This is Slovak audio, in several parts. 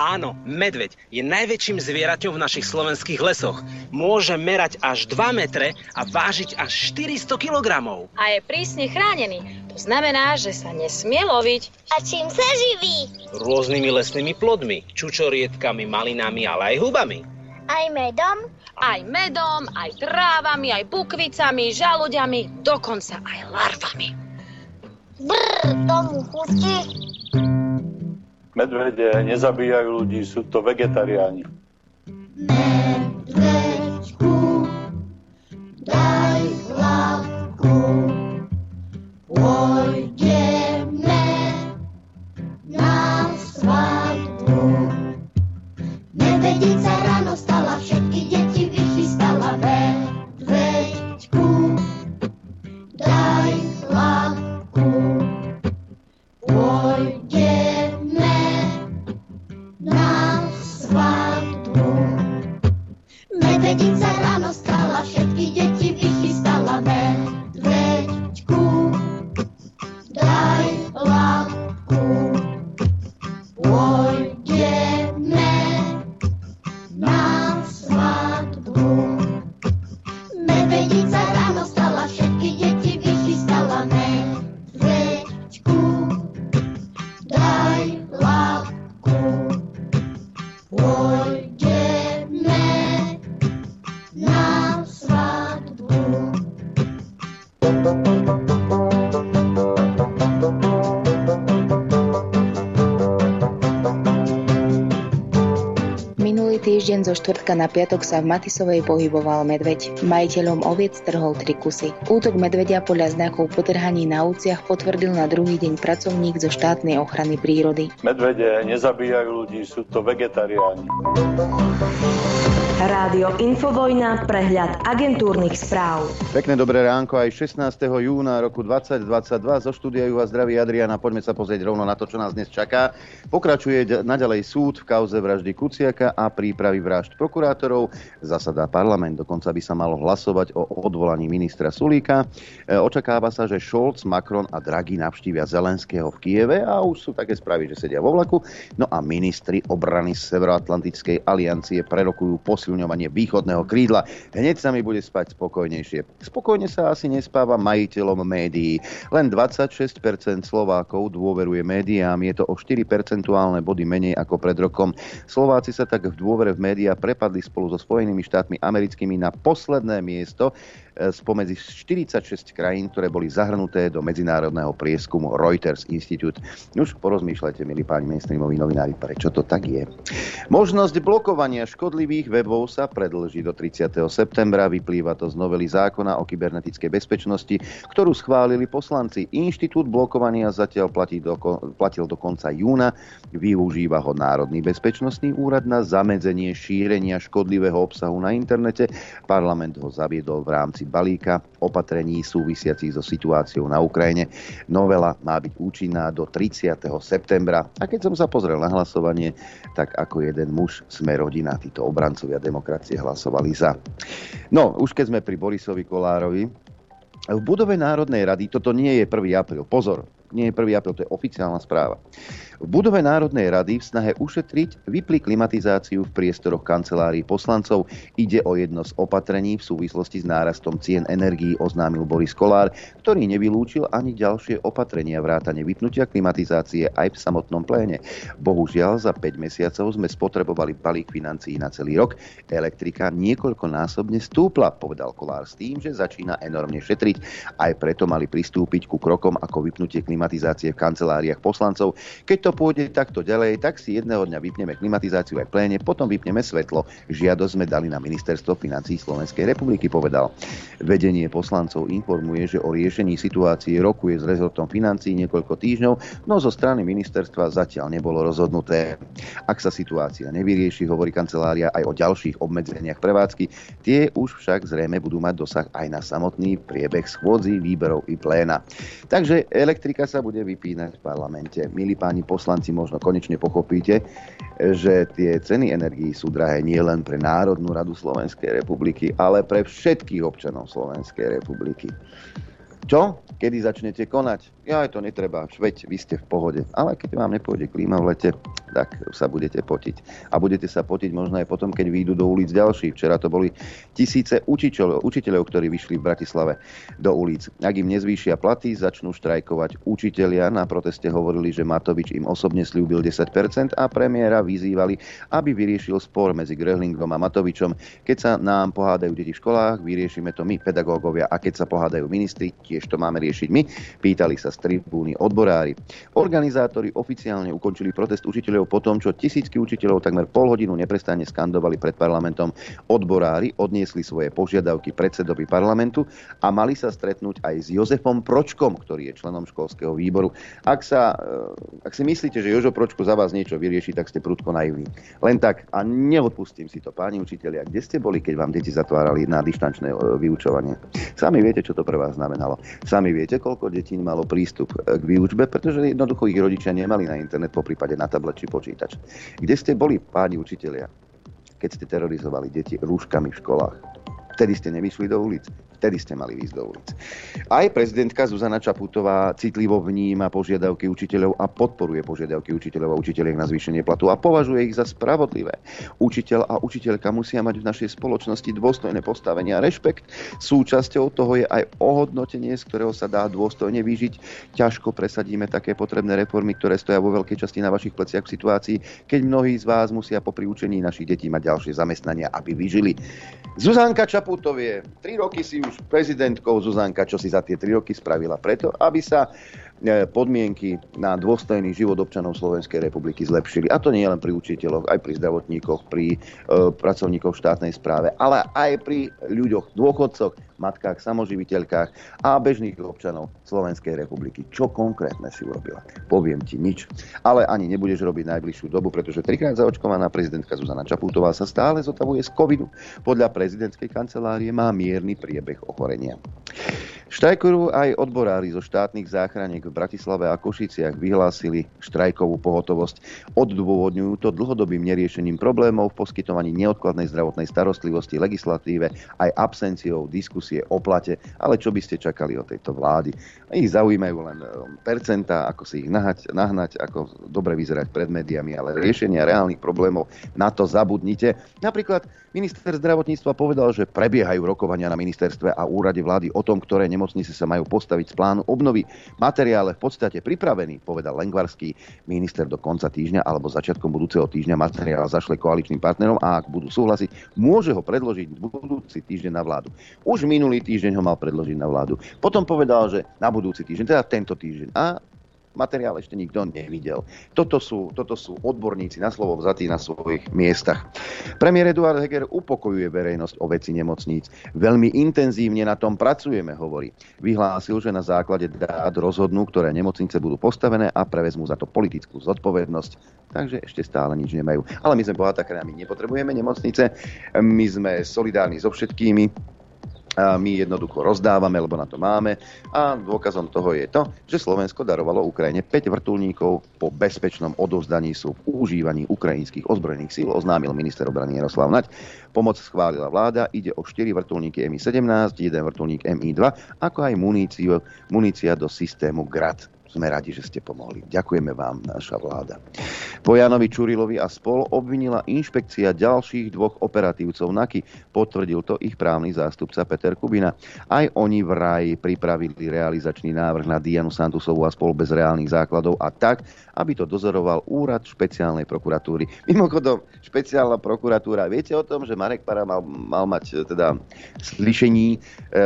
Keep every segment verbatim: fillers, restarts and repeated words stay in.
Áno, medveď je najväčším zvieraťom v našich slovenských lesoch. Môže merať až dva metre a vážiť až štyristo kilogramov. A je prísne chránený. To znamená, že sa nesmie loviť. A čím sa živí? Rôznymi lesnými plodmi, čučorietkami, malinami, ale aj hubami. Aj medom? Aj medom, aj trávami, aj bukvicami, žalúďami, dokonca aj larvami. Brr, tomu chutí. Medvede nezabíjajú ľudí, sú to vegetariáni. Medvečku, daj hlavku, pôjdeme na svadbu. Medvedica ráno stala, všetky deti vychystala. Medvečku, daj hlavku, pôjdeme na svadbu. Medvedica ráno stala, všetky deti vychystala. Medveďku, daj hlavku, pôjdeme na svadbu. Medvedica ráno stala, všetky deti vychystala. Medveďku, daj hlavku, pôjdeme na svadbu. Minulý týždeň zo štvrtka na piatok sa v Matisovej pohyboval medveď. Majiteľom oviec trhol tri kusy. Útok medveďa podľa znakov potrhaní na úciach potvrdil na druhý deň pracovník zo štátnej ochrany prírody. Medvede nezabíjajú ľudí, sú to vegetariáni. Rádio Infovojna, prehľad agentúrnych správ. Pekné dobré ránko aj šestnásteho júna roku dvetisícdvadsaťdva. Zo štúdia ju vás zdraví Adriana. Poďme sa pozrieť rovno na to, čo nás dnes čaká. Pokračuje naďalej súd v kauze vraždy Kuciaka a prípravy vražd prokurátorov. Zasadá parlament, dokonca by sa malo hlasovať o odvolaní ministra Sulíka. E, očakáva sa, že Scholz, Macron a Draghi navštívia Zelenského v Kieve a už sú také správy, že sedia vo vlaku. No a ministri obrany Severoatlantickej aliancie prerokujú posilňovanie východného krídla. Hneď sa mi bude spať spokojnejšie. Spokojne sa asi nespáva majiteľom médií. Len dvadsaťšesť percent Slovákov dôveruje médiám, je to o štyri percentuálne body menej ako pred rokom. Slováci sa tak v dôvere v médiá prepadli spolu so Spojenými štátmi americkými na posledné miesto spomedzi štyridsaťšesť krajín, ktoré boli zahrnuté do medzinárodného prieskumu Reuters Institute. Už porozmýšľajte, milí páni mainstreamoví novinári, prečo to tak je. Možnosť blokovania škodlivých webov sa predĺží do tridsiateho septembra. Vyplýva to z novely zákona o kybernetickej bezpečnosti, ktorú schválili poslanci. Inštitút blokovania zatiaľ platí do, platil do konca júna. Využíva ho Národný bezpečnostný úrad na zamedzenie šírenia škodlivého obsahu na internete. Parlament ho zaviedol v rámci balíka opatrení súvisiacich so situáciou na Ukrajine. Novela má byť účinná do tridsiateho septembra. A keď som sa pozrel na hlasovanie, tak ako jeden muž Sme rodina, títo obrancovia demokracie hlasovali za. No, už keď sme pri Borisovi Kollárovi, v budove Národnej rady, toto nie je prvý apríl, pozor, nie je prvý apríl, to je oficiálna správa. V budove Národnej rady v snahe ušetriť vypli klimatizáciu v priestoroch kancelárií poslancov. Ide o jedno z opatrení v súvislosti s nárastom cien energií, oznámil Boris Kollár, ktorý nevylúčil ani ďalšie opatrenia vrátane vypnutia klimatizácie aj v samotnom pléne. Bohužiaľ, za päť mesiacov sme spotrebovali balík financií na celý rok. Elektrika niekoľkonásobne stúpla, povedal Kollár s tým, že začína enormne šetriť. Aj preto mali pristúpiť ku krokom ako vypnutie klimatizácie v kanceláriách poslancov. Keď to pôjde takto ďalej, tak si jedného dňa vypneme klimatizáciu aj v pléne, potom vypneme svetlo. Žiadosť sme dali na Ministerstvo financií Slovenskej republiky, povedal. Vedenie poslancov informuje, že o riešení situácie rokuje s rezortom financií niekoľko týždňov, no zo strany ministerstva zatiaľ nebolo rozhodnuté. Ak sa situácia nevyrieši, hovorí kancelária aj o ďalších obmedzeniach prevádzky, tie už však zrejme budú mať dosah aj na samotný priebeh schôdzí, výberov i pléna. Takže elektrika sa bude vypínať v parlamente. Milí páni poslanci, možno konečne pochopíte, že tie ceny energií sú drahé nielen pre Národnú radu Slovenskej republiky, ale pre všetkých občanov Slovenskej republiky. Čo? Kedy začnete konať? Ja, to netreba, veď vy ste v pohode. Ale keď vám nepôjde klíma v lete, tak sa budete potiť. A budete sa potiť možno aj potom, keď výjdu do ulic ďalší. Včera to boli tisíce učiteľov, učiteľov, ktorí vyšli v Bratislave do ulic. Ak im nezvýšia platy, začnú štrajkovať učitelia. Na proteste hovorili, že Matovič im osobne sľúbil desať percent a premiéra vyzývali, aby vyriešil spor medzi Gröhlingom a Matovičom. Keď sa nám pohádajú deti v školách, vyriešime to my, pedagógovia, a keď sa pohádajú ministri, tiež to máme riešiť my, pýtali sa z tribúny odborári. Organizátori oficiálne ukončili protest učiteľov po tom, čo tisícky učiteľov takmer pol hodinu neprestane skandovali pred parlamentom. Odborári odniesli svoje požiadavky predsedovi parlamentu a mali sa stretnúť aj s Jozefom Pročkom, ktorý je členom školského výboru. Ak, sa, ak si myslíte, že Jožo Pročko za vás niečo vyrieši, tak ste prudko naivní. Len tak, a neodpustím si to, páni učitelia, kde ste boli, keď vám deti zatvárali na dištančné vyučovanie? Sami viete, čo to pre vás znamenalo. Sami viete, koľko detí malo prístup k výučbe, pretože jednoducho ich rodičia nemali na internet, poprípade na tablet či počítač. Kde ste boli, páni učitelia, keď ste terorizovali deti rúškami v školách? Vtedy ste nevyšli do ulic. Vtedy ste mali výjsť do ulic. Aj prezidentka Zuzana Čaputová citlivo vníma požiadavky učiteľov a podporuje požiadavky učiteľov a učiteľiek na zvýšenie platu a považuje ich za spravodlivé. Učiteľ a učiteľka musia mať v našej spoločnosti dôstojné postavenie a rešpekt. Súčasťou toho je aj ohodnotenie, z ktorého sa dá dôstojne vyžiť. Ťažko presadíme také potrebné reformy, ktoré stoja vo veľkej časti na vašich pleciach v situácii, keď mnohí z vás musia popri učení našich detí mať ďalšie zamestnania, aby vyžili. Zuzanka Čaputovie, tri roky si už prezidentkou. Zuzanka, čo si za tie tri roky spravila preto, aby sa podmienky na dôstojný život občanov Slovenskej republiky zlepšili. A to nie len pri učiteľoch, aj pri zdravotníkoch, pri e, pracovníkoch v štátnej správe, ale aj pri ľuďoch, dôchodcoch, matkách, samoživiteľkách a bežných občanov Slovenskej republiky. Čo konkrétne si urobila? Poviem ti nič. Ale ani nebudeš robiť najbližšiu dobu, pretože trikrát zaočkovaná prezidentka Zuzana Čaputová sa stále zotavuje z covidu. Podľa prezidentskej kancelárie má mierny priebeh ochorenia. Štrajkujú aj odborári zo štátnych záchraniek v Bratislave a Košiciach, vyhlásili štrajkovú pohotovosť. Odôvodňujú to dlhodobým neriešením problémov v poskytovaní neodkladnej zdravotnej starostlivosti, legislatíve aj absenciou diskusie o plate. Ale čo by ste čakali od tejto vlády? Ich zaujímajú len percentá, ako si ich nahať, nahnať, ako dobre vyzerať pred médiami, ale riešenia reálnych problémov, na to zabudnite. Napríklad minister zdravotníctva povedal, že prebiehajú rokovania na ministerstve a úrade vlády o tom, ktoré nemocnice sa majú postaviť z plánu obnovy. Materiál v podstate pripravený, povedal Lengvarský. Minister do konca týždňa alebo začiatkom budúceho týždňa materiál zašle koaličným partnerom a ak budú súhlasiť, môže ho predložiť budúci týždeň na vládu. Už minulý týždeň ho mal predložiť na vládu. Potom povedal, že na budúci týždeň, teda tento týždeň. A materiál ešte nikto nevidel. Toto sú, toto sú odborníci na slovo vzatí na svojich miestach. Premiér Eduard Heger upokojuje verejnosť o veci nemocníc. Veľmi intenzívne na tom pracujeme, hovorí. Vyhlásil, že na základe dát rozhodnú, ktoré nemocnice budú postavené a prevezmú za to politickú zodpovednosť. Takže ešte stále nič nemajú. Ale my sme bohatá krajina, my nepotrebujeme nemocnice. My sme solidárni so všetkými. A my jednoducho rozdávame, lebo na to máme. A dôkazom toho je to, že Slovensko darovalo Ukrajine päť vrtuľníkov po bezpečnom odovzdaní sú v užívaní ukrajinských ozbrojených síl, oznámil minister obrany Jaroslav Naď. Pomoc schválila vláda, ide o štyri vrtuľníky em í sedemnásť, jeden vrtuľník em í dva, ako aj muníciu, munícia do systému Grad. Sme radi, že ste pomohli. Ďakujeme vám, naša vláda. Po Janovi Čurilovi a spol obvinila inšpekcia ďalších dvoch operatívcov NAKY. Potvrdil to ich právny zástupca Peter Kubina. Aj oni vraj pripravili realizačný návrh na Dianu Santusovú a spol bez reálnych základov a tak, aby to dozoroval úrad špeciálnej prokuratúry. Mimochodom, špeciálna prokuratúra, viete o tom, že Marek Para mal, mal mať teda slyšení,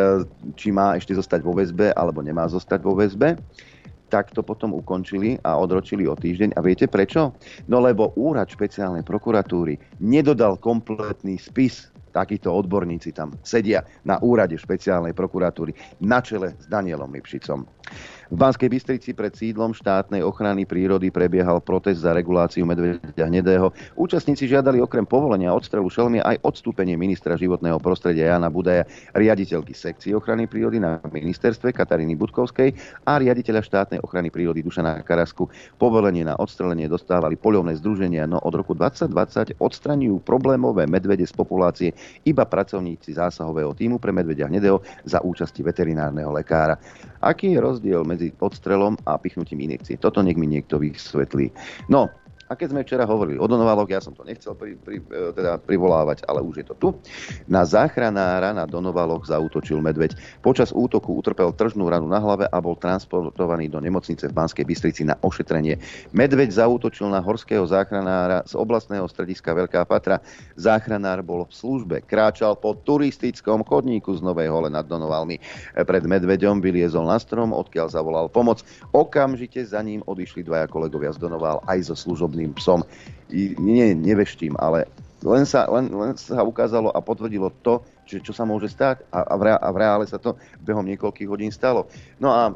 či má ešte zostať vo väzbe, alebo nemá zostať vo väzbe? Tak to potom ukončili a odročili o týždeň. A viete prečo? No lebo úrad špeciálnej prokuratúry nedodal kompletný spis. Takíto odborníci tam sedia na úrade špeciálnej prokuratúry na čele s Danielom Lipšicom. V Banskej Bystrici pred sídlom štátnej ochrany prírody prebiehal protest za reguláciu medveďa hnedého. Účastníci žiadali okrem povolenia odstrelu šelmie aj odstúpenie ministra životného prostredia Jána Budaja, riaditeľky sekcie ochrany prírody na ministerstve Kataríny Budkovskej a riaditeľa štátnej ochrany prírody Dušana Karasku. Povolenie na odstrelenie dostávali poľovné združenia, no od roku dvadsať dvadsať odstraňujú problémové medvede z populácie iba pracovníci zásahového tímu pre medveďa hnedého za účasti veterinárneho lekára. Aký je rozdiel medzi odstrelom a pichnutím injekcie? Toto nech mi niekto vysvetlí. No, a keď sme včera hovorili o Donovaloch, ja som to nechcel pri, pri, teda privolávať, ale už je to tu. Na záchranára na Donovaloch zaútočil medveď. Počas útoku utrpel tržnú ranu na hlave a bol transportovaný do nemocnice v Banskej Bystrici na ošetrenie. Medveď zaútočil na horského záchranára z oblastného strediska Veľká Fatra. Záchranár bol v službe, kráčal po turistickom chodníku z Novej Hole nad Donovalmi. Pred medveďom vyliezol na strom, odkiaľ zavolal pomoc. Okamžite za ním odišli dvaja kolegovia z Donoval aj zo služobných psom. I, nie, neveštím, ale len sa, len, len sa ukázalo a potvrdilo to, že, čo sa môže stať a, a, v, a v reále sa to behom niekoľkých hodín stalo. No a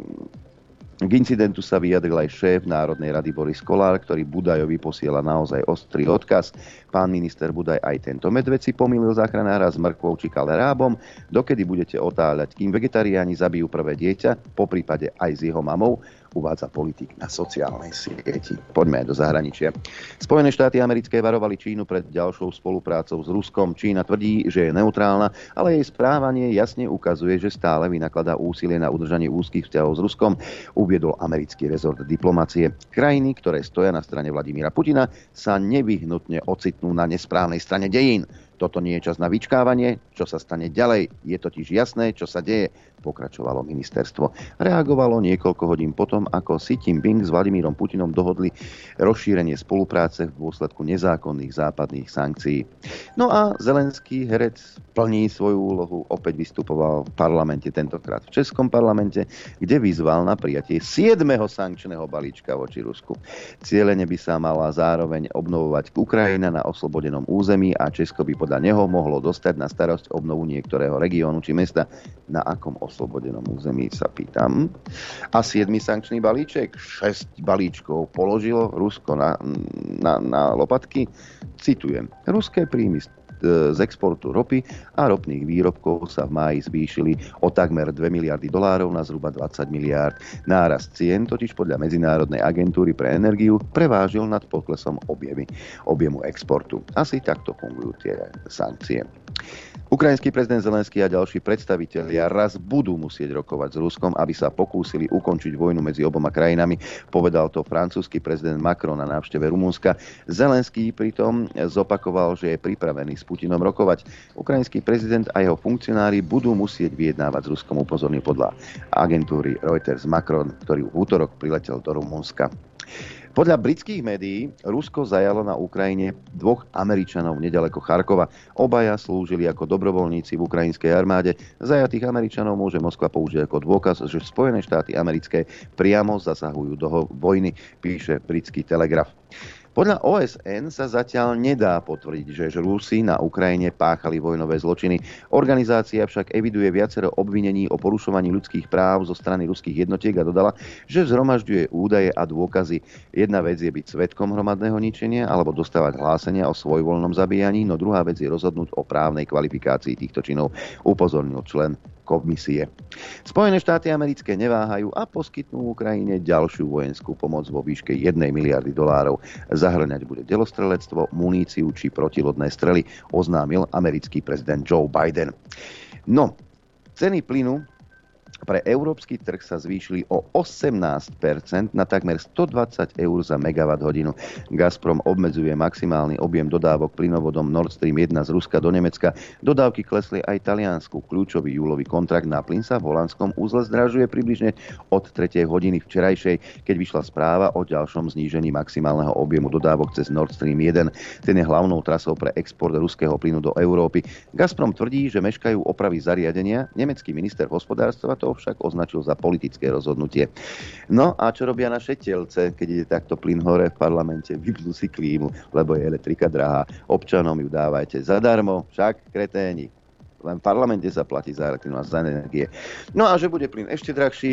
e, k incidentu sa vyjadril aj šéf Národnej rady Boris Kolár, ktorý Budajovi posiela naozaj ostrý odkaz. Pán minister Budaj, aj tento medveď si pomýlil záchranára s mrkvou či kalerábom. Dokedy budete otáľať, kým vegetariáni zabijú prvé dieťa, poprípade aj s jeho mamou, uvádza politik na sociálnej sieti. Poďme aj do zahraničia. Spojené štáty americké varovali Čínu pred ďalšou spoluprácou s Ruskom. Čína tvrdí, že je neutrálna, ale jej správanie jasne ukazuje, že stále vynakladá úsilie na udržanie úzkych vzťahov s Ruskom, uviedol americký rezort diplomacie. Krajiny, ktoré stoja na strane Vladimíra Putina, sa nevyhnutne ocitnú na nesprávnej strane dejín. Toto nie je čas na vyčkávanie, čo sa stane ďalej. Je totiž jasné, čo sa deje, pokračovalo ministerstvo. Reagovalo niekoľko hodín potom, ako Xi Jinping s Vladimírom Putinom dohodli rozšírenie spolupráce v dôsledku nezákonných západných sankcií. No a Zelenský, herec, plní svoju úlohu, opäť vystupoval v parlamente, tentokrát v Českom parlamente, kde vyzval na prijatie siedmeho sankčného balíčka voči Rusku. Cielene by sa mala zároveň obnovovať Ukrajina na oslobodenom území a Česko by podľa neho mohlo dostať na starosť obnovu niektorého regiónu či mesta. Na akom oslobodenom území, sa pýtam. A siedmy sankčný balíček, šesť balíčkov položilo Rusko na, na, na lopatky. Citujem, ruské príjmy z exportu ropy a ropných výrobkov sa v máji zvýšili o takmer dve miliardy dolárov na zhruba dvadsať miliárd. Nárast cien totiž podľa Medzinárodnej agentúry pre energiu prevážil nad poklesom objemy, objemu exportu. Asi takto fungujú tie sankcie. Ukrajinský prezident Zelenský a ďalší predstavitelia raz budú musieť rokovať s Ruskom, aby sa pokúsili ukončiť vojnu medzi oboma krajinami, povedal to francúzsky prezident Macron na návšteve Rumunska. Zelenský pritom zopakoval, že je pripravený s Putinom rokovať. Ukrajinský prezident a jeho funkcionári budú musieť vyjednávať s Ruskom, upozornil podľa agentúry Reuters Macron, ktorý v útorok priletel do Rumunska. Podľa britských médií Rusko zajalo na Ukrajine dvoch Američanov nedaleko Charkova. Obaja slúžili ako dobrovoľníci v ukrajinskej armáde. Zajatých Američanov môže Moskva použiť ako dôkaz, že Spojené štáty americké priamo zasahujú do vojny, píše britský Telegraf. Podľa ó es en sa zatiaľ nedá potvrdiť, že Rusi na Ukrajine páchali vojnové zločiny. Organizácia však eviduje viacero obvinení o porušovaní ľudských práv zo strany ruských jednotiek a dodala, že zhromažďuje údaje a dôkazy. Jedna vec je byť svedkom hromadného ničenia alebo dostávať hlásenia o svojvoľnom zabíjaní, no druhá vec je rozhodnúť o právnej kvalifikácii týchto činov, upozornil člen komisie. Spojené štáty americké neváhajú a poskytnú Ukrajine ďalšiu vojenskú pomoc vo výške jednej miliardy dolárov. Zahŕňať bude delostrelectvo, muníciu či protilodné strely, oznámil americký prezident Joe Biden. No, ceny plynu pre európsky trh sa zvýšili o osemnásť percent na takmer stodvadsať eur za megawatt hodinu. Gazprom obmedzuje maximálny objem dodávok plynovodom Nord Stream jeden z Ruska do Nemecka. Dodávky klesli aj Taliansku. Kľúčový júlový kontrakt na plyn sa v holandskom úzle zdražuje približne od tretej hodiny včerajšej, keď vyšla správa o ďalšom znížení maximálneho objemu dodávok cez Nord Stream jeden. Ten je hlavnou trasou pre export ruského plynu do Európy. Gazprom tvrdí, že meškajú opravy zariadenia. Nemecký minister hospodárstva to však označil za politické rozhodnutie. No a čo robia naše telce, keď ide takto plyn hore v parlamente? Vypnú si klímu, lebo je elektrika drahá. Občanom ju dávajte zadarmo, však kreténi. Len v parlamente sa platí za elektrinu a za energie. No a že bude plyn ešte drahší,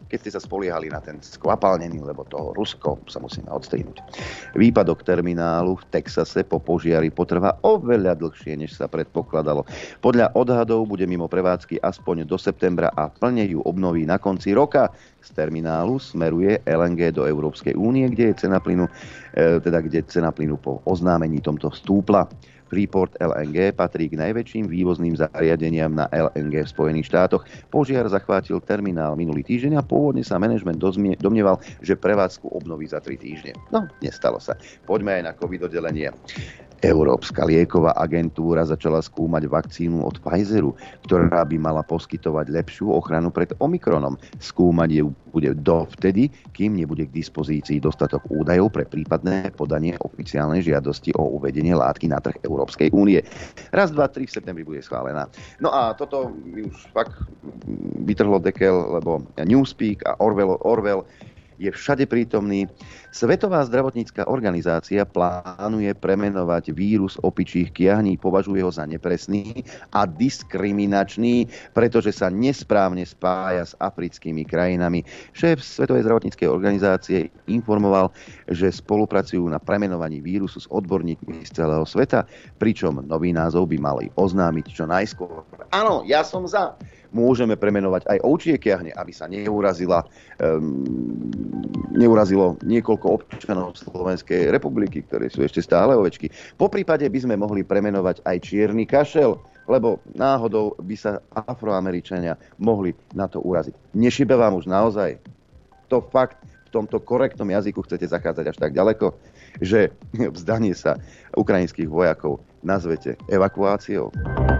keď ste sa spoliehali na ten skvapalnený, lebo toho Rusko sa musíme odstrihnúť. Výpadok terminálu v Texase po požiari potrvá oveľa dlhšie, než sa predpokladalo. Podľa odhadov bude mimo prevádzky aspoň do septembra a plne ju obnoví na konci roka. Z terminálu smeruje el en gé do Európskej únie, kde je cena plynu, teda kde cena plynu po oznámení tomto stúpla. Freeport el en gé patrí k najväčším vývozným zariadeniam na el en gé v Spojených štátoch. Požiar zachvátil terminál minulý týždeň a pôvodne sa manažment domnieval, že prevádzku obnoví za tri týždne. No, nestalo sa. Poďme aj na COVID oddelenie. Európska lieková agentúra začala skúmať vakcínu od Pfizeru, ktorá by mala poskytovať lepšiu ochranu pred Omikronom. Skúmať ju bude dovtedy, kým nebude k dispozícii dostatok údajov pre prípadné podanie oficiálnej žiadosti o uvedenie látky na trh Európskej únie. Raz, dva, tri v septembri bude schválená. No a toto už fakt vytrhlo dekel, lebo Newspeak a Orwell, Orwell je všade prítomný. Svetová zdravotnícka organizácia plánuje premenovať vírus opičích kiahní, považuje ho za nepresný a diskriminačný, pretože sa nesprávne spája s africkými krajinami. Šéf Svetovej zdravotníckej organizácie informoval, že spolupracujú na premenovaní vírusu s odborníkmi z celého sveta, pričom nový názov by mali oznámiť čo najskôr. Áno, ja som za. Môžeme premenovať aj ovčie kiahne, aby sa neurazila, um, neurazilo niekoľko občanov Slovenskej republiky, ktoré sú ešte stále ovečky. Poprípade by sme mohli premenovať aj čierny kašel, lebo náhodou by sa Afroameričania mohli na to uraziť. Nešibe vám už naozaj to fakt v tomto korektnom jazyku chcete zachádzať až tak ďaleko, že vzdanie sa ukrajinských vojakov nazvete evakuáciou.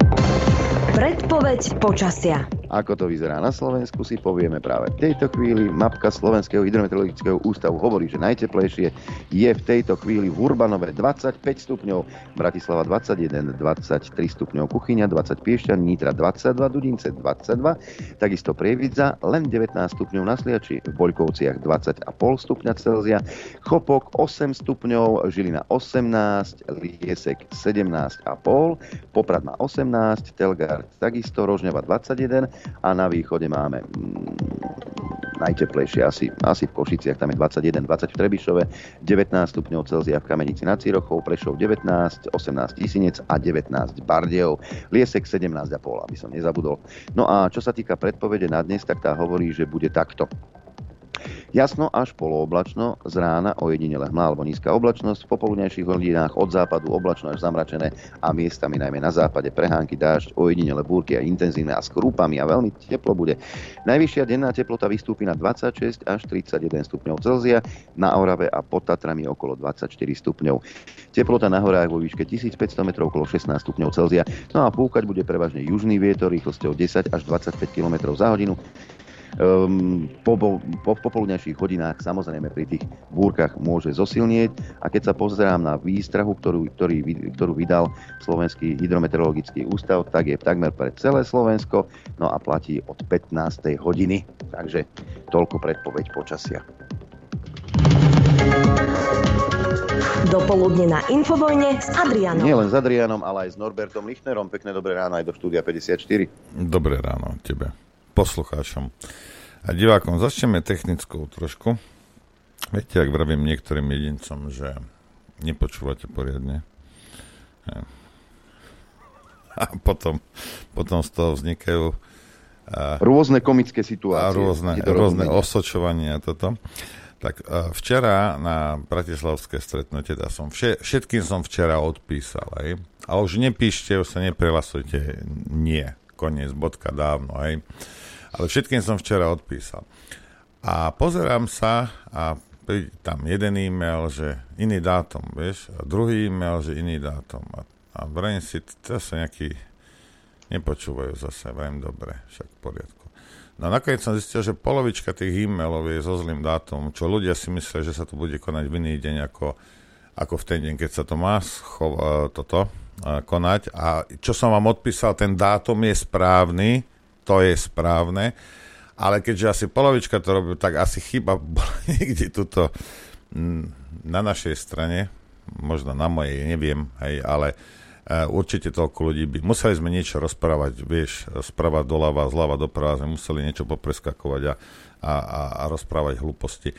Predpoveď počasia. Ako to vyzerá na Slovensku, si povieme práve v tejto chvíli. Mapka Slovenského hydrometeorologického ústavu hovorí, že najteplejšie je v tejto chvíli v Urbanove dvadsaťpäť stupňov, Bratislava dvadsaťjeden, dvadsaťtri stupňov Kuchyňa, dvadsať Piešťan, Nitra dvadsaťdva, Dudince dvadsaťdva, takisto Prievidza len devätnásť stupňov na Sliači, v Boľkovciach dvadsať celá päť stupňa Celzia, Chopok osem stupňov, Žilina osemnásť, Liesek sedemnásť celá päť, Poprad má osemnásť, Telgár takisto, Rožňava dvadsaťjeden a na východe máme mm, najteplejšie asi, asi v Košiciach, tam je dvadsaťjeden, dvadsať v Trebišove, devätnásť stupňov Celzia v Kamenici nad Cirochou, Prešov devätnásť, osemnásť Tisinec a devätnásť Bardejov, Liesek sedemnásť celá päť, aby som nezabudol. No a čo sa týka predpovede na dnes, tak tá hovorí, že bude takto. Jasno až polooblačno, z rána ojedinele hmla alebo nízka oblačnosť, v popoludnejších hodinách od západu oblačno až zamračené a miestami najmä na západe prehánky, dážď, ojedinele búrky a intenzívne a s krúpami a veľmi teplo bude. Najvyššia denná teplota vystúpi na dvadsaťšesť až tridsaťjeden stupňov Celzia, na Orave a pod Tatrami okolo dvadsaťštyri stupňov. Teplota na horách vo výške tisícpäťsto metrov okolo šestnásť stupňov Celzia. No a fúkať bude prevažne južný vietor rýchlosťou desať až dvadsaťpäť kilometrov za hodinu. Um, po, po, po popoludňajších hodinách samozrejme pri tých búrkach môže zosilnieť a keď sa pozerám na výstrahu, ktorú, ktorý, ktorú vydal Slovenský hydrometeorologický ústav, tak je takmer pre celé Slovensko, no a platí od pätnástej hodiny. Takže toľko predpoveď počasia. Dopoludne na Infovojne s Adrianom. Nie len s Adrianom, ale aj s Norbertom Lichtnerom. Pekné dobré ráno aj do štúdia päťdesiatštyri. Dobré ráno tebe, poslucháčom a divákom. Začneme technickou trošku. Viete, ak vravím niektorým jedincom, že nepočúvate poriadne. A potom, potom z toho vznikajú a, rôzne komické situácie. A rôzne, rôzne osočovania a toto. Tak a včera na bratislavské stretnutie, teda som vše, všetkým som včera odpísal, aj. A už nepíšte, už sa neprihlasujte, nie. Koniec, bodka, dávno, hej. Ale všetkým som včera odpísal. A pozerám sa a príde tam jeden e-mail, že iný dátum, vieš, a druhý e-mail, že iný dátum. A, a vrajím si, to sa nejaký nepočúvajú zase, vrajím dobre, však v poriadku. No a nakoniec som zistil, že polovička tých e-mailov je so zlým dátumom, čo ľudia si myslia, že sa to bude konať v iný deň ako, ako v ten deň, keď sa to má schov, toto konať. A čo som vám odpísal, ten dátum je správny, to je správne, ale keďže asi polovička to robí, tak asi chyba bola niekde tuto na našej strane, možno na mojej, neviem, hej, ale určite toľko ľudí by... Museli sme niečo rozprávať, vieš, sprava doľava, zľava doprava, sme museli niečo popreskakovať a, a, a, a rozprávať hlúposti.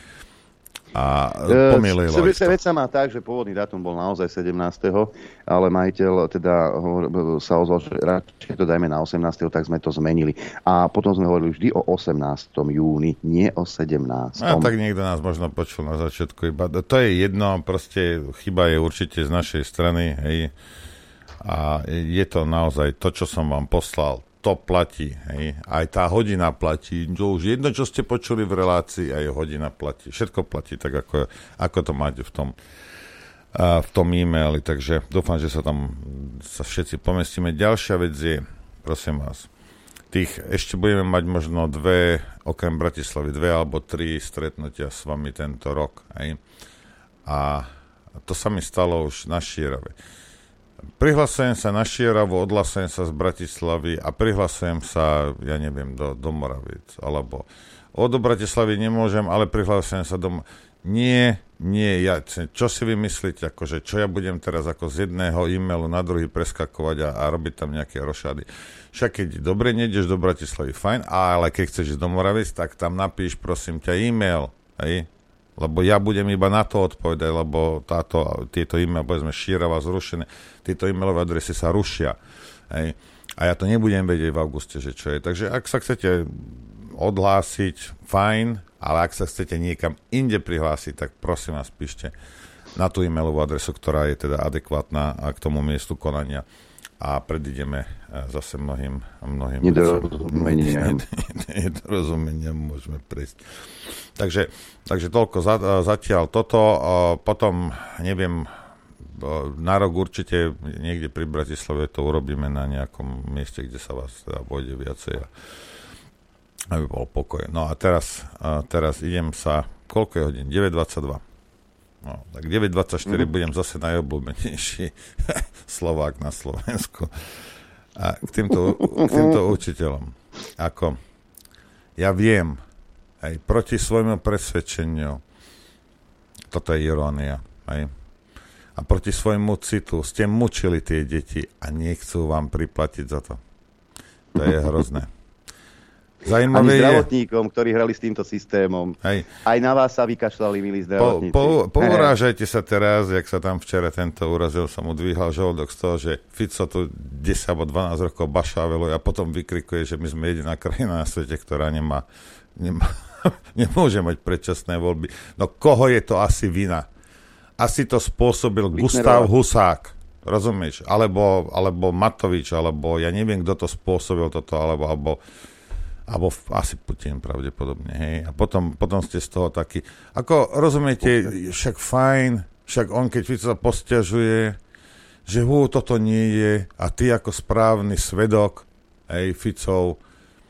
A pomýlilo ich to. Vec sa má tak, že pôvodný dátum bol naozaj sedemnásteho ale majiteľ teda sa ozval, že radšej to dajme na osemnásteho tak sme to zmenili. A potom sme hovorili vždy o osemnásteho júni, nie o sedemnásteho A tak niekto nás možno počul na začiatku iba. To je jedno, proste chyba je určite z našej strany, hej. A je to naozaj to, čo som vám poslal, to platí, hej. Aj tá hodina platí. To už jedno, čo ste počuli v relácii, aj hodina platí. Všetko platí tak, ako, ako to máte v tom, uh, v tom e-maili. Takže dúfam, že sa tam sa všetci pomestíme. Ďalšia vec je, prosím vás, tých ešte budeme mať možno dve, okrem Bratislavy, dve alebo tri stretnutia s vami tento rok, hej. A to sa mi stalo už na Šírave. Prihlasujem sa na Šieravu, odhlasujem sa z Bratislavy a prihlasujem sa, ja neviem, do, do Moraviec, alebo o, do Bratislavy nemôžem, ale prihlasujem sa do... Nie, nie, ja, čo si vymyslíte, akože, čo ja budem teraz ako z jedného e-mailu na druhý preskakovať a, a robiť tam nejaké rošady. Však keď dobre nejdeš do Bratislavy, fajn, ale keď chceš ísť do Moraviec, tak tam napíš, prosím ťa, e-mail, hej? Lebo ja budem iba na to odpovedať, lebo táto, tieto e-maily, povedzme, Šírava zrušené, tieto e-mailové adresy sa rušia. Hej. A ja to nebudem vedieť v auguste, že čo je. Takže ak sa chcete odhlásiť, fajn, ale ak sa chcete niekam inde prihlásiť, tak prosím vás, píšte na tú e-mailovú adresu, ktorá je teda adekvátna k tomu miestu konania a predídeme zase mnohým, mnohým nedorozumeniam. Nedorozumeniam môžeme prejsť. Takže, takže toľko za, zatiaľ toto. Potom, neviem, na rok určite niekde pri Bratislave to urobíme na nejakom mieste, kde sa vás teda vojde viacej, aby bol pokoj. No a teraz, a teraz idem sa, koľko je hodín? deväť dvadsaťdva. No, tak deväť dvadsaťštyri mm. budem zase najobľúbenejší Slovák na Slovensku. A k týmto, k týmto učiteľom. Ako, ja viem, aj proti svojmu presvedčeniu, toto je irónia, aj, a proti svojmu citu ste mučili tie deti a nechcú vám priplatiť za to. To je hrozné. Zajímavé ani zdravotníkom, je... ktorí hrali s týmto systémom. Hej. Aj na vás sa vykašľali, milí zdravotníci. Po, po, pourážajte sa teraz, jak sa tam včera tento urazil, som mu dvíhal žalúdok z toho, že Fico tu desať alebo dvanásť rokov bašáveluje a potom vykrikuje, že my sme jediná krajina na svete, ktorá nemá, nemá nemôže mať predčasné voľby. No koho je to asi vina? Asi to spôsobil Gustav Husák. Rozumieš? Alebo, alebo Matovič, alebo ja neviem, kto to spôsobil toto, alebo, alebo alebo asi Putin pravdepodobne, hej. A potom, potom ste z toho takí, ako rozumiete, však fajn, však on keď Fico sa posťažuje, že hú, toto nie je, a ty ako správny svedok, hej, Ficov,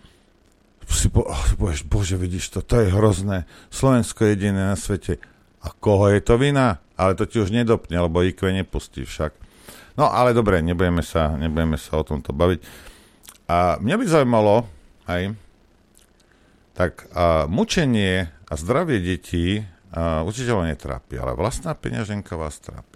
si po, oh, povieš, bože, vidíš to, to je hrozné, Slovensko je jediné na svete. A koho je to vina? Ale to ti už nedopne, lebo í kvé nepustí však. No, ale dobre, nebudeme sa, nebudeme sa o tomto baviť. A mňa by zaujímalo, hej, tak a, mučenie a zdravie detí a, učiteľov netrápi, ale vlastná peňaženka vás trápi.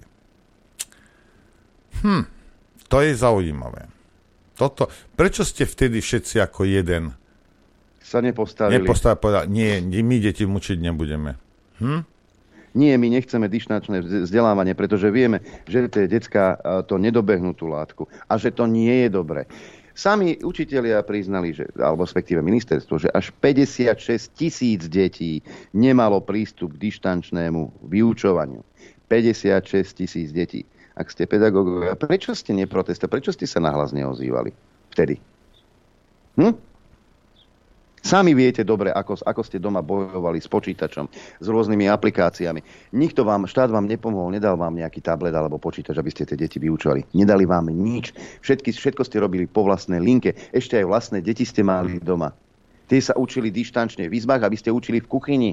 Hm, to je zaujímavé. Toto, prečo ste vtedy všetci ako jeden sa nepostavili? Nepostavili, povedali, nie, my deti mučiť nebudeme. Hm? Nie, my nechceme dištančné vzdelávanie, pretože vieme, že tie decká to nedobehnú tú látku a že to nie je dobré. Sami učitelia priznali, že, alebo respektíve ministerstvo, že až päťdesiatšesť tisíc detí nemalo prístup k dištančnému vyučovaniu. päťdesiatšesť tisíc detí. Ak ste pedagógovia, prečo ste neprotestovali? Prečo ste sa nahlas neozývali vtedy? Hm? Sami viete dobre, ako, ako ste doma bojovali s počítačom, s rôznymi aplikáciami. Nikto vám, štát vám nepomohol, nedal vám nejaký tablet alebo počítač, aby ste tie deti vyučovali. Nedali vám nič. Všetky, všetko ste robili po vlastnej linke. Ešte aj vlastné deti ste mali doma. Tie sa učili dištančne v izbách, aby ste učili v kuchyni.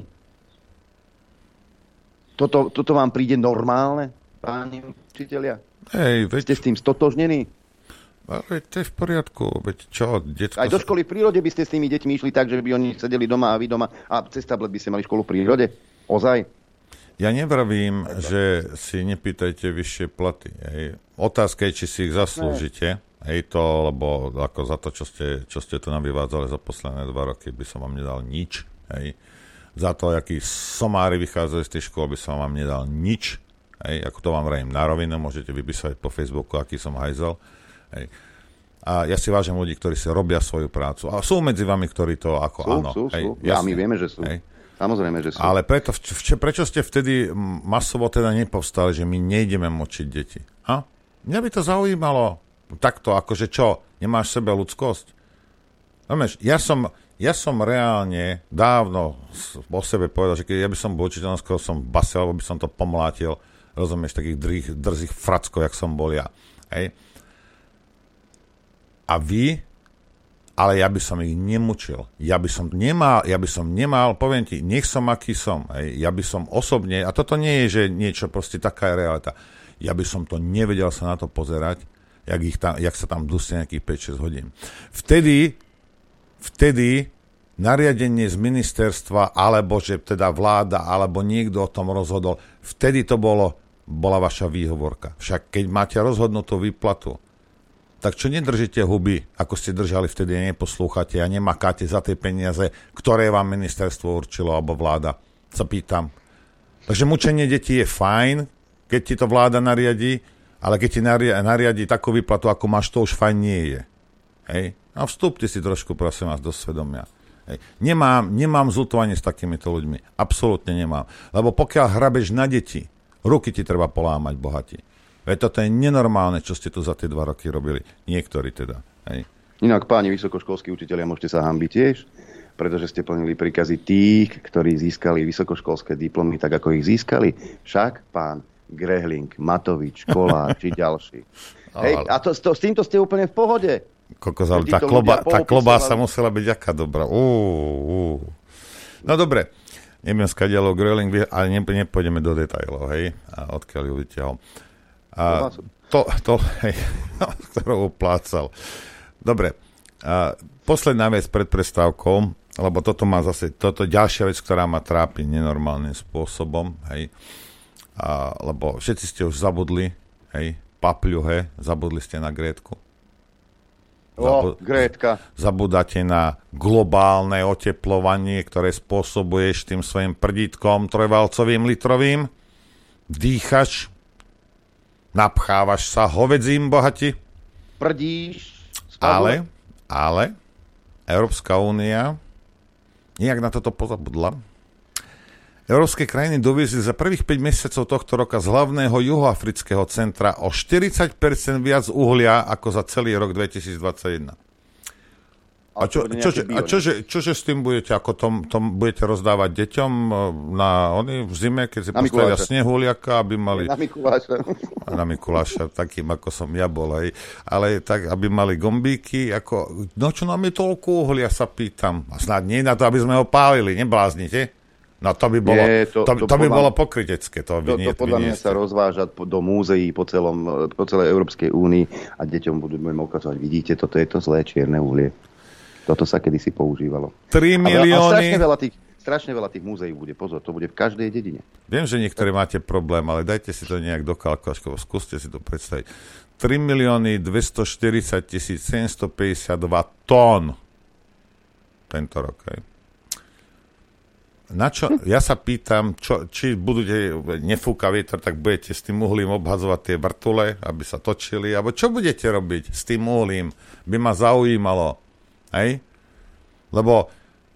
Toto, toto vám príde normálne, páni učitelia? Hej, veď... Ste s tým stotožnení? Ale to je v poriadku, veď čo, detsko... Aj do školy v prírode by ste s tými deťmi išli tak, že by oni sedeli doma a vy doma a cez tablet by ste mali školu v prírode? Ozaj? Ja nevravím, že si nepýtajte vyššie platy. Hej. Otázka je, či si ich zaslúžite. Hej to, lebo ako za to, čo ste, čo ste tu nám vyvádzali za posledné dva roky, by som vám nedal nič. Hej. Za to, akí somári vychádzajú z tej školy, by som vám nedal nič. Hej. Ako to vám vrajím na rovinu, môžete vypísať po Facebooku, aký som hajzel. Hej. A ja si vážim ľudí, ktorí si robia svoju prácu. A sú medzi vami, ktorí to ako sú, áno. Sú, hej, sú. Ja, my vieme, že sú. Hej. Samozrejme, že sú. Ale preto, vč- prečo ste vtedy masovo teda nepovstali, že my nejdeme močiť deti? Ha? Mňa by to zaujímalo. Takto, akože čo? Nemáš sebe ľudskosť? Rozumieš, ja som, ja som reálne dávno o sebe povedal, že keď ja by som bol učiteľom, skoro som basel, alebo by som to pomlátil, rozumieš, takých drých, drzých frackov, jak som bol ja. Hej? A vy, ale ja by som ich nemučil. Ja by som nemal, ja by som nemal, poviem ti, nech som aký som. Hej. Ja by som osobne, a toto nie je, že niečo, proste taká je realita. Ja by som to nevedel sa na to pozerať, jak, ich tam, jak sa tam dusne nejakých päť šesť hodín. Vtedy, vtedy nariadenie z ministerstva, alebo že teda vláda, alebo niekto o tom rozhodol, vtedy to bolo, bola vaša výhovorka. Však keď máte rozhodnutú výplatu, tak čo nedržíte huby, ako ste držali vtedy, neposlúchate a nemakáte za tie peniaze, ktoré vám ministerstvo určilo, alebo vláda, sa pýtam. Takže mučenie detí je fajn, keď ti to vláda nariadí, ale keď ti nariadí takú výplatu, ako máš, to už fajn nie je. Hej? A vstúpte si trošku, prosím vás, do svedomia. Hej. Nemám, nemám zľutovanie s takýmito ľuďmi. Absolútne nemám. Lebo pokiaľ hrabeš na deti, ruky ti treba polámať, bohatí. Veď toto je nenormálne, čo ste tu za tie dva roky robili. Niektorí teda. Hej. Inak, páni vysokoškolskí učitelia, môžete sa hanbiť tiež, pretože ste plnili príkazy tých, ktorí získali vysokoškolské diplomy tak, ako ich získali. Však pán Grehling, Matovič, Koláč či ďalší. Hej, a to, to, s týmto ste úplne v pohode. Kokos, ale tá, kloba, tá klobása musela byť aká dobrá. Uh, uh. No dobre, neviem skadiaľo Grehling, ale ne, nepôjdeme do detailov, hej, a odkiaľ ju vyťahol. A to, to hej, ktorou uplácal. Dobre, a posledná vec pred prestávkou, lebo toto má zase, toto ďalšia vec, ktorá ma trápi nenormálnym spôsobom, hej, a, lebo všetci ste už zabudli, hej, papľuhe, zabudli ste na Grétku. Zabu- o, Grétka. Zabudáte na globálne oteplovanie, ktoré spôsobuješ tým svojim prdítkom trojvalcovým litrovým. Dýchaš, napchávaš sa hovedzím, bohati. Prdíš. Ale, ale, Európska únia nejak na toto pozabudla. Európske krajiny doviezli za prvých päť mesiacov tohto roka z hlavného juhoafrického centra o štyridsať percent viac uhlia ako za celý rok dvetisícdvadsaťjeden. A, čo, čože, a čože, čože s tým budete? Ako tom, tom budete rozdávať deťom na, oni, v zime, keď si postavia snehuliaka, aby mali... Na Mikuláša. Na Mikuláša, takým, ako som ja bol, hej. Ale tak, aby mali gombíky, ako... No čo nám je toľko uhlia, sa pýtam. A snad nie na to, aby sme ho pálili, nebláznite? No to by bolo, nie, to, to, to, to by podľa, bolo pokrytecké. To, to, to podľa mňa sa rozváža do múzeí po, celom, po celej Európskej únii a deťom budeme ukazovať, vidíte, toto je to zlé čierne uhlie. Toto sa kedysi používalo. tri milióny... A strašne veľa, tých, strašne veľa tých múzeí bude. Pozor, to bude v každej dedine. Viem, že niektorí máte problém, ale dajte si to nejak do kalkulačky, skúste si to predstaviť. tri milióny dvestoštyridsať tisíc sedemstopäťdesiatdva tón tento rok. Hej. Na čo, ja sa pýtam, čo, či budete, nefúka vietor, tak budete s tým uhlím obhadzovať tie vrtule, aby sa točili, alebo čo budete robiť s tým uhlím? By ma zaujímalo. Hej? Lebo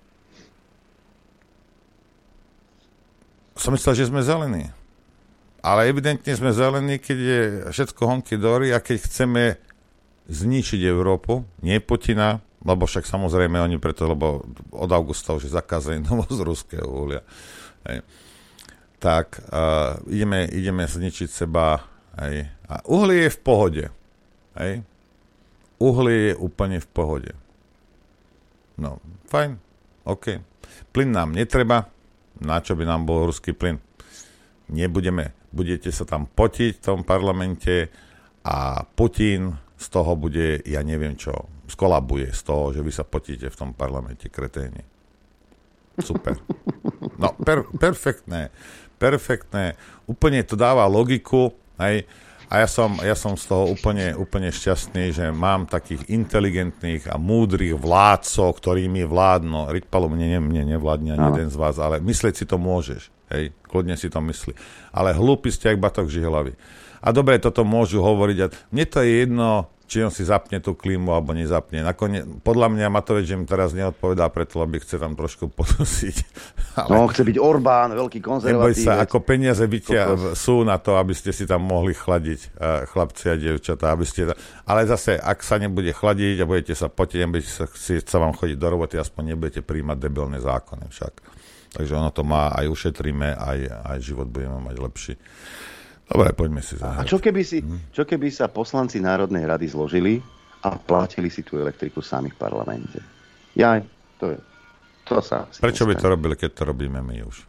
som myslel, že sme zelení. Ale evidentne sme zelení, keď je všetko honky dory a keď chceme zničiť Európu, nie Putina, lebo však samozrejme oni preto, lebo od augusta už je zakázaný dovoz ruského uhlia. Hej. Tak uh, ideme, ideme zničiť seba. Hej. A uhlie je v pohode. Hej. Uhlie je úplne v pohode. No, fajn, OK. Plyn nám netreba, na čo by nám bol ruský plyn? Nebudeme, budete sa tam potiť v tom parlamente a Putin z toho bude, ja neviem čo, skolabuje z toho, že vy sa potíte v tom parlamente, kreténi. Super. No, per, perfektné. perfektné, úplne to dáva logiku, hej, a ja som, ja som z toho úplne, úplne šťastný, že mám takých inteligentných a múdrych vládcov, ktorí mi vládnu. Riťpalu mne, mne nevládne ani jeden z vás, ale myslieť si to môžeš. Hej, kľudne si to myslí. Ale hlúpi ste jak batok žihlavy. A dobre, toto môžu hovoriť. A mne to je jedno, či on si zapne tú klímu, alebo nezapne. Nakoniec, podľa mňa Matovič im teraz neodpovedá preto, lebo chce tam trošku podusiť. Ale... No, chce byť Orbán, veľký konzervatívec. Neboj sa, ako peniaze bytia sú na to, aby ste si tam mohli chladiť, chlapci a dievčatá, aby ste... Ale zase, ak sa nebude chladiť a budete sa potiť, nebudete sa, sa vám chodiť do roboty, aspoň nebudete príjmať debilné zákony však. Takže ono to má, aj ušetríme, aj, aj život budeme mať lepší. Dobre, poďme si zahrať. A čo keby, si, čo keby sa poslanci Národnej rady zložili a platili si tú elektriku sami v parlamente? Jaj, to je... To sa Prečo by to robili, keď to robíme my už?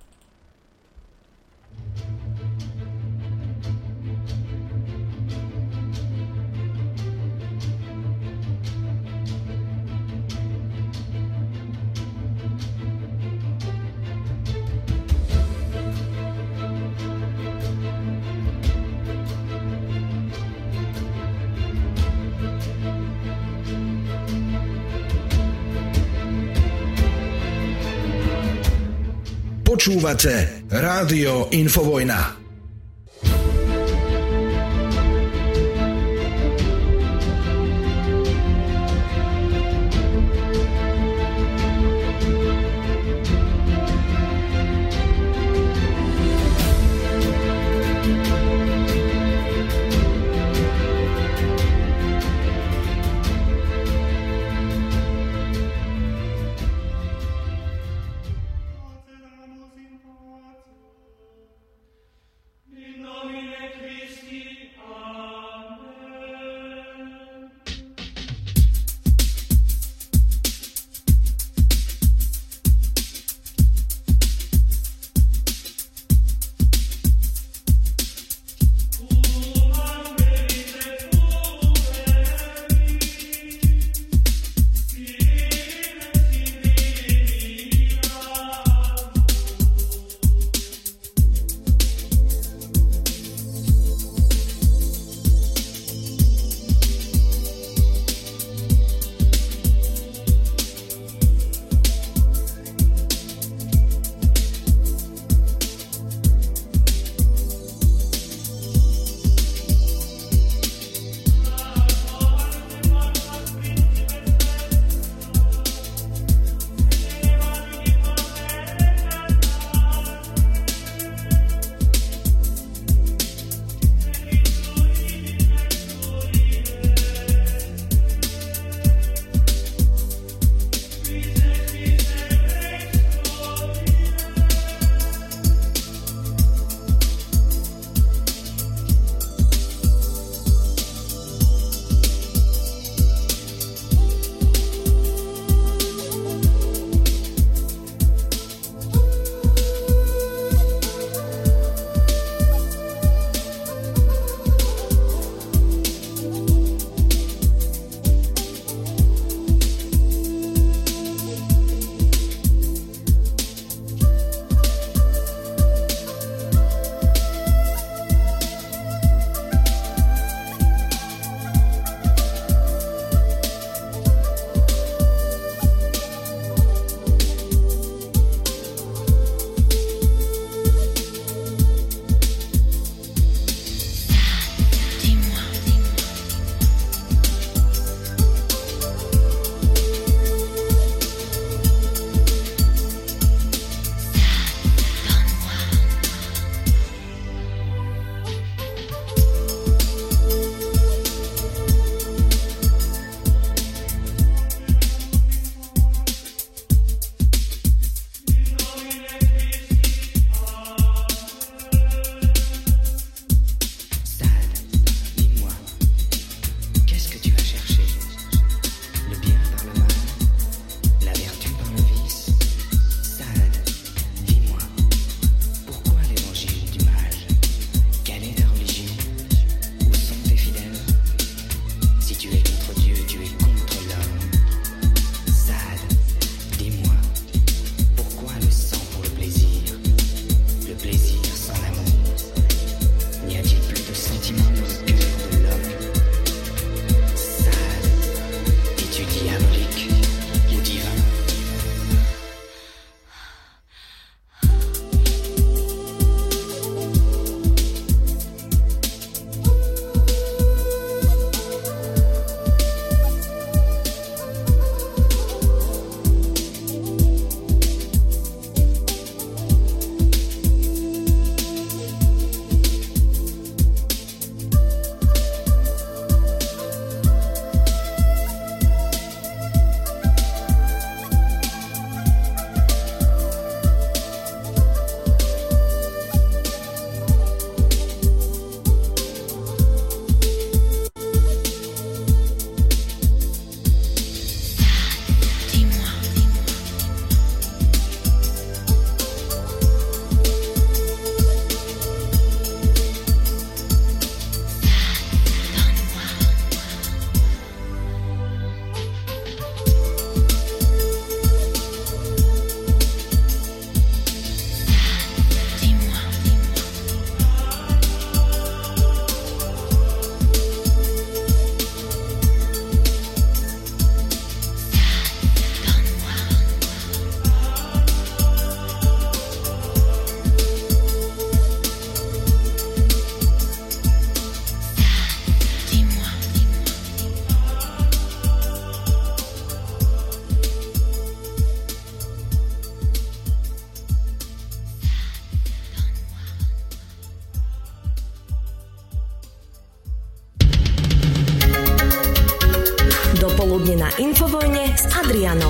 Počúvate Rádio Infovojna. na Infovojne s Adrianom.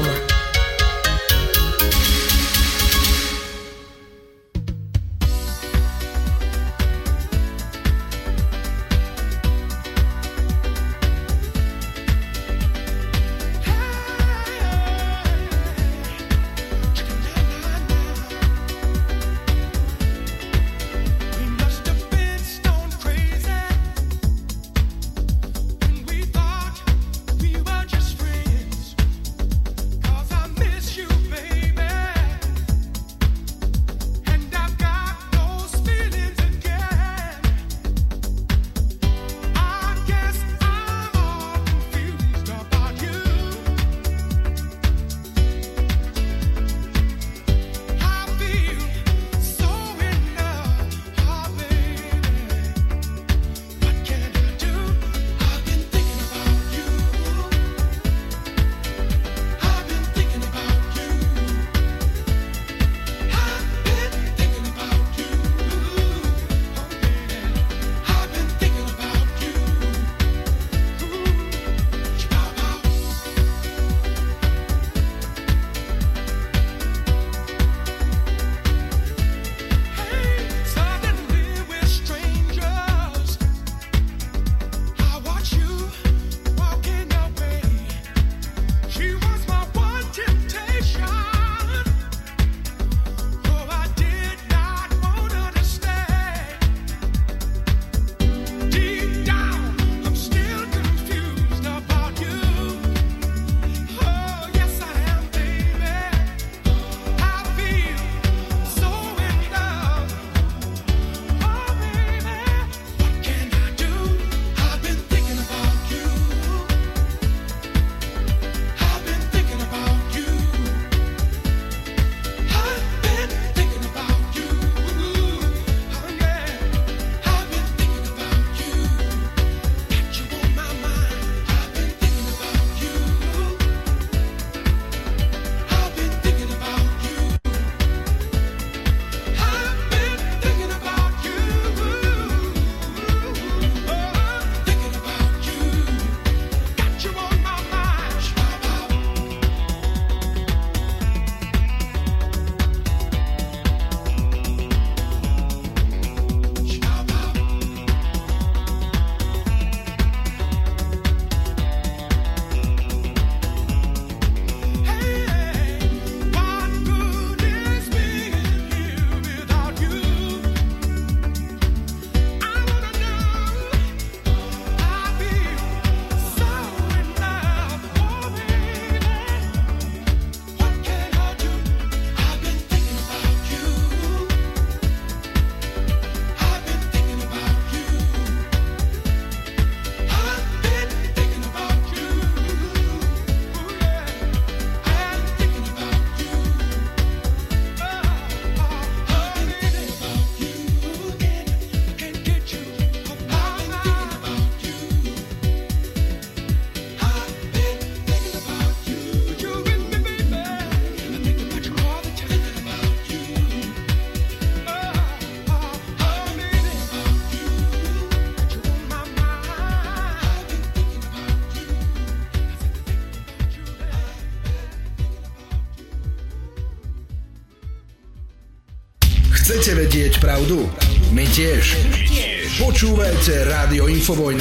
Chcete vedieť pravdu? My tiež. My tiež. Počúvajte Rádio Infovojna.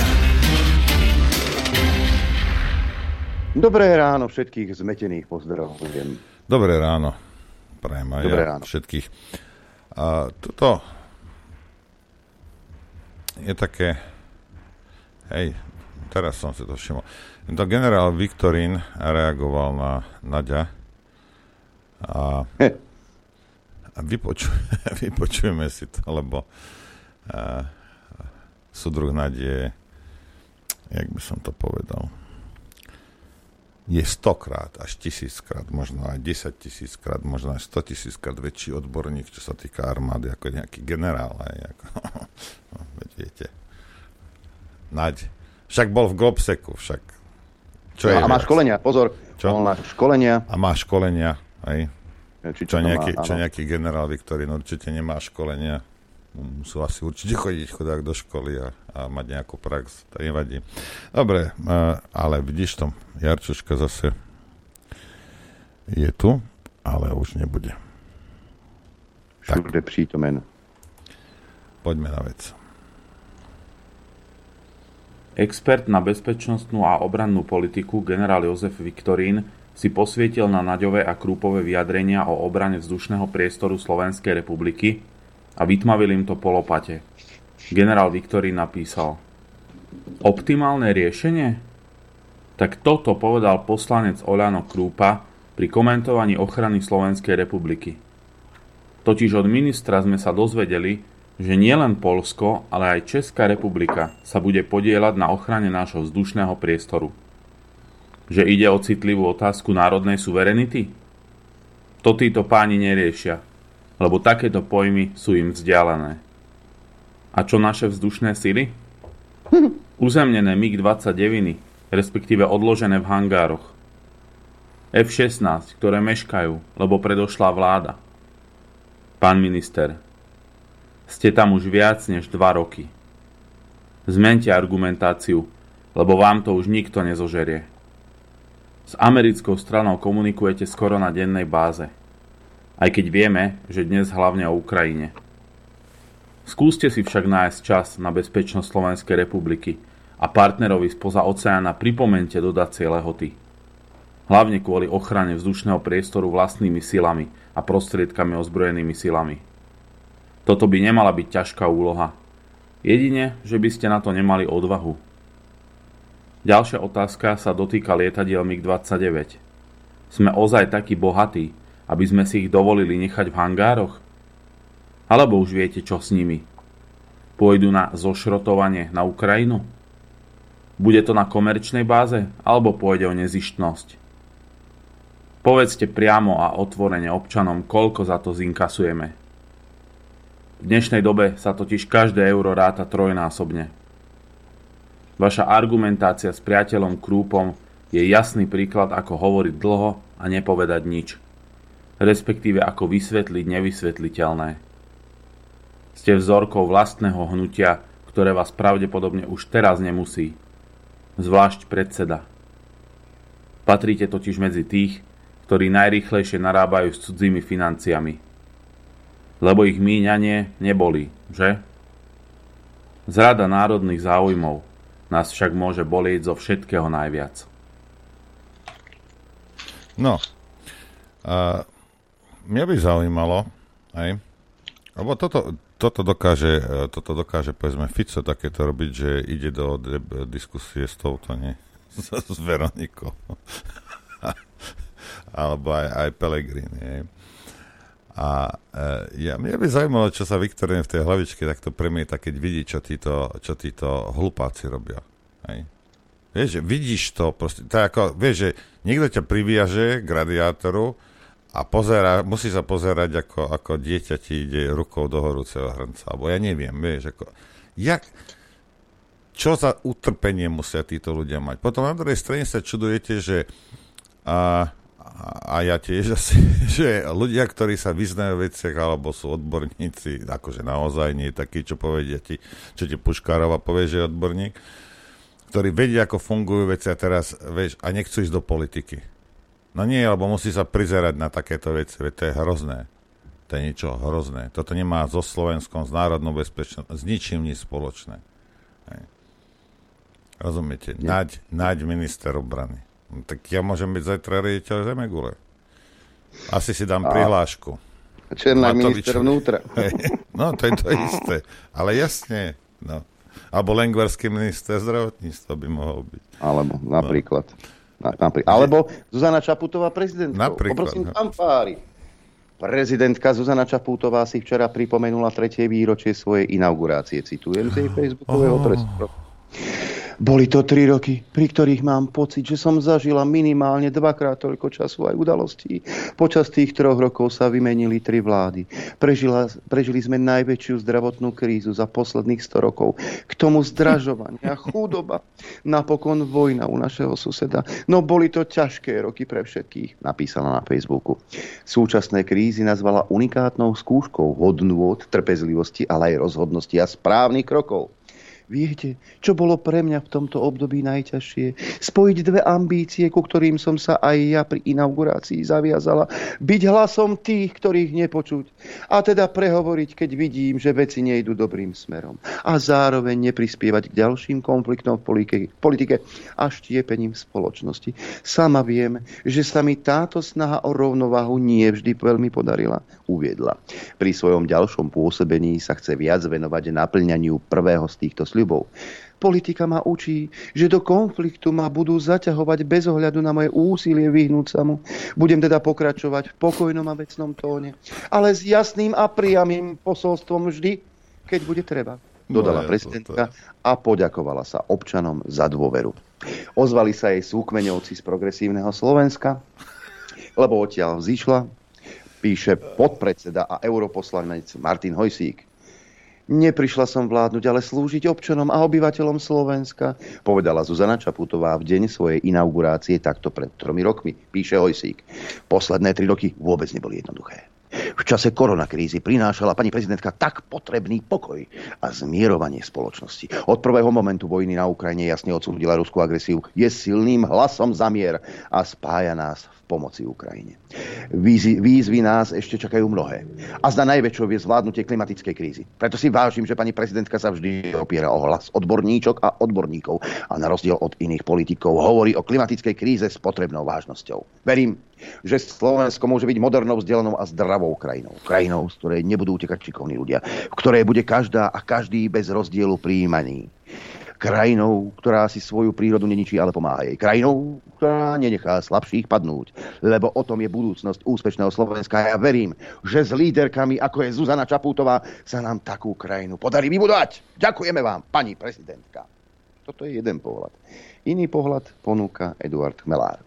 Dobré ráno všetkých zmetených pozdravujem. Dobré ráno. Prajem aj Dobré ja ráno. všetkých. A toto je také... Hej, teraz som si to všimol. To generál Viktorín reagoval na Naďa a... A vypoču, vypočujeme si to, lebo uh, súdruh Nadie, jak by som to povedal, je stokrát, až tisíckrát, možno aj desaťtisíckrát, možno aj stotisíckrát väčší odborník, čo sa týka armády, ako nejaký generál. Aj, ako, no, veď viete. Naď. Však bol v Globseku, však. Čo no, je a má viac? školenia, pozor. Čo? Má školenia. A má školenia, aj. Či Čo, čo nejaký, má, čo nejaký generál Viktorín určite nemá školenia. musel asi určite chodiť chudák do školy a, a mať nejakú prax, to nevadí. Dobre, ale vidíš to, Jarčuška zase je tu, ale už nebude. Všude prítomen. Poďme na vec. Expert na bezpečnostnú a obrannú politiku generál Jozef Viktorín si posvietil na Naďové a Krúpové vyjadrenia o obrane vzdušného priestoru Slovenskej republiky a vytmavil im to po lopate. Generál Viktorín napísal: Optimálne riešenie? Tak toto povedal poslanec Oľano Krúpa pri komentovaní ochrany Slovenskej republiky. Totiž od ministra sme sa dozvedeli, že nielen Poľsko, ale aj Česká republika sa bude podieľať na ochrane nášho vzdušného priestoru. Že ide o citlivú otázku národnej suverenity? To títo páni neriešia, lebo takéto pojmy sú im vzdialené. A čo naše vzdušné sily? Uzemnené mig dvadsaťdeväť, respektíve odložené v hangároch. ef šestnásť, ktoré meškajú, lebo predošla vláda. Pán minister, ste tam už viac než dva roky. Zmente argumentáciu, lebo vám to už nikto nezožerie. S americkou stranou komunikujete skoro na dennej báze. Aj keď vieme, že dnes hlavne o Ukrajine. Skúste si však nájsť čas na bezpečnosť Slovenskej republiky a partnerovi spoza oceána pripomente dodacie lehoty. Hlavne kvôli ochrane vzdušného priestoru vlastnými silami a prostriedkami ozbrojenými silami. Toto by nemala byť ťažká úloha. Jedine, že by ste na to nemali odvahu. Ďalšia otázka sa dotýka lietadiel mig dvadsaťdeväť. Sme ozaj takí bohatí, aby sme si ich dovolili nechať v hangároch? Alebo už viete, čo s nimi? Pôjdu na zošrotovanie na Ukrajinu? Bude to na komerčnej báze, alebo pôjde o nezištnosť? Povedzte priamo a otvorene občanom, koľko za to zinkasujeme. V dnešnej dobe sa totiž každé euro ráta trojnásobne. Vaša argumentácia s priateľom Krúpom je jasný príklad, ako hovoriť dlho a nepovedať nič. Respektíve ako vysvetliť nevysvetliteľné. Ste vzorkou vlastného hnutia, ktoré vás pravdepodobne už teraz nemusí. Zvlášť predseda. Patríte totiž medzi tých, ktorí najrýchlejšie narábajú s cudzými financiami. Lebo ich míňanie neboli, že? Zrada národných záujmov nás však môže bolieť zo všetkého najviac. No, a mňa by zaujímalo, aj, lebo toto, toto dokáže, toto dokáže, povedzme, Fico takéto robiť, že ide do de- diskusie s touto, nie? S Veronikou. Alebo aj, aj Pellegrini, nie? A e, ja, mňa by zaujímalo, čo sa Viktorín v tej hlavičke takto premieta, keď vidí, čo títo, čo títo hlupáci robia. Hej. Vieš, že vidíš to proste, to ako, vieš, že niekto ťa priviaže k radiátoru a pozera, musí sa pozerať, ako, ako dieťa ti ide rukou do horúceho hrnca, alebo ja neviem, vieš, ako, jak, čo za utrpenie musia títo ľudia mať. Potom na druhej strane sa čudujete, že a, a ja tiež asi, že ľudia, ktorí sa vyznajú v veciach, alebo sú odborníci, akože naozaj nie takí, čo povedia ti, čo ti Puškárova povie, že je odborník, ktorí vedia, ako fungujú veci a teraz, vieš, a nechcú ísť do politiky. No nie, lebo musí sa prizerať na takéto veci, veď to je hrozné. To je niečo hrozné. Toto nemá so Slovenskom, s národnou bezpečnosťou, s ničím nič spoločné. Hej. Rozumiete? Naď, naď minister obrany. No, tak ja môžem byť zajtra riaditeľ Zemegule. Asi si dám a prihlášku. Černá minister vnútra. No, to je to isté. Ale jasne. No. Alebo lengvarský minister zdravotníctva by mohol byť. Alebo napríklad. No. Na, napríklad. Alebo Zuzana Čaputová prezidentkou. Napríklad. Poprosím fanfári. Prezidentka Zuzana Čaputová si včera pripomenula tretie výročie svojej inaugurácie. Citujem z jej facebookového oh. trestu. Boli to tri roky, pri ktorých mám pocit, že som zažila minimálne dvakrát toľko času aj udalostí. Počas tých troch rokov sa vymenili tri vlády. Prežila, prežili sme najväčšiu zdravotnú krízu za posledných sto rokov. K tomu zdražovania, chudoba, napokon vojna u našeho suseda. No boli to ťažké roky pre všetkých, napísala na Facebooku. Súčasné krízy nazvala unikátnou skúškou hodnôt, trpezlivosti, ale aj rozhodnosti a správnych krokov. Viete, čo bolo pre mňa v tomto období najťažšie? Spojiť dve ambície, ku ktorým som sa aj ja pri inaugurácii zaviazala. Byť hlasom tých, ktorých nepočuť. A teda prehovoriť, keď vidím, že veci nejdu dobrým smerom. A zároveň neprispievať k ďalším konfliktom v politike, politike a štiepením spoločnosti. Sama viem, že sa mi táto snaha o rovnováhu nie vždy veľmi podarila, uviedla. Pri svojom ďalšom pôsobení sa chce viac venovať naplňaniu prvého z týchto sľubov. Politika ma učí, že do konfliktu ma budú zaťahovať bez ohľadu na moje úsilie vyhnúť sa mu. Budem teda pokračovať v pokojnom a vecnom tóne, ale s jasným a priamym posolstvom vždy, keď bude treba, dodala prezidentka a poďakovala sa občanom za dôveru. Ozvali sa jej súkmeňovci z Progresívneho Slovenska, lebo odtiaľ vzýšla, píše podpredseda a europoslanec Martin Hojsík. Neprišla som vládnuť, ale slúžiť občanom a obyvateľom Slovenska, povedala Zuzana Čaputová v deň svojej inaugurácie takto pred tromi rokmi, píše Hojsík. Posledné tri roky vôbec neboli jednoduché. V čase koronakrízy prinášala pani prezidentka tak potrebný pokoj a zmierovanie spoločnosti. Od prvého momentu vojny na Ukrajine jasne odsúdila ruskú agresiu, je silným hlasom za mier a spája nás v pomoci Ukrajine. Výzvy, výzvy nás ešte čakajú mnohé. A zda najväčšou je zvládnutie klimatickej krízy. Preto si vážim, že pani prezidentka sa vždy opiera o hlas odborníčok a odborníkov a na rozdiel od iných politikov hovorí o klimatickej kríze s potrebnou vážnosťou. Verím, že Slovensko môže byť modernou, vzdelanou a zdravou krajinou. Krajinou, z ktorej nebudú utekať šikovní ľudia. V ktorej bude každá a každý bez rozdielu prijímaný. Krajinou, ktorá si svoju prírodu neničí, ale pomáha jej. Krajinou, ktorá nenechá slabších padnúť. Lebo o tom je budúcnosť úspešného Slovenska. A ja verím, že s líderkami, ako je Zuzana Čaputová, sa nám takú krajinu podarí vybudovať. Ďakujeme vám, pani prezidentka. Toto je jeden pohľad. Iný pohľad ponúka Eduard Chmelár.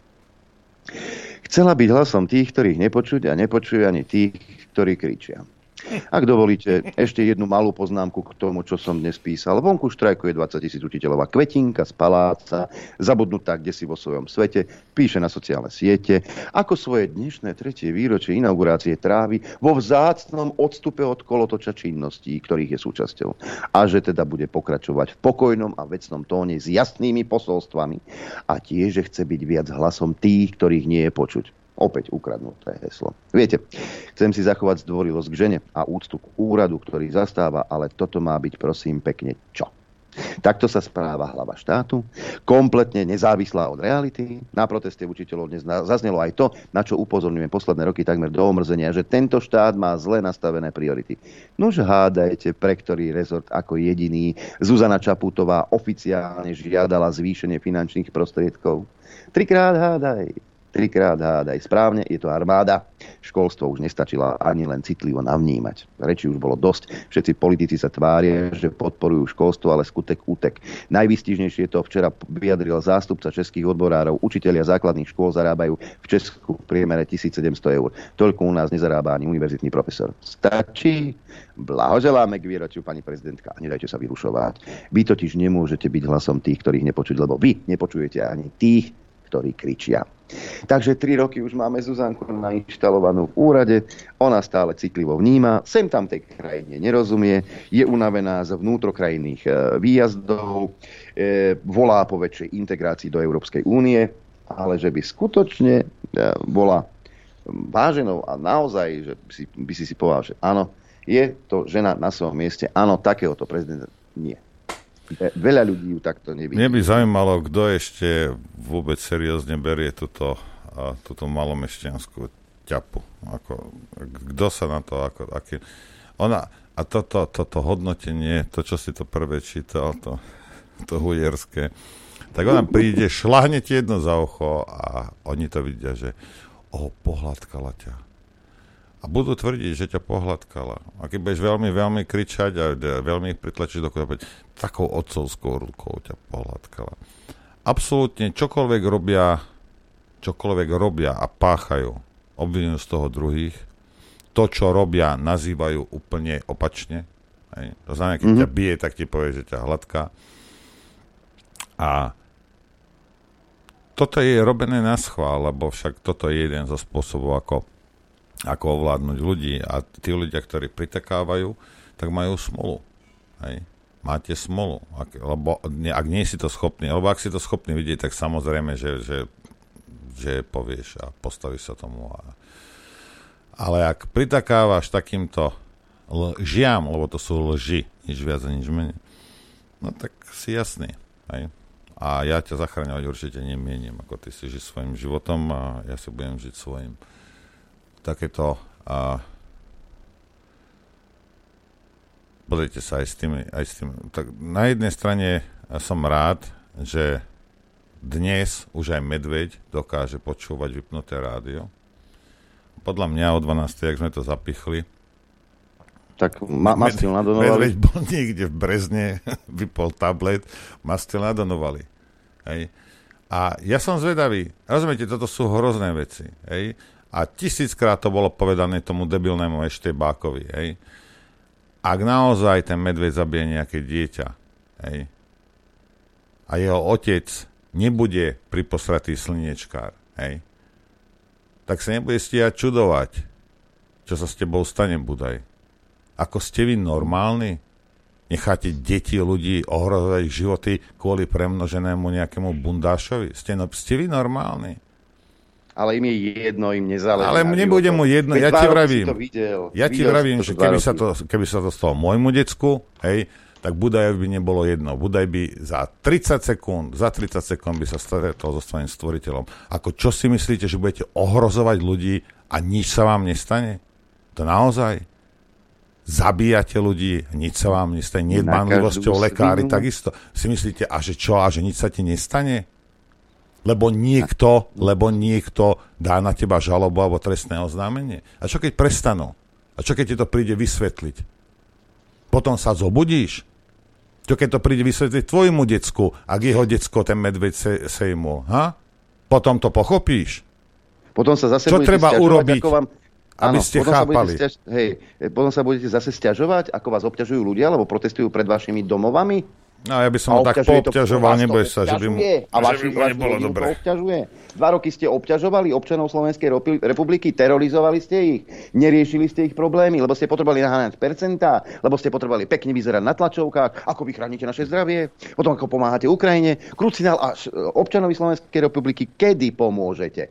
Chcela byť hlasom tých, ktorých nepočuť a nepočuje ani tých, ktorí kričia. Ak dovolíte, ešte jednu malú poznámku k tomu, čo som dnes písal. Vonku štrajkuje dvadsať tisíc učiteľov a Kvetinka z paláca, zabudnutá kdesi vo svojom svete, píše na sociálne siete, ako svoje dnešné tretie výročie inaugurácie trávi vo vzácnom odstupe od kolotoča činností, ktorých je súčasťou. A že teda bude pokračovať v pokojnom a vecnom tóne s jasnými posolstvami. A tiež, že chce byť viac hlasom tých, ktorých nie je počuť. Opäť ukradnuté heslo. Viete, chcem si zachovať zdvorilosť k žene a úctu k úradu, ktorý zastáva, ale toto má byť, prosím, pekne čo? Takto sa správa hlava štátu, kompletne nezávislá od reality. Na proteste učiteľov dnes zaznelo aj to, na čo upozorňujem posledné roky takmer do omrzenia, že tento štát má zle nastavené priority. Nož hádajte, pre ktorý rezort ako jediný Zuzana Čaputová oficiálne žiadala zvýšenie finančných prostriedkov. Trikrát hádaj. Trikrát hádaj. Správne, je to armáda. Školstvo už nestačila ani len citlivo navnímať. Reči už bolo dosť. Všetci politici sa tvária, že podporujú školstvo, ale skutek útek. Najvýstižnejšie to včera vyjadril zástupca českých odborárov. Učitelia základných škôl zarábajú v Česku v priemere tisícsedemsto eur. Toľko u nás nezarába ani univerzitný profesor. Stačí? Blahoželáme k výročiu, pani prezidentka. A nedajte sa vyrušovať. Vy totiž nemôžete byť hlasom tých, ktorých nepočuť, lebo vy nepočujete ani tých, ktorí kričia. Takže tri roky už máme Zuzanku nainštalovanú v úrade, ona stále citlivo vníma, sem tam tej krajine nerozumie, je unavená z vnútrokrajinných výjazdov, volá po väčšej integrácii do Európskej únie, ale že by skutočne bola váženou a naozaj, že by si, by si si povedal, že áno, je to žena na svojom mieste, áno, takéhoto prezidenta nie. Veľa ľudí ju takto nevidí. Mne by zaujímalo, kto ešte vôbec seriózne berie túto, túto malomešťanskú ťapu. Ako, kto sa na to... Ako, aký, ona, a toto, toto hodnotenie, to, čo si to prvé čítal, to, to hujerské, tak ona príde, šľahne ti jedno za ucho a oni to vidia, že o, pohľadkala ťa. a budú tvrdiť, že ťa pohľadkala. A keď budeš veľmi, veľmi kričať a veľmi ich pritlačiť do koho, takou otcovskou rukou ťa pohľadkala. Absolútne čokoľvek robia, čokoľvek robia a páchajú, obvinujú z toho druhých. To, čo robia, nazývajú úplne opačne. Hej. To znamená, keď mm-hmm. ťa bije, tak ti povie, že ťa hladká. A toto je robené na schvál, lebo však toto je jeden zo spôsobov, ako, ako ovládnuť ľudí. A tí ľudia, ktorí pritakávajú, tak majú smolu. Hej. Máte smolu. Ak, lebo ne, ak nie si to schopný, alebo ak si to schopný vidieť, tak samozrejme, že, že, že povieš a postavíš sa tomu. A, ale ak pritakávaš takýmto lžiam, lebo to sú lži, nič viac a nič menej, no tak si jasný. Hej. A ja ťa zachraňovať určite nemienim, ako ty si žij svojim životom a ja si budem žiť svojim. Takéto a pozrite sa aj s tým, aj s tým. Tak na jednej strane som rád, že dnes už aj medveď dokáže počúvať vypnuté rádio. Podľa mňa o dvanástej, ak sme to zapichli, tak ma- mastil nadonovali. Medveď bol niekde v Brezne, vypol tablet, mastil nadonovali. Hej. A ja som zvedavý, rozumiete, toto sú hrozné veci. Hej. A tisíckrát to bolo povedané tomu debilnému Eštebákovi. Hej. Ak naozaj ten medveď zabije nejaké dieťa, hej, a jeho otec nebude priposratý slniečkár, hej, tak sa nebude stíhať čudovať, čo sa s tebou stane, Budaj. Ako ste vy normálni? Necháte deti, ľudí ohrozovať ich životy kvôli premnoženému nejakému bundášovi? Ste, no, ste vy normálni? Ale im je jedno, im nezáleží. Ale mne bude mu jedno, ja ti vravím, ja ti vravím, že keby sa, to, keby sa to stalo môjmu decku, hej, tak Budajovi by nebolo jedno. Budaj by za tridsať sekúnd, za tridsať sekúnd by sa stretol so svojím stvoriteľom. Ako čo si myslíte, že budete ohrozovať ľudí a nič sa vám nestane? To naozaj? Zabíjate ľudí, nič sa vám nestane, nedbanlivosťou lekári, takisto. Si myslíte, a že čo, a že nič sa ti nestane? Lebo niekto, lebo niekto dá na teba žalobu alebo trestné oznámenie. A čo keď prestanú? A čo keď ti to príde vysvetliť? Potom sa zobudíš? Čo keď to príde vysvetliť tvojmu decku, ak jeho decko ten medveď se, sejmul? Ha? Potom to pochopíš? Potom sa zase čo treba urobiť? Vám... Aby Áno, ste potom chápali. Sa stiaž... Hej, potom sa budete zase sťažovať, ako vás obťažujú ľudia, lebo protestujú pred vašimi domovami? No, ja by som ho tak poobťažoval, neboj sa, že by mu, a že by mu nebolo dobre. Dva roky ste obťažovali občanov Slovenskej republiky, terorizovali ste ich, neriešili ste ich problémy, lebo ste potrebovali naháňať percentá, lebo ste potrebovali pekne vyzerať na tlačovkách, ako vy chránite naše zdravie, potom ako pomáhate Ukrajine. Krucinál a občanovi Slovenskej republiky, kedy pomôžete?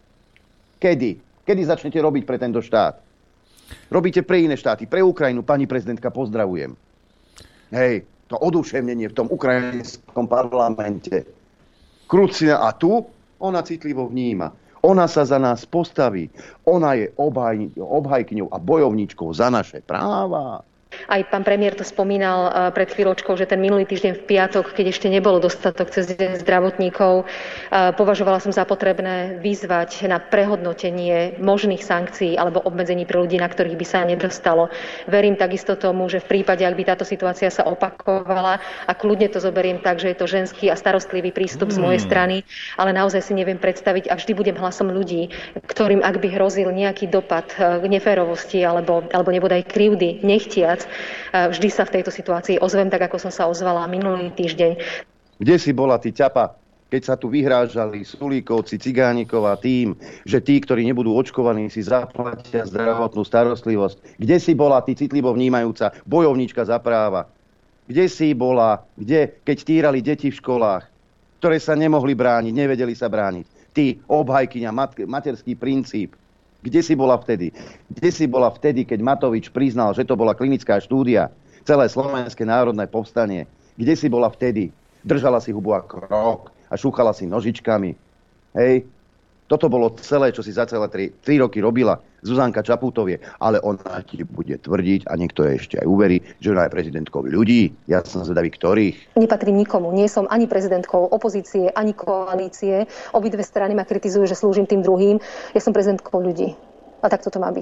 Kedy? Kedy začnete robiť pre tento štát? Robíte pre iné štáty, pre Ukrajinu, pani prezidentka, pozdravujem. Hej. To oduševnenie v tom ukrajinskom parlamente. Krucina a tu ona citlivo vníma. Ona sa za nás postaví. Ona je obhaj, obhajkňou a bojovníčkou za naše práva. Aj pán premiér to spomínal pred chvíľočkou, že ten minulý týždeň v piatok, keď ešte nebolo dostatok cez deň zdravotníkov, považovala som za potrebné vyzvať na prehodnotenie možných sankcií alebo obmedzení pre ľudí, na ktorých by sa nedostalo. Verím takisto tomu, že v prípade, ak by táto situácia sa opakovala, a kľudne to zoberiem tak, že je to ženský a starostlivý prístup mm. z mojej strany, ale naozaj si neviem predstaviť a vždy budem hlasom ľudí, ktorým ak by hrozil nejaký dopad k neférovosti alebo, alebo nebodaj krivdy, nechtiac, vždy sa v tejto situácii ozvem, tak ako som sa ozvala minulý týždeň. Kde si bola ty, ťapa, keď sa tu vyhrážali Sulíkovci, Cigánikov a tým, že tí, ktorí nebudú očkovaní, si zaplatia zdravotnú starostlivosť? Kde si bola ty, citlivo vnímajúca bojovníčka za práva? Kde si bola, kde, keď týrali deti v školách, ktoré sa nemohli brániť, nevedeli sa brániť? Ty, obhajkyňa, mat- materský princíp. Kde si bola vtedy? Kde si bola vtedy, keď Matovič priznal, že to bola klinická štúdia, celé Slovenské národné povstanie? Kde si bola vtedy? Držala si hubu ako rok a šúchala si nožičkami. Hej? Toto bolo celé, čo si za celé tri roky robila Zuzanka Čaputovie. Ale ona ti bude tvrdiť, a niekto ešte aj uverí, že ona je prezidentkou ľudí. Ja som zvedavý, ktorých. Nepatrím nikomu. Nie som ani prezidentkou opozície, ani koalície. Obidve strany ma kritizujú, že slúžim tým druhým. Ja som prezidentkou ľudí. A tak toto má byť.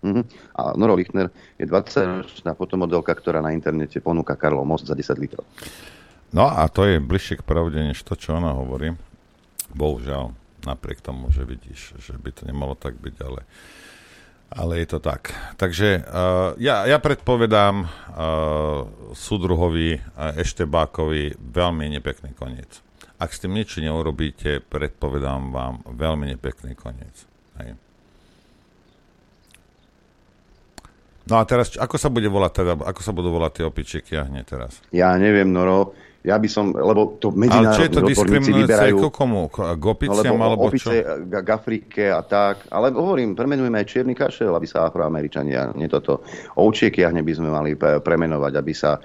Uh-huh. A Noro Lichtner je dvadsaťročná fotomodelka, ktorá na internete ponúka Karlov most za desať litrov. No a to je bližšie k pravde, než to, čo ona hovorí. Bohužiaľ, napriek tomu, že vidíš, že by to nemalo tak byť, ale, ale je to tak. Takže uh, ja, ja predpovedám uh, súdruhovi uh, Eštebákovi veľmi nepekný koniec. Ak s tým niečo neurobíte, predpovedám vám veľmi nepekný koniec. Hej. No a teraz, ako sa bude volať teda, ako sa budú volať tie opičie kiahne teraz? Ja neviem, Noro, ja by som, lebo to medzinárodní odborníci vyberajú... Ale čo je to diskriminujúce k komu? K opiciam, no, alebo opice, čo? K Afrike a tak. Ale hovorím, premenujeme aj čierny kašel, aby sa Afroameričania, nie toto, ovčie kiahne by sme mali premenovať, aby sa e,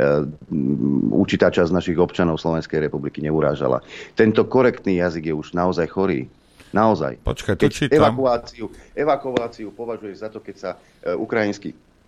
určitá časť našich občanov Slovenskej republiky neurážala. Tento korektný jazyk je už naozaj chorý. Naozaj. Počkaj, to čítam. Evakuáciu, evakuáciu považuješ za to, keď sa uh, ukrajinskí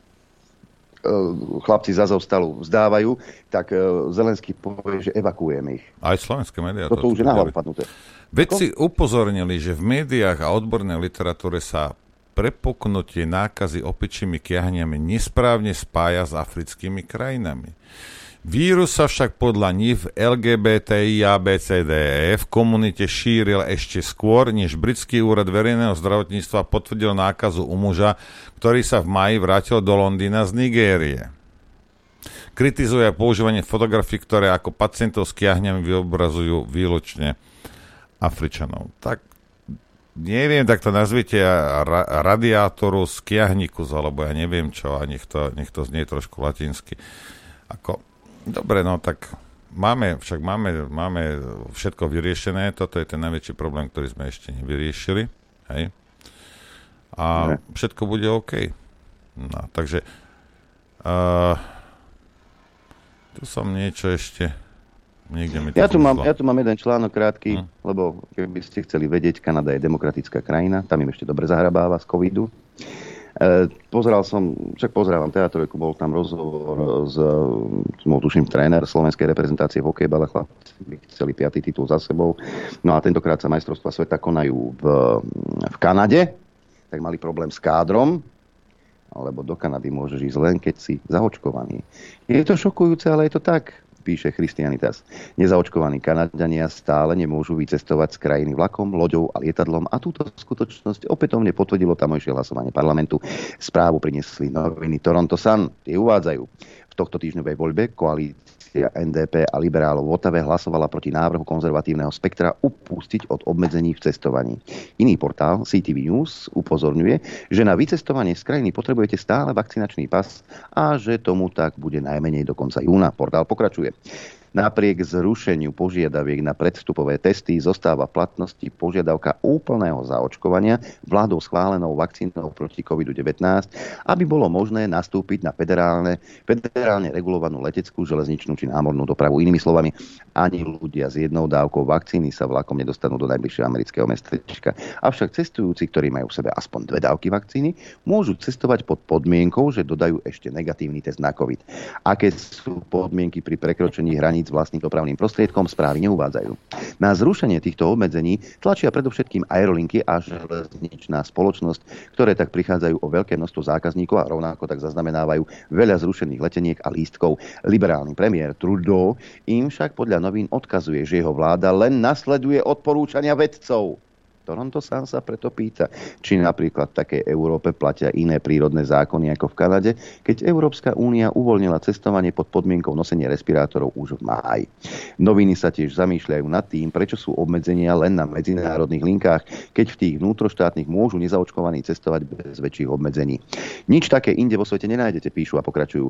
uh, chlapci z Azovstalu vzdávajú, tak uh, Zelenský povie, že evakuujeme ich. Aj slovenské médiá. Toto to už je na hlavu padnuté. Vedci upozornili, že v médiách a odbornej literatúre sa prepuknutie nákazy opičími kiahňami nesprávne spája s africkými krajinami. Vírus sa však podľa nich v el gé bé té í á bé cé dé e v komunite šíril ešte skôr, než britský úrad verejného zdravotníctva potvrdil nákazu u muža, ktorý sa v máji vrátil do Londýna z Nigérie. Kritizuje používanie fotografií, ktoré ako pacientov s kiahňami vyobrazujú výlučne Afričanov. Tak neviem, tak to nazvite ra- radiátoru z kiahnikus, alebo ja neviem čo, a nech to, nech to znie trošku latinsky. Ako... Dobre, no tak máme, však máme, máme všetko vyriešené. Toto je ten najväčší problém, ktorý sme ešte nevyriešili. Hej. A všetko bude OK. No, takže uh, tu som niečo ešte niekde mi to ja tu, mám, ja tu mám jeden článok krátky, hm. lebo keby ste chceli vedieť, Kanada je demokratická krajina, tam im ešte dobre zahrabáva z covidu. E, pozeral som, však pozerám teatrojku, bol tam rozhovor s, môj tuším, tréner slovenskej reprezentácie v hokejbale, chlapci by chceli piatý titul za sebou. No a tentokrát sa majstrovstvá sveta konajú v, v Kanade, tak mali problém s kádrom, alebo do Kanady môžeš ísť len, keď si zaočkovaný. Je to šokujúce, ale je to tak, píše Christianitas. Nezaočkovaní Kanadania stále nemôžu vycestovať z krajiny vlakom, loďou a lietadlom a túto skutočnosť opätovne potvrdilo tamojšie hlasovanie parlamentu. Správu priniesli noviny Toronto Sun. Tie uvádzajú. V tohto týždňovej voľbe koalícia en dé pé a liberálov v Ottave hlasovala proti návrhu konzervatívneho spektra upustiť od obmedzení v cestovaní. Iný portál C T V News upozorňuje, že na vycestovanie z krajiny potrebujete stále vakcinačný pas a že tomu tak bude najmenej do konca júna. Portál pokračuje. Napriek zrušeniu požiadaviek na predvstupové testy zostáva v platnosti požiadavka úplného zaočkovania vládou schválenou vakcínou proti kovid devätnásť, aby bolo možné nastúpiť na federálne, federálne regulovanú leteckú, železničnú či námornú dopravu. Inými slovami, ani ľudia s jednou dávkou vakcíny sa vlakom nedostanú do najbližšieho amerického mestečka. Avšak cestujúci, ktorí majú v sebe aspoň dve dávky vakcíny, môžu cestovať pod podmienkou, že dodajú ešte negatívny test na COVID. Aké sú podmienky pri prekročení hraníc s vlastným dopravným prostriedkom, správy neuvádzajú. Na zrušenie týchto obmedzení tlačia predovšetkým aerolinky a železničná spoločnosť, ktoré tak prichádzajú o veľké množstvo zákazníkov a rovnako tak zaznamenávajú veľa zrušených leteniek a lístkov. Liberálny premiér Trudeau im však podľa novín odkazuje, že jeho vláda len nasleduje odporúčania vedcov. Toronto sám sa preto pýta, či napríklad v takej Európe platia iné prírodné zákony ako v Kanade, keď Európska únia uvoľnila cestovanie pod podmienkou nosenia respirátorov už v máji. Noviny sa tiež zamýšľajú nad tým, prečo sú obmedzenia len na medzinárodných linkách, keď v tých vnútroštátnych môžu nezaočkovaní cestovať bez väčších obmedzení. Nič také inde vo svete nenájdete, píšu a pokračujú.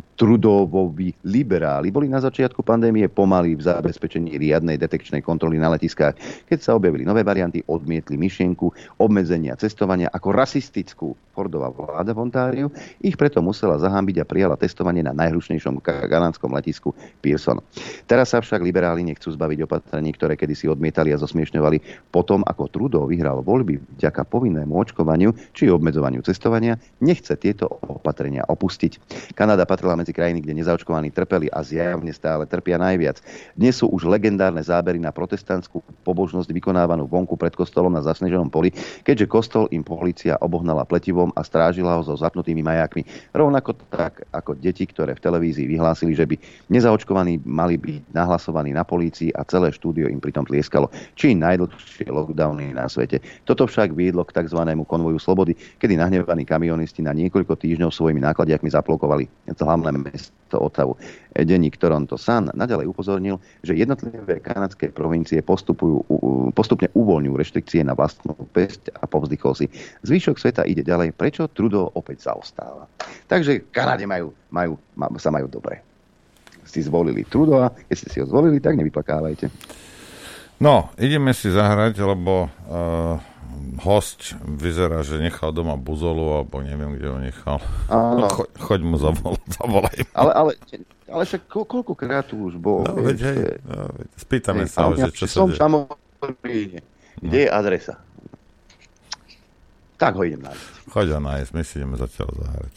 Trudeauovi liberáli boli na začiatku pandémie pomalí v zabezpečení riadnej detekčnej kontroly na letiskách, keď sa objavili nové varianty, odmietli myšlienku obmedzenia cestovania ako rasistickú. Fordová vláda v Ontáriu ich preto musela zahambiť a prijala testovanie na najhlušnejšom kanádskom letisku Pearson. Teraz sa však liberáli nechcú zbaviť opatrení, ktoré kedysi odmietali a zosmiešňovali. Potom, ako Trudeau vyhral voľby vďaka povinnému očkovaniu či obmedzovaniu cestovania, nechce tieto opatrenia opustiť. Kanada patrila medzi krajiny, kde nezaočkovaní trpeli a zjavne stále trpia najviac. Dnes sú už legendárne zábery na protestantskú pobožnosť vykonávanú vonku pred kostolom kostolom na zasneženom poli, keďže kostol im polícia obohnala pletivom a strážila ho so zapnutými majákmi. Rovnako tak ako deti, ktoré v televízii vyhlásili, že by nezaočkovaní mali byť nahlasovaní na polícii a celé štúdio im pritom tlieskalo. Či najdlhšie lockdowny na svete. Toto však viedlo k tzv. Konvoju slobody, kedy nahnevaní kamionisti na niekoľko týždňov svojimi nákladiakmi zaplokovali hlavné mesto Ottawu. Denník Toronto Sun naďalej upozornil, že jednotlivé kanadské provincie postupujú, postupne uvoľňujú reštrikcie na vlastnú päsť a povzdychol si. Zvyšok sveta ide ďalej, prečo Trudeau opäť zaostáva. Takže v Kanade majú, majú, sa majú dobre. Si zvolili Trudeau, keď ste si ho zvolili, tak nevyplakávajte. No, ideme si zahrať, lebo uh, host vyzerá, že nechal doma buzolu, alebo neviem, kde ho nechal. No, cho, choď mu zavolaj. zavolaj. Ale, ale, ale však ko, koľkokrát tu už bol? No, veď, hej, no, veď, spýtame hej, sa, že čo sa deje. Som Kde no. je adresa? Tak ho idem nájsť. Choď ho nájsť, my si ideme zatiaľ zahrať.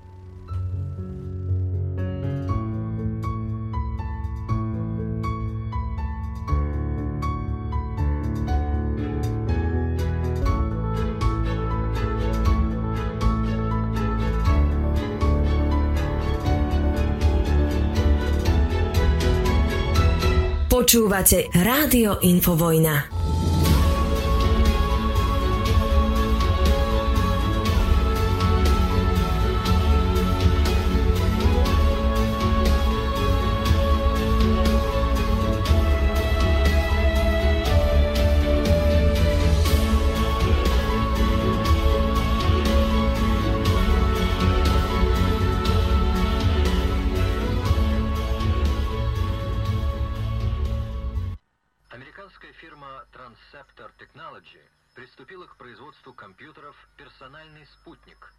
Počúvate Rádio Infovojna. Transceptor Technology приступила к производству компьютеров «Персональный спутник».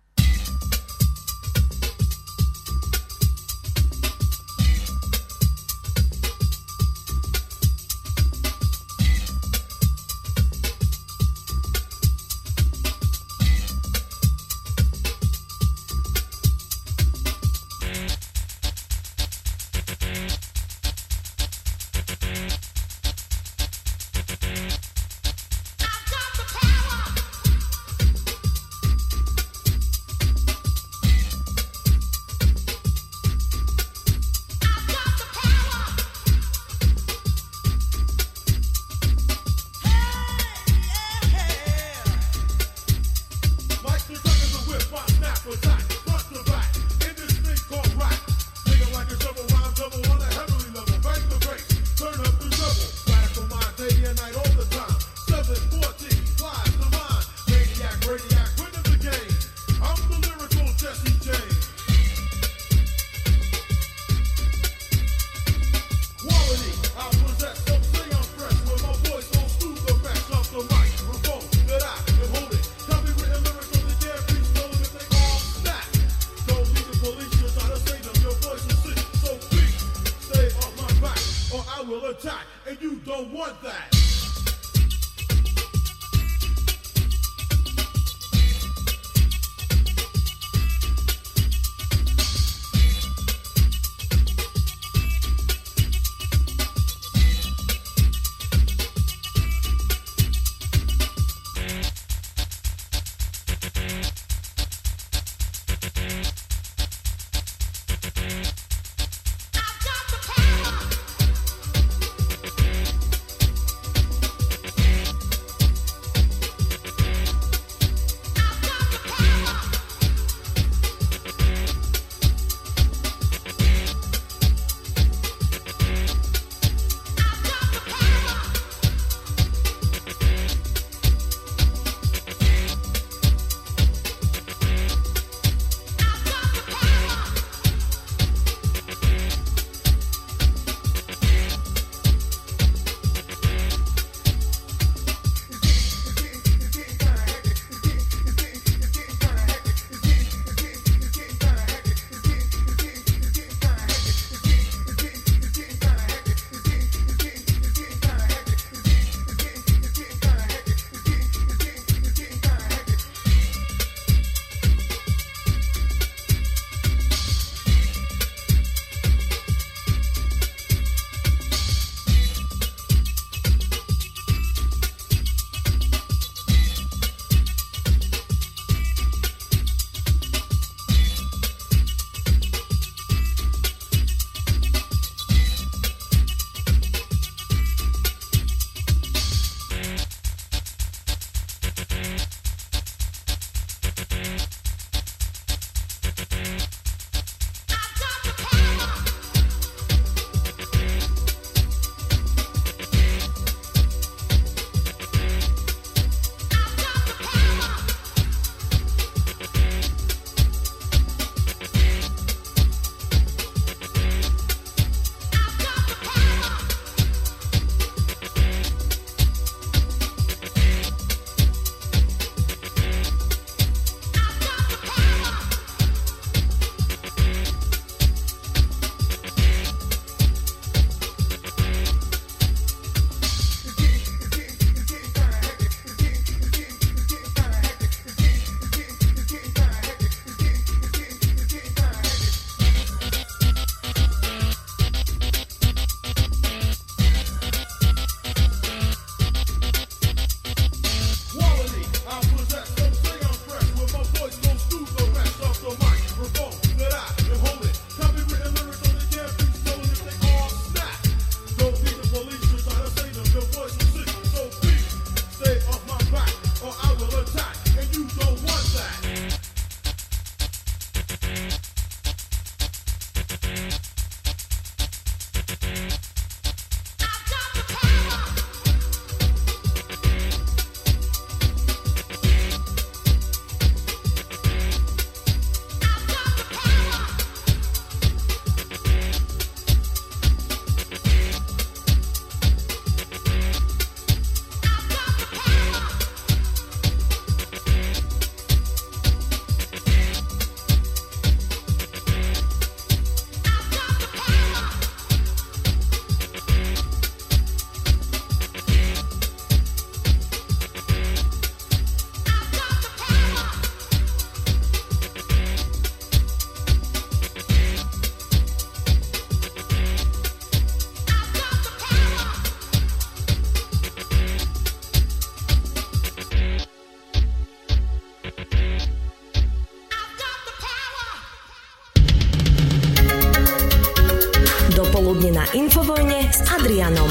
popoludne na Infovojne s Adrianom.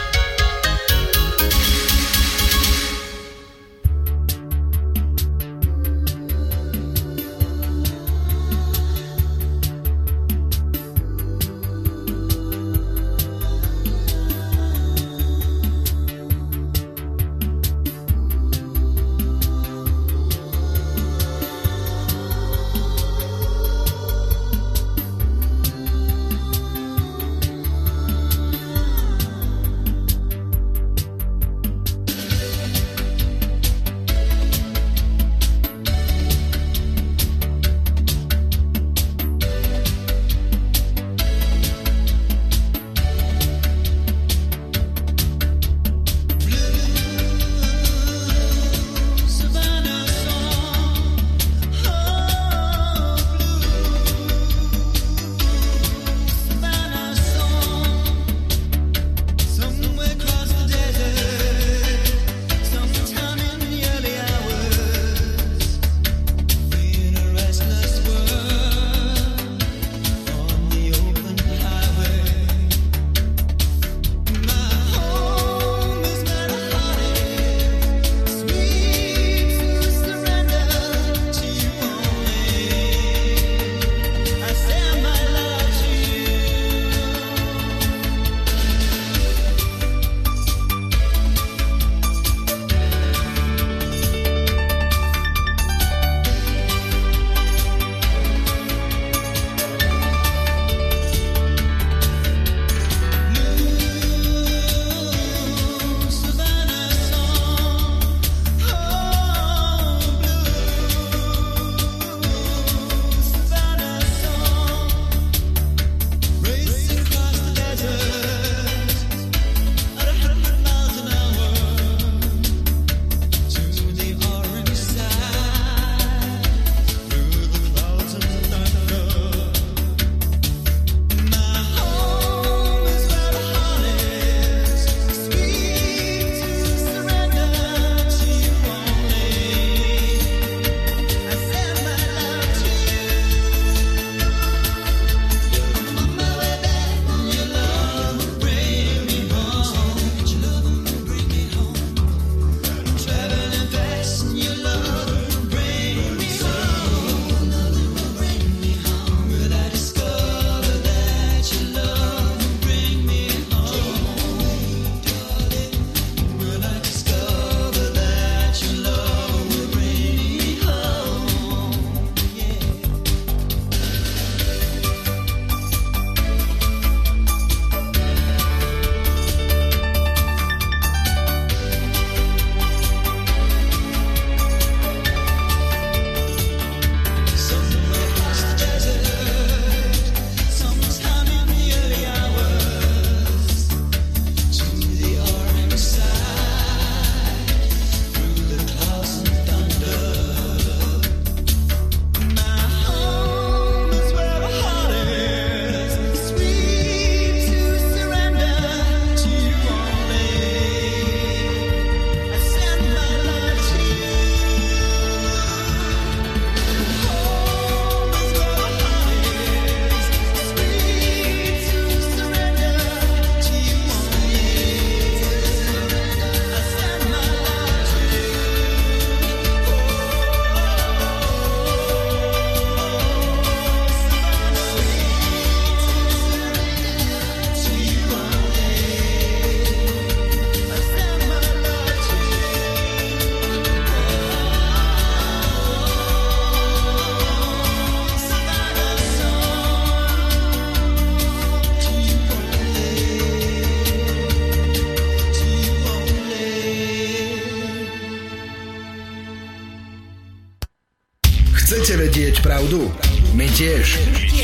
Chcete vedieť pravdu? My tiež.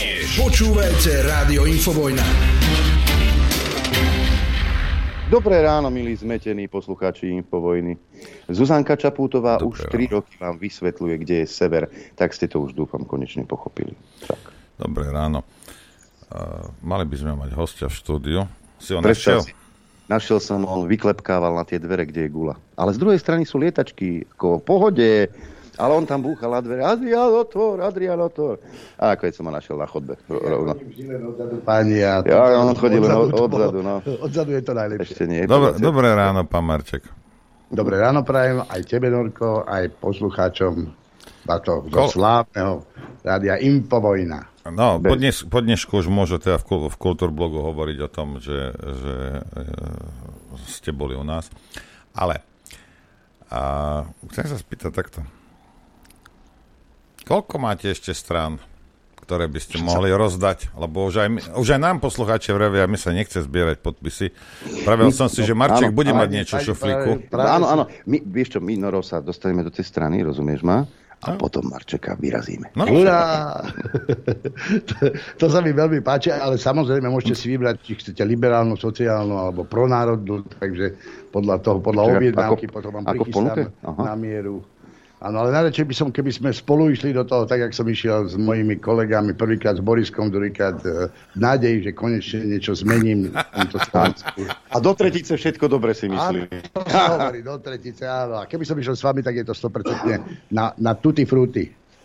Počúvajte Rádio Infovojna. Dobré ráno, milí zmetení poslucháči Infovojny. Zuzanka Čapútová Dobré už tri roky vám vysvetľuje, kde je sever. Tak ste to už, dúfam, konečne pochopili. Tak. Dobré ráno. Uh, mali by sme mať hostia v štúdiu. Si ho našiel? Si. Našiel som, on vyklepkával na tie dvere, kde je gula. Ale z druhej strany sú lietačky, ako v pohode. Ale on tam búchal na dvere. Adrián, otvor, Adrián, otvor. A ako som ho našiel na chodbe. Rovno. Páni, ja, ja on chodil len od, odzadu. No. Odzadu je to najlepšie. Ešte nie. Dobre, dobré ráno, pán Marček. Dobré ráno prajem aj tebe, Norko, aj poslucháčom to zo slávneho rádia Infovojna. No, po, dnes, po dnešku už môže teda v, v Kultúrblogu hovoriť o tom, že, že e, ste boli u nás. Ale a, chcem sa spýtať takto. Koľko máte ešte strán, ktoré by ste mohli rozdať? Lebo už aj, my, už aj nám poslucháči vravia, my sa nechce zbierať podpisy. Pravil som si, že Marček áno, bude áno, mať niečo v šuflíku. Áno, áno. My, vieš čo, my, Noro, sa dostaneme do tej strany, rozumieš ma? A no. potom Marčeka vyrazíme. No. Urá! to, to sa mi veľmi páči, ale samozrejme môžete si vybrať, či chcete liberálnu, sociálnu alebo pronárodnú, takže podľa toho, podľa objednávky potom vám prichystám na mieru. Áno, ale najradšej by som, keby sme spolu išli do toho, tak, jak som išiel s mojimi kolegami, prvýkrát s Boriskom, druhýkrát v nádeji, že konečne niečo zmením. A do tretice všetko dobre si myslí. Áno, do tretice, áno. A keby som išiel s vami, tak je to sto percent na, na tutti frutti.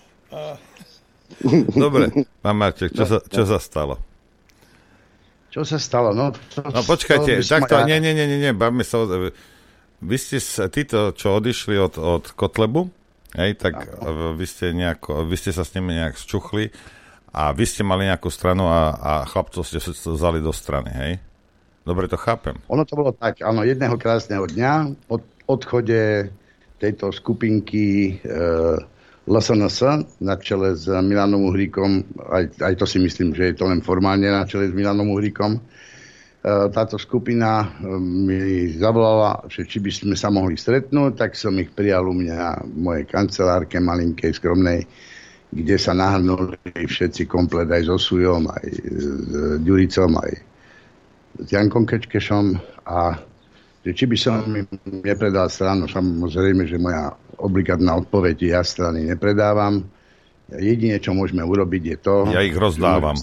Dobre, pán Marček, čo, no, sa, čo sa stalo? Čo sa stalo? No, to, no počkajte, takto, ja... nie, nie, nie, nie, bavme sa o... Vy ste, títo, čo odišli od, od Kotlebu, hej, tak vy ste, nejako, vy ste sa s nimi nejak zčuchli a vy ste mali nejakú stranu a, a chlapcov ste sa vzali do strany, hej? Dobre to chápem. Ono to bolo tak, áno, jedného krásneho dňa po odchode tejto skupinky e, el es en es na čele s Milanom Uhríkom, aj, aj to si myslím, že je to len formálne na čele s Milanom Uhríkom, táto skupina mi zavolala, že či by sme sa mohli stretnúť, tak som ich prijal u mňa v mojej kancelárke malinkej, skromnej, kde sa nahrnuli všetci komplet aj so Sujom, aj s Ďuricom, aj s Jankom Kečkešom a že či by som im nepredal stranu. Samozrejme, že moja obligátna odpoveď je, ja strany nepredávam. Jedine, čo môžeme urobiť, je to... Ja ich rozdávam.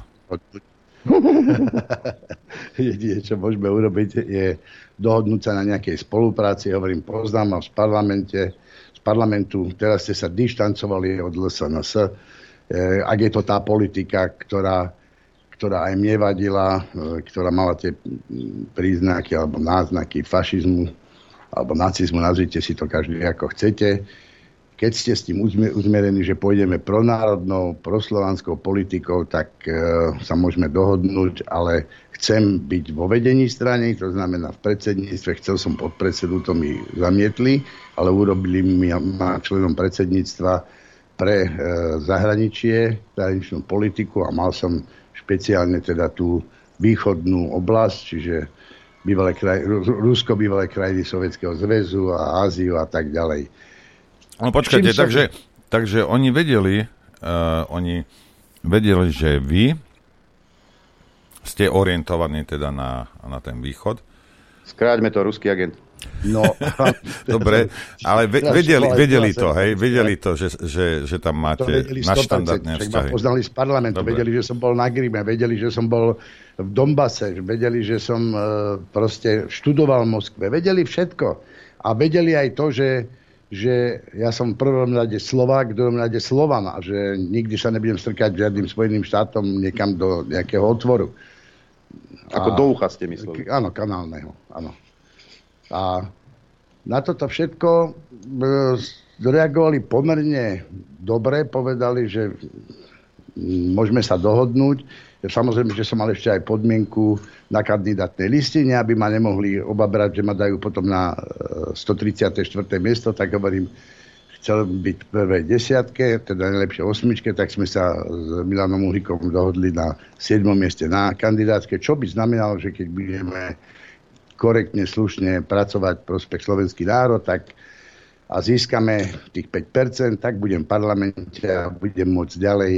Jedine, čo môžeme urobiť, je dohodnúť sa na nejakej spolupráci. Hovorím, poznám vás v parlamente, z parlamentu, teraz ste sa dištancovali od el es en es. E, ak je to tá politika, ktorá, ktorá aj mne vadila, e, ktorá mala tie príznaky alebo náznaky fašizmu alebo nacizmu, nazvite si to každý ako chcete. Keď ste s tým uzmerení, že pôjdeme pronárodnou, proslovanskou politikou, tak e, sa môžeme dohodnúť, ale chcem byť vo vedení strany, to znamená v predsedníctve, chcel som podpredsedu, to mi zamietli, ale urobili mi ma členom predsedníctva pre e, zahraničie, zahraničnú politiku a mal som špeciálne teda tú východnú oblasť, čiže bývalé kraj, Rusko, bývalé krajiny Sovietskeho zväzu a Áziu a tak ďalej. No počkajte, takže, takže oni vedeli, uh, oni vedeli, že vy ste orientovaní teda na, na ten východ. Skráťme to, ruský agent. No, dobre, ale ve, vedeli, vedeli to, hej, vedeli to, že, že, že tam máte nadštandardné vzťahy. Ma poznali z parlamentu, dobre. Vedeli, že som bol na Gríme, vedeli, že som bol v Donbase, vedeli, že som uh, proste študoval v Moskve, vedeli všetko. A vedeli aj to, že že ja som v prvom rade Slovák, v druhom rade Slovan a že nikdy sa nebudem strkať žiadnym Spojeným štátom niekam do nejakého otvoru. Ako a, do ucha ste mysleli. Áno, kanálneho, áno. A na toto všetko reagovali pomerne dobre, povedali, že môžeme sa dohodnúť. Samozrejme, že som mal ešte aj podmienku na kandidátnej listine, aby ma nemohli obabrať, že ma dajú potom na stotridsiate štvrté miesto, tak hovorím, chcel byť v prvej desiatke, teda najlepšie osmičke, tak sme sa s Milanom Uhríkom dohodli na siedmom mieste na kandidátske, čo by znamenalo, že keď budeme korektne, slušne pracovať prospech slovenský národ, tak a získame tých päť percent, tak budem v parlamente a budem môcť ďalej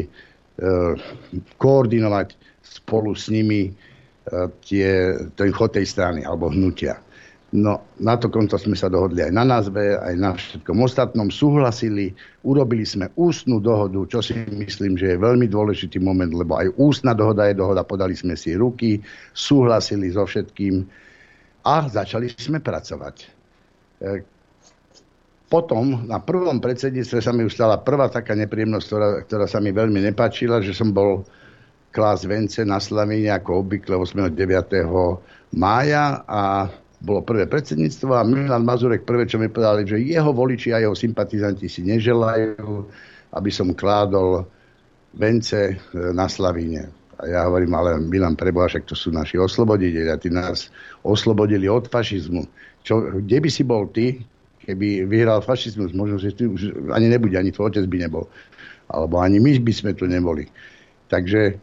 koordinovať spolu s nimi tie, ten chod tej strany alebo hnutia. No, na to konto sme sa dohodli aj na názve, aj na všetkom ostatnom. Súhlasili, urobili sme ústnu dohodu, čo si myslím, že je veľmi dôležitý moment, lebo aj ústna dohoda je dohoda, podali sme si ruky, súhlasili so všetkým a začali sme pracovať. potom na prvom predsedníctve sa mi už stala prvá taká nepríjemnosť, ktorá, ktorá sa mi veľmi nepáčila, že som bol klás vence na Slavíne ako obvykle ôsmeho deviateho mája a bolo prvé predsedníctvo a Milan Mazurek prvé, čo mi povedali, že jeho voliči a jeho sympatizanti si neželajú, aby som kládol vence na Slavíne. A ja hovorím, ale Milan, preboha, však to sú naši osloboditelia, tí nás oslobodili od fašizmu. Čo, kde by si bol ty, keby vyhral fašizmus? Možno, že ty už ani nebude, ani tvoj otec by nebol. Alebo ani my by sme tu neboli. Takže e,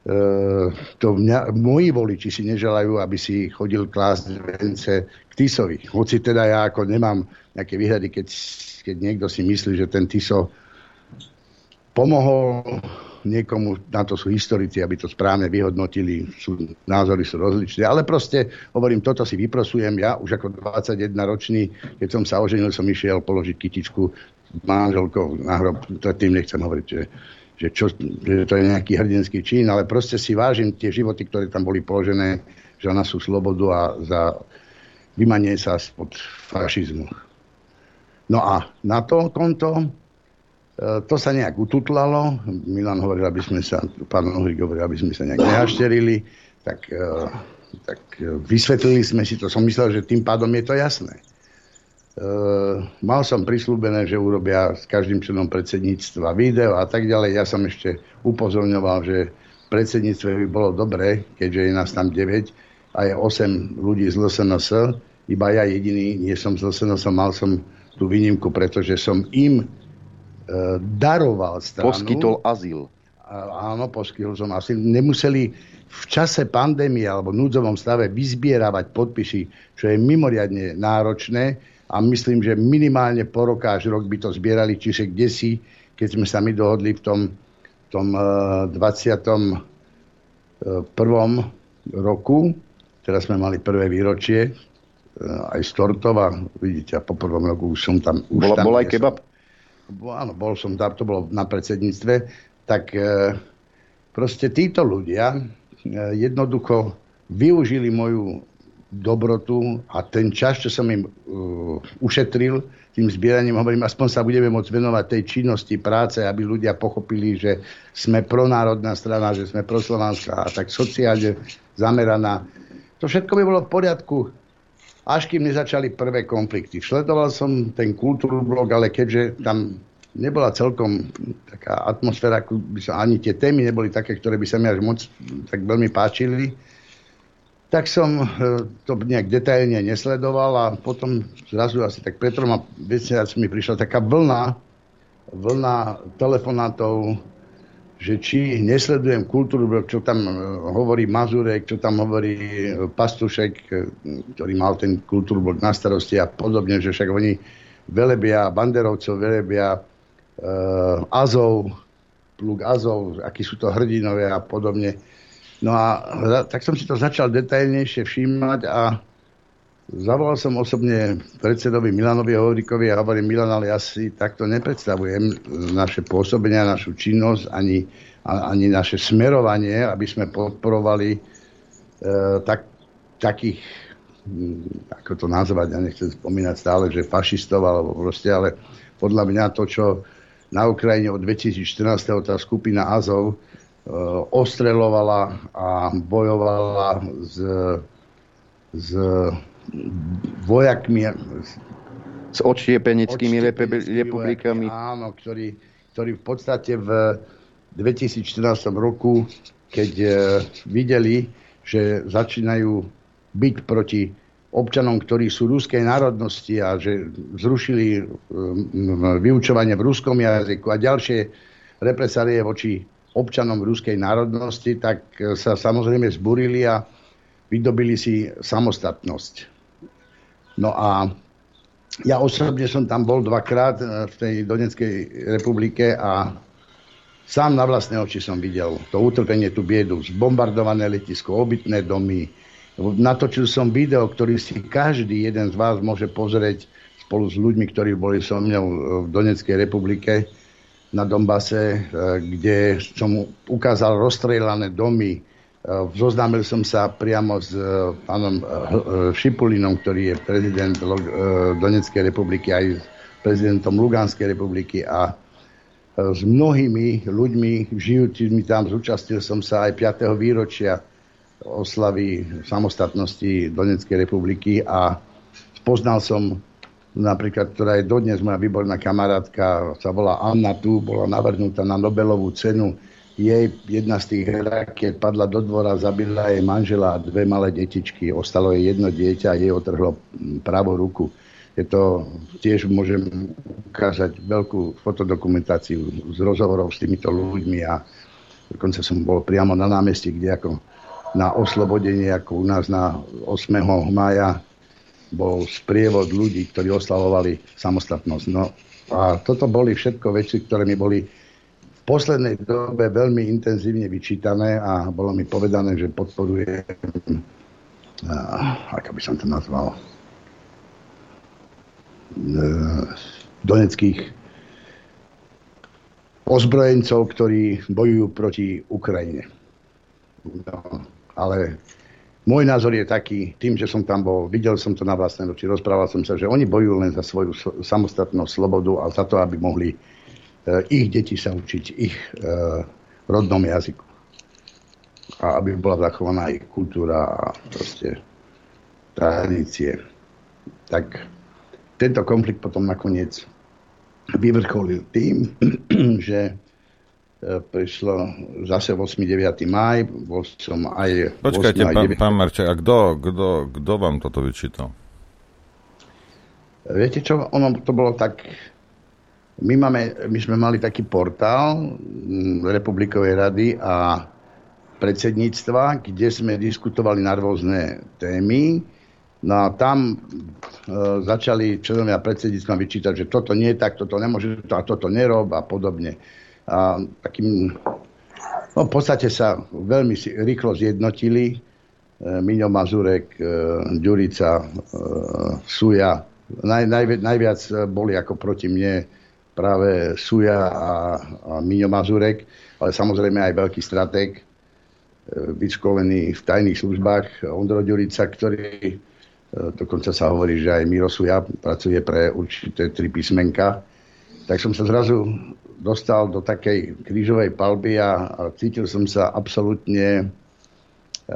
to mňa, moji voliči si neželajú, aby si chodil klásť vence k Tisovi. Hoci teda ja ako nemám nejaké výhrady, keď, keď niekto si myslí, že ten Tiso pomohol niekomu, na to sú historici, aby to správne vyhodnotili, sú, názory sú rozličné, ale proste, hovorím, toto si vyprosujem, ja už ako dvadsaťjedenročný, keď som sa oženil, som išiel položiť kytičku manželkou na hrob, tým nechcem hovoriť, že, že, čo, že to je nejaký hrdinský čin, ale proste si vážim tie životy, ktoré tam boli položené, že na sú slobodu a za vymanie sa spod fašizmu. No a na to konto to sa nejak ututlalo. Milan hovoril, aby sme sa, pán Uhrík hovoril, aby sme sa nejak nehašterili. Tak, tak vysvetlili sme si to. Som myslel, že tým pádom je to jasné. Mal som prislúbené, že urobia s každým členom predsedníctva video a tak ďalej. Ja som ešte upozorňoval, že predsedníctve by bolo dobré, keďže je nás tam deväť a je osem ľudí z el es en es. Iba ja jediný nie som z el es en es. Mal som tú výnimku, pretože som im daroval stranu. Poskytol azyl. Áno, poskytol som azyl. Nemuseli v čase pandémie alebo núdzovom stave vyzbieravať podpisy, čo je mimoriadne náročné a myslím, že minimálne po roka až rok by to zbierali, čiže kdesi, keď sme sa my dohodli v tom, tom dvadsiatom prvom roku, teraz sme mali prvé výročie, aj z Tortov a vidíte, a po prvom roku už som tam... Už Bola, tam bol aj kebab? Áno, bol som tam, to bolo na predsedníctve, tak e, proste títo ľudia e, jednoducho využili moju dobrotu a ten čas, čo som im e, ušetril tým zbieraním, hovorím, aspoň sa budeme môcť venovať tej činnosti práce, aby ľudia pochopili, že sme pronárodná strana, že sme proslovanská a tak sociálne zameraná. To všetko by bolo v poriadku, až kým nezačali prvé konflikty. Sledoval som ten kultúrblok, ale keďže tam nebola celkom taká atmosféra, ani tie témy neboli také, ktoré by sa mi až moc tak veľmi páčili, tak som to nejak detailne nesledoval a potom zrazu asi tak pred troma mesiacmi prišla taká vlna, vlna telefonátov, že či nesledujem kultúru, čo tam hovorí Mazurek, čo tam hovorí Pastušek, ktorý mal ten kultúrblok na starosti a podobne, že však oni velebia banderovcov, velebia uh, Azov, pluk Azov, akí sú to hrdinovia a podobne. No a tak som si to začal detailnejšie všímať a zavolal som osobne predsedovi Milanovi Uhríkovi a hovorím, Milan, ale ja si takto nepredstavujem naše pôsobenia, našu činnosť, ani, ani naše smerovanie, aby sme podporovali e, tak, takých, ako to nazvať, ja nechcem spomínať stále, že fašistov, alebo proste, ale podľa mňa to, čo na Ukrajine od dvetisícštrnásť tá skupina Azov e, ostreľovala a bojovala s, s vojakmi s odštiepeneckými republikami. Áno, ktorí, ktorí v podstate v dvetisícštrnástom roku, keď e, videli, že začínajú byť proti občanom, ktorí sú ruskej národnosti a že zrušili e, vyučovanie v ruskom jazyku a ďalšie represálie voči občanom ruskej národnosti, tak e, sa samozrejme zburili a vydobili si samostatnosť. No a ja osobne som tam bol dvakrát v tej Donetskej republike a sám na vlastné oči som videl to utrpenie, tú biedu, zbombardované letisko, obytné domy. Natočil som video, ktorý si každý jeden z vás môže pozrieť spolu s ľuďmi, ktorí boli so mnou v Donetskej republike na Donbase, kde som ukázal rozstrieľané domy. Zoznámil som sa priamo s pánom Šipulinom, ktorý je prezident Donetskej republiky, aj prezidentom Luganskej republiky a s mnohými ľuďmi žijúcimi tam. Zúčastnil som sa aj piateho výročia oslavy samostatnosti Donetskej republiky a poznal som napríklad, ktorá je dodnes moja výborná kamarátka, sa volá Anna Tu, bola navrhnutá na Nobelovú cenu. Jej jedna z tých rakiet padla do dvora, zabila jej manžela a dve malé detičky. Ostalo jej jedno dieťa a jej otrhlo pravú ruku. Je to, tiež môžem ukázať veľkú fotodokumentáciu z rozhovorov s týmito ľuďmi a dokonca som bol priamo na námestí, kde ako na oslobodenie, ako u nás na ôsmeho mája bol sprievod ľudí, ktorí oslavovali samostatnosť. No a toto boli všetko veci, ktoré mi boli v poslednej dobe veľmi intenzívne vyčítané a bolo mi povedané, že podporuje, ako by som to nazval, doneckých ozbrojencov, ktorí bojujú proti Ukrajine. No, ale môj názor je taký, tým, že som tam bol, videl som to na vlastné oči, rozprával som sa, že oni bojujú len za svoju samostatnosť, slobodu a za to, aby mohli uh, ich deti sa učiť ich uh, rodnom jazyku. A aby bola zachovaná ich kultúra a proste tradície. Tak tento konflikt potom nakoniec vyvrcholil tým, že prišlo zase ôsmeho deviateho máj, bol som aj... Počkajte, pán, pán Marček, a kto, kto, kto vám toto vyčítal? Viete čo, ono to bolo tak... My, máme, my sme mali taký portál Republikovej rady a predsedníctva, kde sme diskutovali na rôzne témy. No a tam e, začali členovia predsedníctva vyčítať, že toto nie je tak, toto nemôže, a toto nerob a podobne. A takým, no v podstate sa veľmi rýchlo zjednotili. E, Miňo Mazurek, e, Ďurica, e, Suja. Naj, najvi, najviac boli ako proti mne práve Suja a, a Miňo Mazurek, ale samozrejme aj veľký stratég, e, vyškolený v tajných službách, Ondro Ďurica, ktorý dokonca sa hovorí, že aj Miro Suja pracuje pre určité tri písmenka. Tak som sa zrazu dostal do takej krížovej palby a, a cítil som sa absolútne e,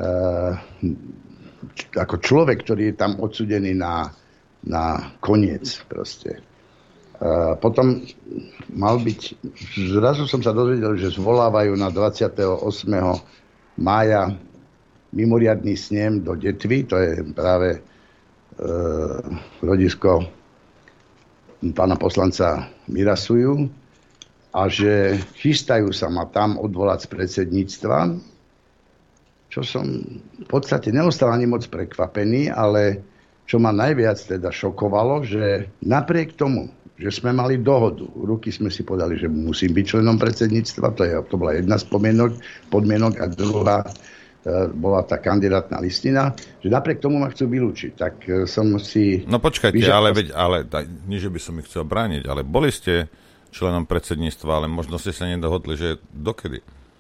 ako človek, ktorý je tam odsudený na, na koniec proste. E, potom mal byť, zrazu som sa dozvedel, že zvolávajú na dvadsiateho ôsmeho mája mimoriadny snem do Detvy, to je práve E, rodisko pána poslanca Mirasuju a že chystajú sa ma tam odvolať z predsedníctva, čo som v podstate neostal ani moc prekvapený, ale čo ma najviac teda šokovalo, že napriek tomu, že sme mali dohodu, ruky sme si podali, že musím byť členom predsedníctva, to, je, to bola jedna z podmienok, podmienok a druhá bola tá kandidátna listina, že napriek tomu ma chcú vylúčiť. Tak som si... No počkajte, vyžal... ale, veď, ale nie, že by som ich chcel brániť, ale boli ste členom predsedníctva, ale možno ste sa nedohodli, že dokedy?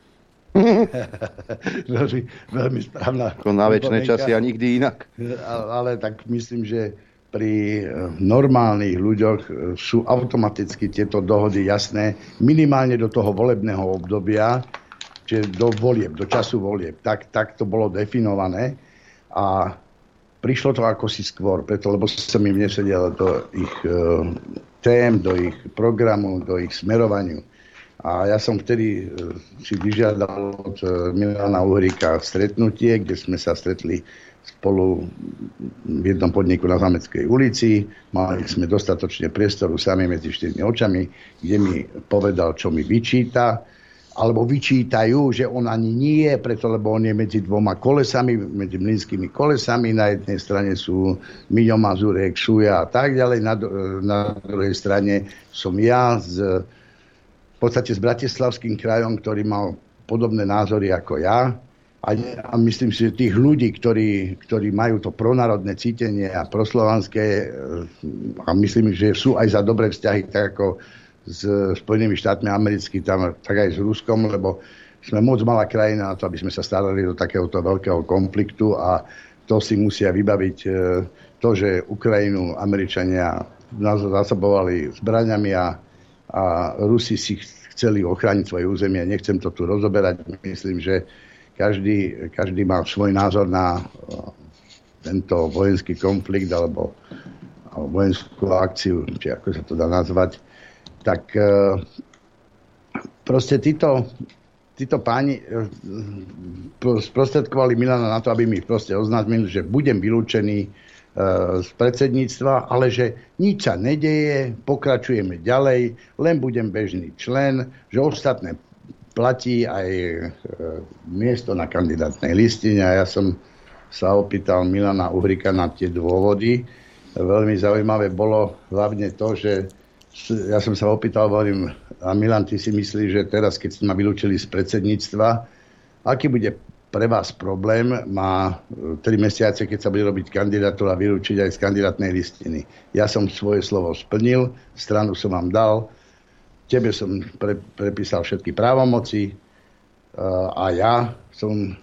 veľmi, veľmi správna. Ako na večné časy a nikdy inak. Ale, ale tak myslím, že pri normálnych ľuďoch sú automaticky tieto dohody jasné, minimálne do toho volebného obdobia, čiže do volieb, do času volieb. Tak, tak to bolo definované a prišlo to ako si skôr, preto, lebo som im nesedel do ich e, tém, do ich programu, do ich smerovaniu. A ja som vtedy e, si vyžiadal od e, Milana Uhríka stretnutie, kde sme sa stretli spolu v jednom podniku na Zámeckej ulici. Mali sme dostatočne priestoru sami medzi štyrmi očami, kde mi povedal, čo mi vyčíta, alebo vyčítajú, že on ani nie, preto lebo on je medzi dvoma kolesami, medzi mlynskými kolesami. Na jednej strane sú Miňo Mazurek, Suja a tak ďalej. Na, na druhej strane som ja z, v podstate s Bratislavským krajom, ktorý mal podobné názory ako ja. A, a myslím si, že tých ľudí, ktorí, ktorí majú to pronárodné cítenie a proslovanské, a myslím, že sú aj za dobré vzťahy, tak ako s Spojenými štátmi americkými, tam tak aj s Ruskom, lebo sme moc malá krajina na to, aby sme sa starali do takéhoto veľkého konfliktu a to si musia vybaviť to, že Ukrajinu Američania nás zásobovali zbraňami a, a Rusi si chceli ochrániť svoje územie. Nechcem to tu rozoberať. Myslím, že každý, každý má svoj názor na tento vojenský konflikt alebo, alebo vojenskú akciu, či ako sa to dá nazvať. Tak proste títo, títo páni sprostredkovali Milana na to, aby mi proste oznámili, že budem vylúčený z predsedníctva, ale že nič sa nedeje, pokračujeme ďalej, len budem bežný člen, že ostatné platí aj miesto na kandidátnej listine. A ja som sa opýtal Milana Uhrika na tie dôvody. Veľmi zaujímavé bolo hlavne to, že ja som sa opýtal, hovorím, a Milan, ty si myslíš, že teraz, keď ste ma vylúčili z predsedníctva, aký bude pre vás problém, má tri mesiace, keď sa bude robiť kandidatúra, vylúčiť aj z kandidátnej listiny. Ja som svoje slovo splnil, stranu som vám dal, tebe som pre, prepísal všetky právomoci a ja som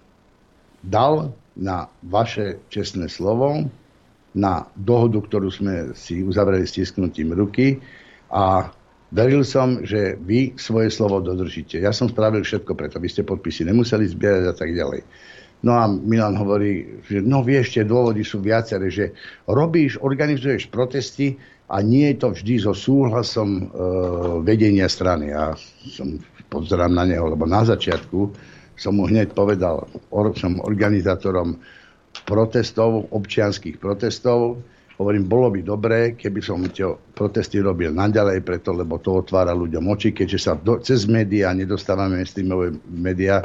dal na vaše čestné slovo, na dohodu, ktorú sme si uzavreli stisknutím ruky a veril som, že vy svoje slovo dodržíte. Ja som spravil všetko preto, vy ste podpisy nemuseli zbierať a tak ďalej. No a Milan hovorí, že no vieš, tie dôvody sú viaceré, že robíš, organizuješ protesty a nie je to vždy so súhlasom e, vedenia strany. Ja som pozerám na neho, lebo na začiatku som mu hneď povedal, or, som organizátorom protestov, občianskych protestov. Hovorím, bolo by dobré, keby som tie protesty robil naďalej, preto, lebo to otvára ľuďom oči, keďže sa do, cez médiá nedostávame streamové médiá,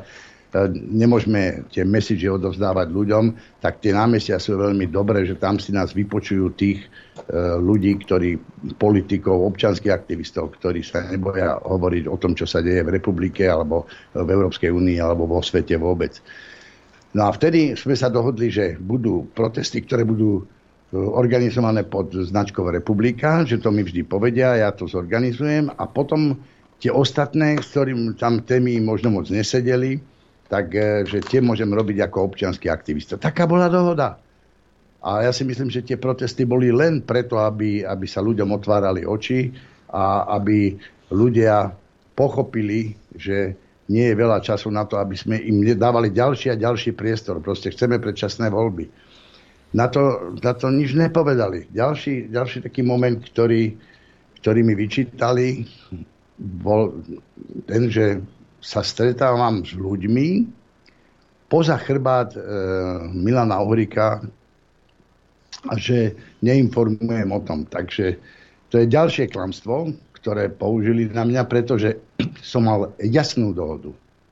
nemôžeme tie message odovzdávať ľuďom, tak tie námestia sú veľmi dobré, že tam si nás vypočujú tých e, ľudí, ktorí, politikov, občianskych aktivistov, ktorí sa neboja hovoriť o tom, čo sa deje v republike, alebo v Európskej únii, alebo vo svete vôbec. No a vtedy sme sa dohodli, že budú protesty, ktoré budú organizované pod značkou Republika, že to mi vždy povedia, ja to zorganizujem a potom tie ostatné, s ktorým tam témy možno moc nesedeli, tak že tie môžem robiť ako občiansky aktivista. Taká bola dohoda. A ja si myslím, že tie protesty boli len preto, aby, aby sa ľuďom otvárali oči a aby ľudia pochopili, že nie je veľa času na to, aby sme im dávali ďalší a ďalší priestor. Proste chceme predčasné voľby. Na to, na to nič nepovedali. Ďalší, ďalší taký moment, ktorý, ktorý mi vyčítali, bol ten, že sa stretávam s ľuďmi poza chrbát e, Milana Uhrika a že neinformujem o tom. Takže to je ďalšie klamstvo, ktoré použili na mňa, pretože som mal jasnú dohodu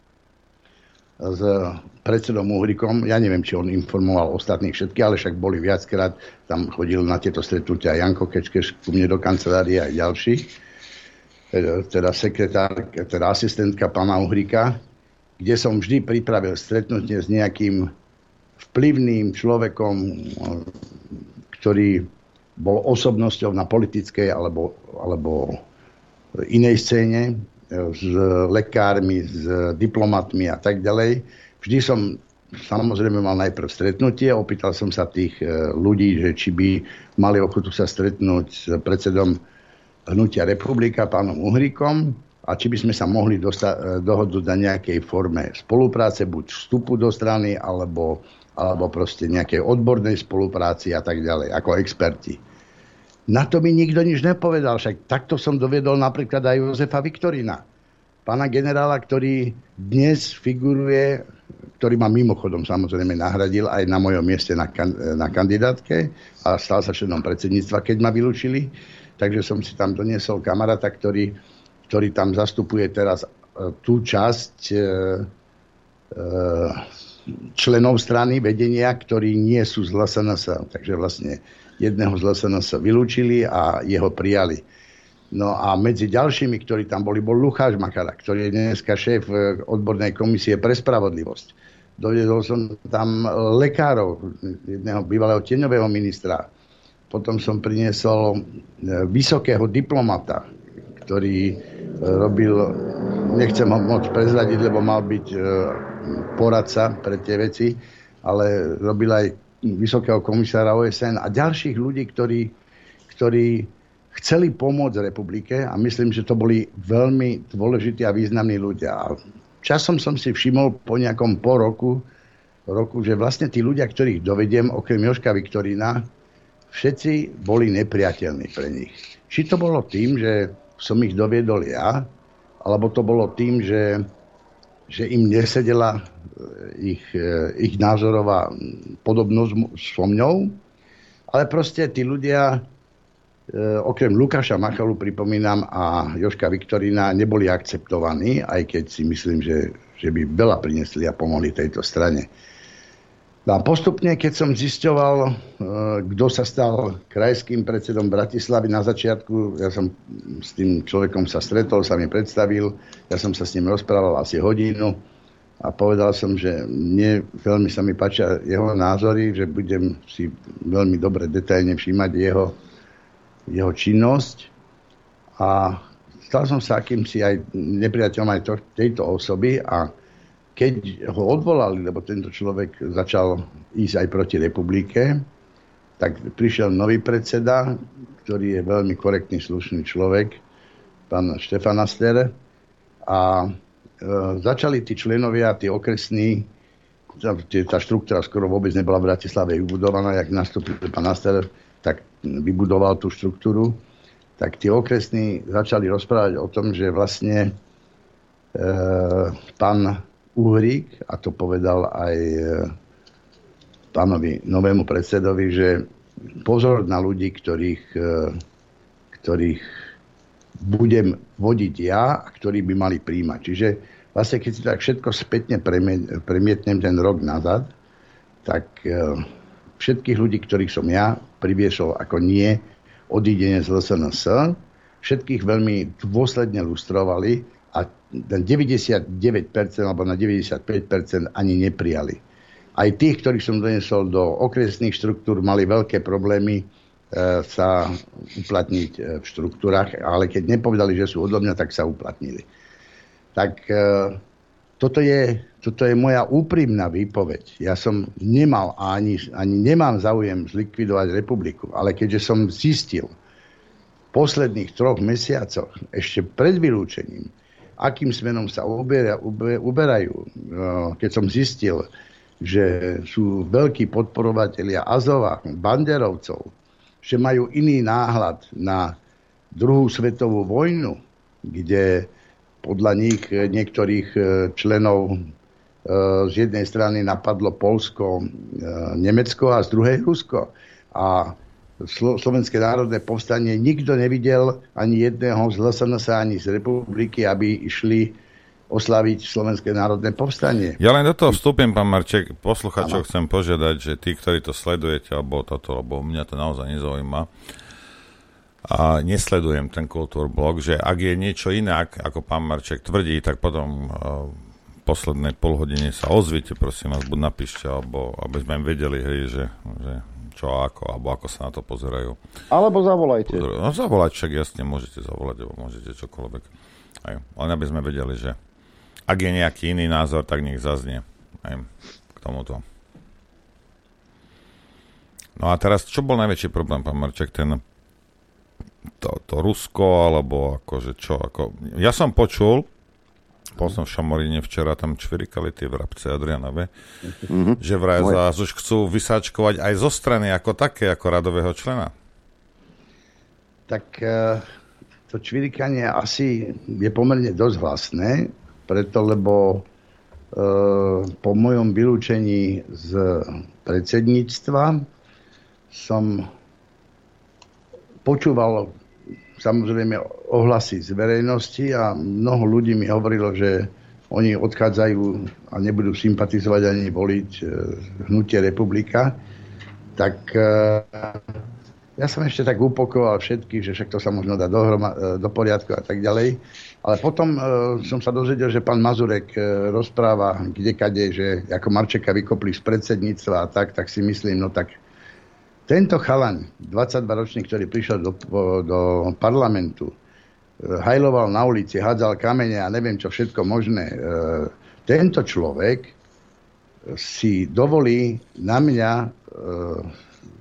s predsedom Uhrikom. Ja neviem, či on informoval ostatných všetkých, ale však boli viackrát. Tam chodil na tieto stretnutia Janko Kečkeš ku mne do kancelárie aj ďalší. Teda sekretár, teda asistentka pána Uhrika, kde som vždy pripravil stretnutie s nejakým vplyvným človekom, ktorý bol osobnosťou na politickej alebo, alebo inej scéne, s lekármi, s diplomatmi a tak ďalej. Vždy som samozrejme mal najprv stretnutie, opýtal som sa tých ľudí, že či by mali ochotu sa stretnúť s predsedom Hnutia Republika, pánom Uhrikom, a či by sme sa mohli dosta- dohodnúť na nejakej forme spolupráce, buď vstupu do strany, alebo, alebo proste nejakej odbornej spolupráci a tak ďalej, ako experti. Na to mi nikto nič nepovedal, však takto som doviedol napríklad aj Jozefa Viktorina, pána generála, ktorý dnes figuruje, ktorý ma mimochodom samozrejme nahradil aj na mojom mieste na, kan- na kandidátke a stal sa členom predsedníctva, keď ma vylúčili. Takže som si tam doniesol kamaráta, ktorý, ktorý tam zastupuje teraz tú časť e, e, členov strany vedenia, ktorí nie sú z es en es. Takže vlastne jedného z es en es vylúčili a jeho prijali. No a medzi ďalšími, ktorí tam boli, bol Lukáš Machara, ktorý je dneska šéf odbornej komisie pre spravodlivosť. Dovedol som tam lekárov, jedného bývalého tieňového ministra. Potom som priniesol vysokého diplomata, ktorý robil, nechcem ho moc prezradiť, lebo mal byť poradca pre tie veci, ale robil aj vysokého komisára ó es en a ďalších ľudí, ktorí, ktorí chceli pomôcť republike a myslím, že to boli veľmi dôležití a významní ľudia. A časom som si všimol po nejakom po roku, roku, že vlastne tí ľudia, ktorých dovediem, okrem Jožka Viktorína, všetci boli nepriateľní pre nich. Či to bolo tým, že som ich doviedol ja, alebo to bolo tým, že, že im nesedela ich, ich názorová podobnosť so mňou, ale proste tí ľudia, okrem Lukáša Machalu, pripomínam, a Jožka Viktorína, neboli akceptovaní, aj keď si myslím, že, že by veľa priniesli a pomohli tejto strane. A postupne, keď som zisťoval, kto sa stal krajským predsedom Bratislavy na začiatku, ja som s tým človekom sa stretol, sa mi predstavil, ja som sa s ním rozprával asi hodinu a povedal som, že mne veľmi sa mi páčia jeho názory, že budem si veľmi dobre detailne všímať jeho, jeho činnosť a stal som sa akýmsi aj nepriateľom aj to, tejto osoby a keď ho odvolali, lebo tento človek začal ísť aj proti republike, tak prišiel nový predseda, ktorý je veľmi korektný, slušný človek, pán Štefan Aster. A e, začali tí členovia, tí okresní, tá štruktúra skoro vôbec nebola v Bratislave vybudovaná, jak nastúpil pán Aster, tak vybudoval tú štruktúru. Tak tí okresní začali rozprávať o tom, že vlastne e, pán Uhrík, a to povedal aj pánovi novému predsedovi, že pozor na ľudí, ktorých, ktorých budem vodiť ja a ktorí by mali príjmať. Čiže vlastne, keď si tak všetko spätne premietnem ten rok nazad, tak všetkých ľudí, ktorých som ja priviesol ako nie odídenie z el es en es, všetkých veľmi dôsledne lustrovali a na deväťdesiatdeväť percent alebo na deväťdesiatpäť percent ani neprijali. Aj tých, ktorých som donesol do okresných štruktúr, mali veľké problémy e, sa uplatniť e, v štruktúrach, ale keď nepovedali, že sú odo mňa, tak sa uplatnili. Tak e, toto, je, toto je moja úprimná výpoveď. Ja som nemal ani, ani nemám záujem zlikvidovať republiku, ale keďže som zistil v posledných troch mesiacoch, ešte pred vylúčením, akým smerom sa ubera, uber, uberajú. Keď som zistil, že sú veľkí podporovatelia Azova, banderovcov, že majú iný náhľad na druhú svetovú vojnu, kde podľa nich niektorých členov z jednej strany napadlo Poľsko, Nemecko a z druhej Rusko. A Slovenské národné povstanie nikto nevidel ani jedného z el es en es ani z republiky, aby išli oslaviť Slovenské národné povstanie. Ja len do toho vstúpim, pán Marček, posluchačov chcem požiadať, že tí, ktorí to sledujete, alebo toto, lebo mňa to naozaj nezaujíma, a nesledujem ten kultúrblog, že ak je niečo inak, ako pán Marček tvrdí, tak potom v poslednej polhodine sa ozvite, prosím vás, buď napíšte, alebo aby sme im vedeli, hej, že... že čo ako, alebo ako sa na to pozerajú. Alebo zavolajte. No zavolať, však jasne, môžete zavolať, alebo môžete čokoľvek. Aj, len aby sme vedeli, že ak je nejaký iný názor, tak nech zaznie aj k tomuto. No a teraz, čo bol najväčší problém, pán Marček, ten to, to Rusko, alebo akože čo, ako... Ja som počul, bol som v Šamoríne včera, tam čvirikali tie vrabce Adrianove, mm-hmm. že vraj zás už chcú vysáčkovať aj zo strany ako také, ako radového člena. Tak to čvirikanie asi je pomerne dosť hlasné, preto lebo po mojom vylúčení z predsedníctva som počúval samozrejme ohlasy z verejnosti a mnoho ľudí mi hovorilo, že oni odchádzajú a nebudú sympatizovať ani voliť hnutie Republika. Tak ja som ešte tak upokoval všetkých, že však to sa možno dá dohroma, do poriadku a tak ďalej. Ale potom som sa dozvedel, že pán Mazurek rozpráva kdekade, že ako Marčeka vykopli z predsedníctva a tak, tak si myslím, no tak tento chalaň, dvadsaťdvaročný, ktorý prišiel do, do parlamentu, hajloval na ulici, hádzal kamene a neviem čo všetko možné. Tento človek si dovolí na mňa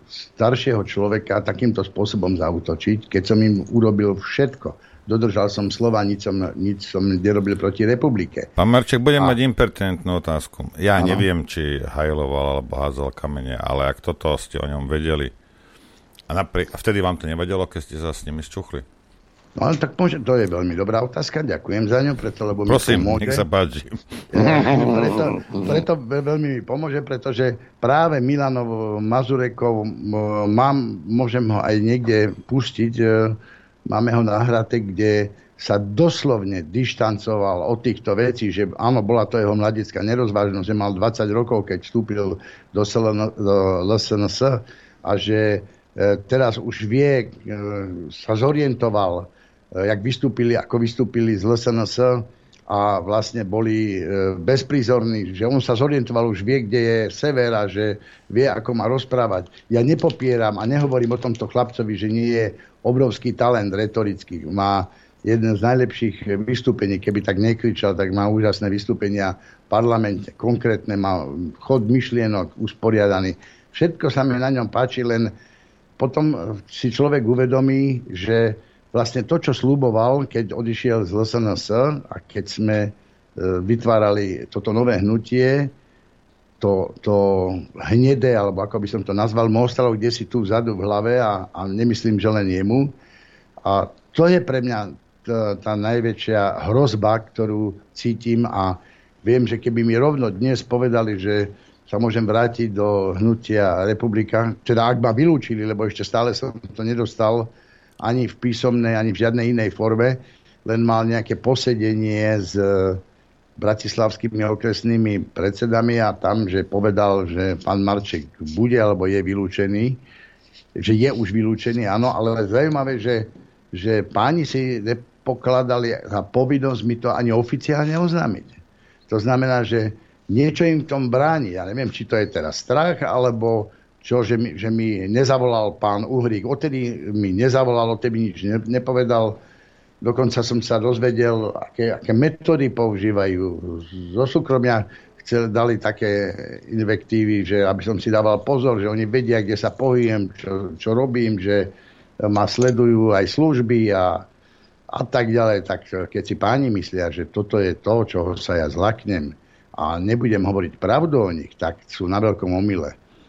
staršieho človeka takýmto spôsobom zaútočiť, keď som im urobil všetko. Dodržal som slova, nič som, nič som nerobil proti republike. Pán Marček, budem a... mať impertinentnú otázku. Ja ano. neviem, či hajloval alebo hádzal kamene, ale ak toto ste o ňom vedeli, a, napri- a vtedy vám to nevadilo, keď ste sa s nimi zčuchli? No ale tak môže, to je veľmi dobrá otázka, ďakujem za ňu, preto, lebo Prosím, mi pomôže. nech sa páči. preto, preto veľmi mi pomôže, pretože práve Milanov Mazurekov mám, môžem ho aj niekde pustiť, máme ho nahraté, kde sa doslovne dištancoval od týchto vecí, že áno, bola to jeho mladická nerozvážnosť, že mal dvadsať rokov, keď vstúpil do el es en es a že teraz už vie, sa zorientoval, jak vystúpili, ako vystúpili z el es en es a vlastne boli bezprízorní, že on sa zorientoval, už vie, kde je sever a že vie, ako má rozprávať. Ja nepopieram a nehovorím o tomto chlapcovi, že nie je obrovský talent retorický. Má jeden z najlepších vystúpení, keby tak nekričal, tak má úžasné vystúpenia v parlamente. Konkrétne má chod myšlienok usporiadaný. Všetko sa mi na ňom páči, len potom si človek uvedomí, že vlastne to, čo sľuboval, keď odišiel z el es en es a keď sme vytvárali toto nové hnutie, to, to hnedé, alebo ako by som to nazval, mu ostalo kdesi tu vzadu v hlave a, a nemyslím, že len jemu. A to je pre mňa tá, tá najväčšia hrozba, ktorú cítim a viem, že keby mi rovno dnes povedali, že sa môžem vrátiť do hnutia Republika, teda ak ma vylúčili, lebo ešte stále som to nedostal ani v písomnej, ani v žiadnej inej forme, len mal nejaké posedenie s bratislavskými okresnými predsedami a tam, že povedal, že pán Marček bude alebo je vylúčený, že je už vylúčený, áno, ale zaujímavé, že, že páni si nepokladali za povinnosť mi to ani oficiálne oznámiť. To znamená, že niečo im v tom bráni. Ja neviem, či to je teraz strach, alebo čo, že mi, že mi nezavolal pán Uhrík. Odtedy mi nezavolal, odtedy mi nič nepovedal. Dokonca som sa dozvedel, aké, aké metódy používajú. Zo súkromia chceli, dali také invektívy, že aby som si dával pozor, že oni vedia, kde sa pohyjem, čo, čo robím, že ma sledujú aj služby a, a tak ďalej. Tak keď si páni myslia, že toto je to, čoho sa ja zlaknem a nebudem hovoriť pravdu o nich, tak sú na veľkom omyle.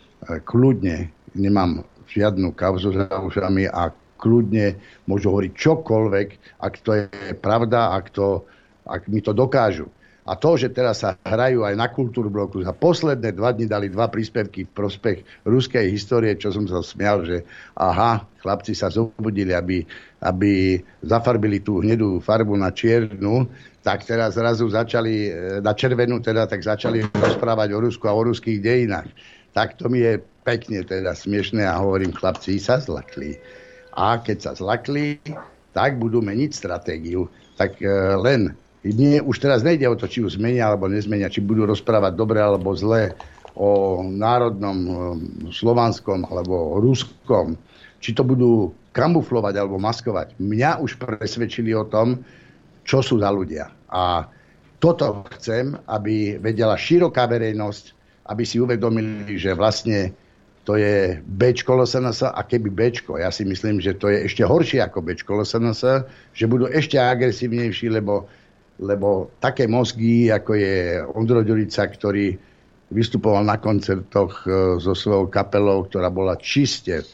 Kľudne nemám žiadnu kauzu za ušami a kľudne môžu hovoriť čokoľvek, ak to je pravda, ak, to, ak mi to dokážu. A to, že teraz sa hrajú aj na Kultúrbloku, za posledné dva dni dali dva príspevky v prospech ruskej histórie, čo som sa smial, že aha, chlapci sa zobudili, aby, aby zafarbili tú hnedú farbu na čiernu, tak teraz zrazu začali, na červenú teda, tak začali rozprávať o Rusku a o ruských dejinách. Tak to mi je pekne teda smiešné a hovorím, chlapci sa zlakli. A keď sa zlakli, tak budú meniť stratégiu. Tak e, len, nie, už teraz nejde o to, či ju zmenia alebo nezmenia, či budú rozprávať dobre alebo zle o národnom e, slovanskom alebo ruskom, či to budú kamuflovať alebo maskovať. Mňa už presvedčili o tom, čo sú za ľudia. A toto chcem, aby vedela široká verejnosť, aby si uvedomili, že vlastne to je Bčko el es en es a keby Bčko, ja si myslím, že to je ešte horšie ako Bčko el es en es, že budú ešte agresívnejší, lebo, lebo také mozgy, ako je Ondro Ďurica, ktorý vystupoval na koncertoch so svojou kapelou, ktorá bola čiste,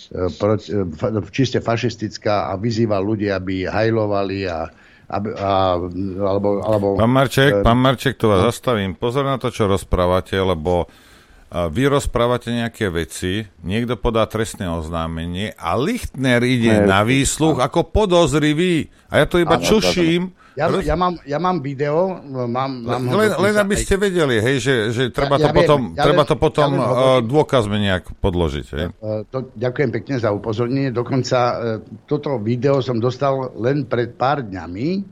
čiste fašistická a vyzýval ľudí, aby hajlovali a A, a, alebo, alebo, pán Marček, pán Marček, tu vás zastavím. Pozor na to, čo rozprávate, lebo vy rozprávate nejaké veci, niekto podá trestné oznámenie a Lichtner ide ne, na výsluch a... ako podozrivý. A ja to iba ano, čuším. Ja, ja, mám, ja mám video. Mám, mám len, len aby ste vedeli, hej, že, že treba, ja, to, ja potom, viem, ja treba viem, to potom ja viem, dôkazme nejak podložiť. Hej. To, ďakujem pekne za upozornenie. Dokonca toto video som dostal len pred pár dňami,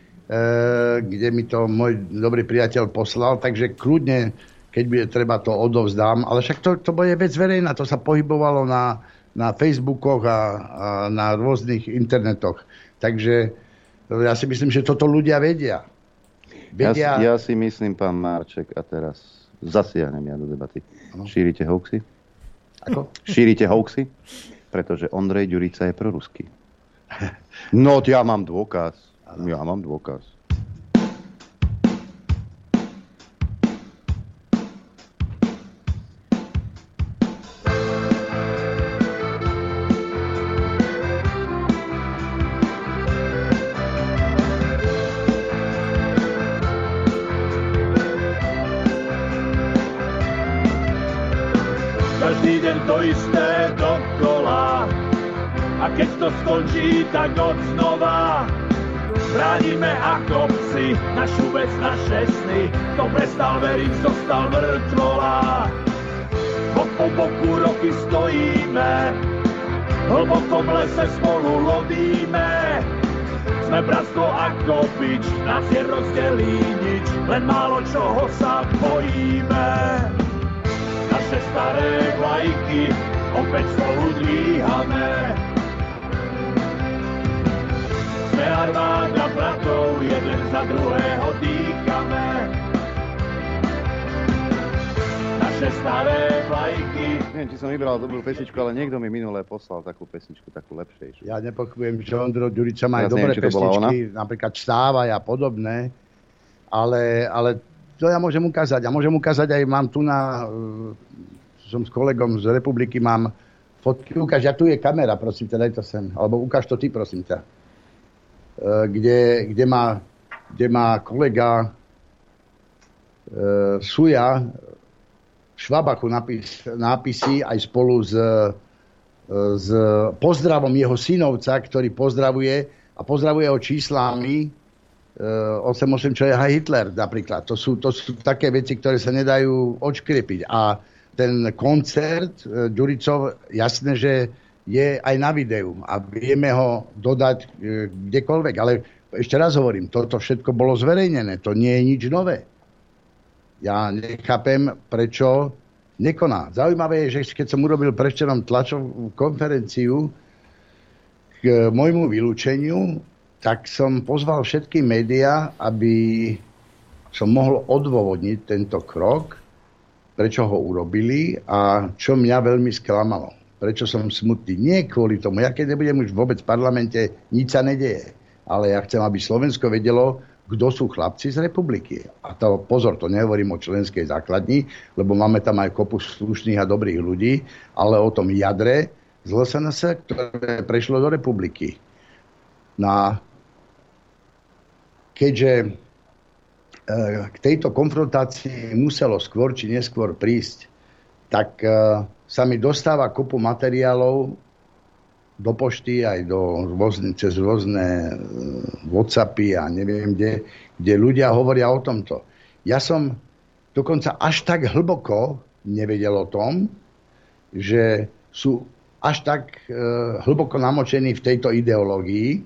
kde mi to môj dobrý priateľ poslal, takže kľudne, keď bude treba, to odovzdám. Ale však to, to bude vec verejná, to sa pohybovalo na, na Facebookoch a, a na rôznych internetoch. Takže ja si myslím, že toto ľudia vedia. vedia... Ja, ja si myslím, pán Marček, a teraz zasiahnem ja do debaty. Ano. Šírite hoaxy? Ako? Šírite hoaxy? Pretože Ondrej Ďurica je proruský. No, ja mám dôkaz. Ja mám dôkaz. Každý deň to isté dokola a keď to skončí, tak od znova bránime ako psi našu vec, naše sny. Kto prestal veriť, zostal mŕtvola. Bok po boku roky stojíme, hlboko v lese spolu lodíme. Sme bratstvo ako bič, nás je rozdelí nič, len málo čoho sa bojíme. Naše staré vlajky opäť spolu dvíhame. Sme armáda bratov, jeden za druhého dýchame. Naše staré vlajky. Neviem, či som vybral dobrú pesničku, ale niekto mi minulé poslal takú pesničku, takú lepšejšiu. Ja nepochybujem, že Ondro Ďurica má aj dobré pesničky, napríklad Stávaj a podobné, ale, ale to ja môžem ukázať. A môžem ukázať aj, mám tu na, som s kolegom z Republiky, mám fotky, ukáž, ja tu je kamera, prosím ťa, daj to sem. Alebo ukáž to ty, prosím ťa. Kde, kde, má, kde má kolega e, Suja v Švabachu napis, nápisy aj spolu s, s pozdravom jeho synovca, ktorý pozdravuje a pozdravuje ho číslami osem osem, čo je Heil Hitler napríklad. To sú, to sú také veci, ktoré sa nedajú odškriepiť. A ten koncert Ďuricov, jasné, že je aj na videu a vieme ho dodať kdekoľvek. Ale ešte raz hovorím, toto všetko bolo zverejnené. To nie je nič nové. Ja nechápem, prečo nekoná. Zaujímavé je, že keď som urobil prevčerom tlačovú konferenciu k môjmu vylúčeniu, tak som pozval všetky médiá, aby som mohol odôvodniť tento krok, prečo ho urobili a čo mňa veľmi sklamalo. Prečo som smutný. Nie kvôli tomu. Ja keď nebudem už vôbec v parlamente, nič sa nedeje. Ale ja chcem, aby Slovensko vedelo, kto sú chlapci z republiky. A to, pozor, to nehovorím o členskej základni, lebo máme tam aj kopu slušných a dobrých ľudí, ale o tom jadre z el es en es, ktoré prešlo do republiky. Na, keďže k tejto konfrontácii muselo skôr či neskôr prísť, tak sa mi dostáva kopu materiálov do pošty, aj do rôzne, cez rôzne WhatsAppy a neviem kde, kde ľudia hovoria o tomto. Ja som dokonca až tak hlboko nevedel o tom, že sú až tak e, hlboko namočení v tejto ideológii, e,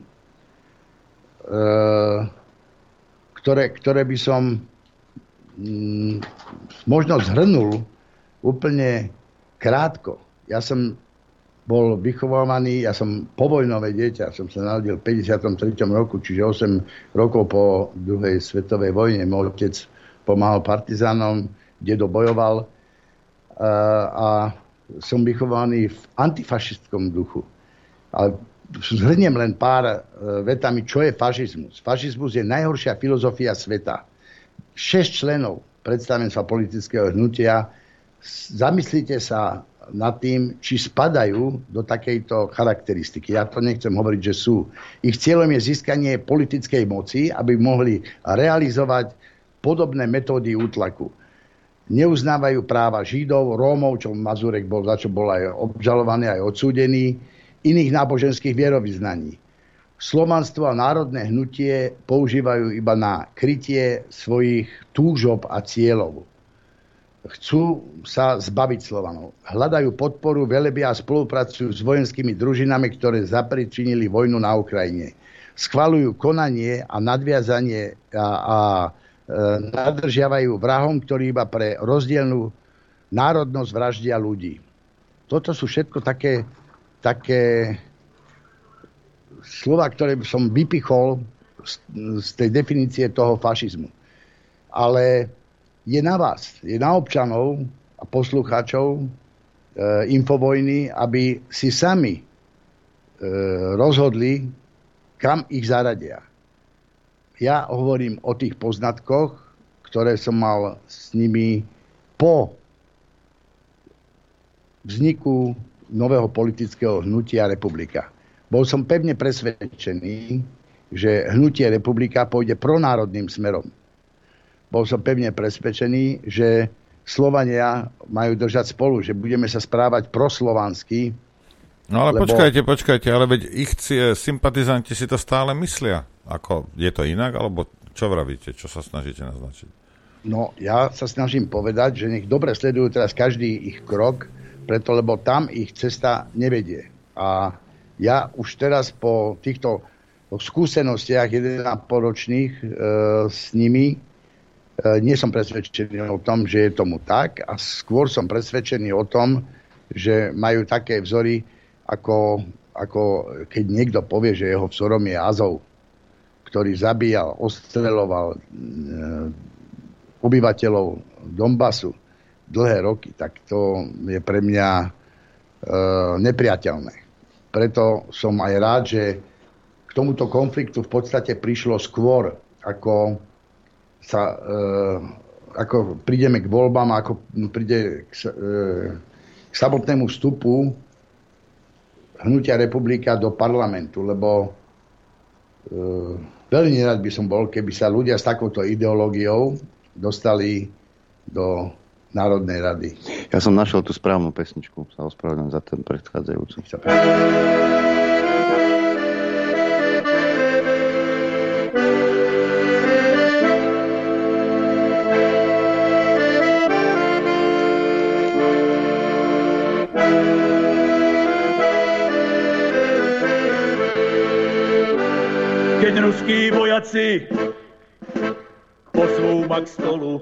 ktoré, ktoré by som mm, možno zhrnul úplne krátko. Ja som bol vychovávaný, ja som povojnové dieťa, som sa narodil v päťdesiatom treťom roku, čiže osem rokov po druhej svetovej vojne. Môj otec pomáhal partizánom, dedo bojoval a, a som vychovaný v antifašistskom duchu. Ale zhrniem len pár vetami, čo je fašizmus. Fašizmus je najhoršia filozofia sveta. Šesť členov predstavenstva politického hnutia. Zamyslite sa nad tým, či spadajú do takejto charakteristiky. Ja to nechcem hovoriť, že sú. Ich cieľom je získanie politickej moci, aby mohli realizovať podobné metódy útlaku. Neuznávajú práva Židov, Rómov, čo Mazurek bol, za čo bol aj obžalovaný, aj odsúdený, iných náboženských vierovyznaní. Slovanstvo a národné hnutie používajú iba na krytie svojich túžob a cieľov. Chcú sa zbaviť Slovanov. Hľadajú podporu, velebia a spolupracujú s vojenskými družinami, ktoré zapričinili vojnu na Ukrajine. Schvaľujú konanie a nadviazanie a, a e, nadržiavajú vrahom, ktorí iba pre rozdielnú národnosť vraždia ľudí. Toto sú všetko také, také slova, ktoré som vypichol z, z tej definície toho fašizmu. Ale je na vás, je na občanov a poslucháčov, Infovojny, aby si sami e, rozhodli, kam ich zaradia. Ja hovorím o tých poznatkoch, ktoré som mal s nimi po vzniku nového politického hnutia Republika. Bol som pevne presvedčený, že hnutie Republika pôjde pronárodným smerom. Bol som pevne presvedčený, že Slovania majú držať spolu, že budeme sa správať proslovansky. No ale lebo... počkajte, počkajte, ale veď ich sympatizanti si to stále myslia. Ako, je to inak, alebo čo vravíte, čo sa snažíte naznačiť? No, ja sa snažím povedať, že nech dobre sledujú teraz každý ich krok, preto lebo tam ich cesta nevedie. A ja už teraz po týchto skúsenostiach jeden a pol ročných e, s nimi nie som presvedčený o tom, že je tomu tak a skôr som presvedčený o tom, že majú také vzory, ako, ako keď niekto povie, že jeho vzorom je Azov, ktorý zabíjal, ostreľoval e, obyvateľov Donbasu dlhé roky, tak to je pre mňa e, nepriateľné. Preto som aj rád, že k tomuto konfliktu v podstate prišlo skôr, ako sa, e, ako prídeme k voľbám, ako príde k, e, k samotnému vstupu hnutia Republika do parlamentu, lebo e, veľmi nerad by som bol, keby sa ľudia s takouto ideológiou dostali do Národnej rady. Ja som našiel tú správnu pesničku, sa ospravedlňujem za ten predchádzajúci. Keď ruskí vojaci pozvú ma k stolu,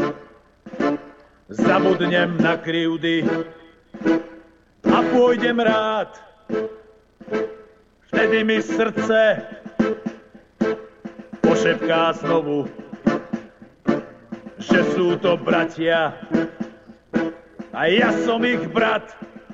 zabudnem na krivdy a pôjdem rád. Vtedy mi srdce pošepká znovu, že sú to bratia a ja som ich brat.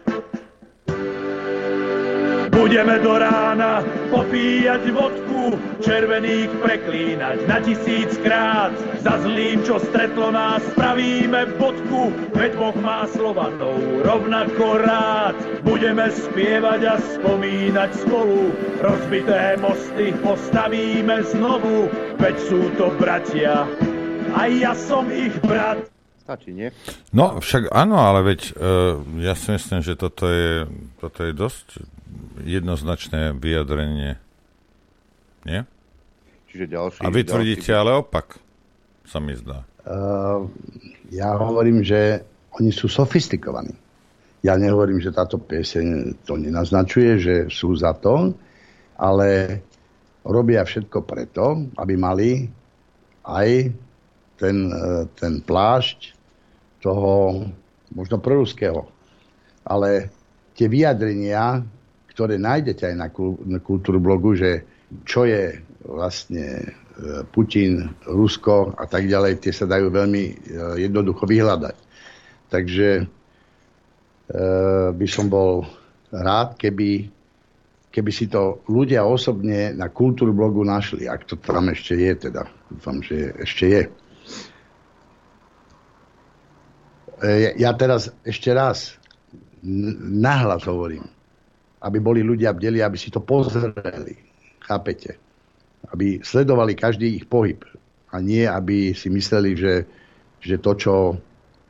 Budeme do rána popíjať vodku, červených preklínať na tisíckrát. Za zlým, čo stretlo nás, spravíme bodku, veď Boh má Slovanov rovnako rád. Budeme spievať a spomínať spolu, rozbité mosty postavíme znovu, veď sú to bratia a ja som ich brat. Stačí, nie? No, však áno, ale veď uh, ja si myslím, že toto je, toto je dosť jednoznačné vyjadrenie. Nie? Čiže ďalší... A vy tvrdíte ďalší... ale opak, sa mi zdá. Uh, ja hovorím, že oni sú sofistikovaní. Ja nehovorím, že táto pieseň to nenaznačuje, že sú za to, ale robia všetko preto, aby mali aj ten, ten plášť toho možno proruského. Ale tie vyjadrenia, ktoré nájdete aj na Kultúrblogu, že čo je vlastne Putin, Rusko a tak ďalej, tie sa dajú veľmi jednoducho vyhľadať. Takže e, by som bol rád, keby, keby si to ľudia osobne na Kultúrblogu našli, ak to tam ešte je, teda dúfam, že ešte je. E, ja teraz ešte raz nahlas hovorím, aby boli ľudia bdeli, aby si to pozreli. Chápete? Aby sledovali každý ich pohyb. A nie, aby si mysleli, že, že to, čo e,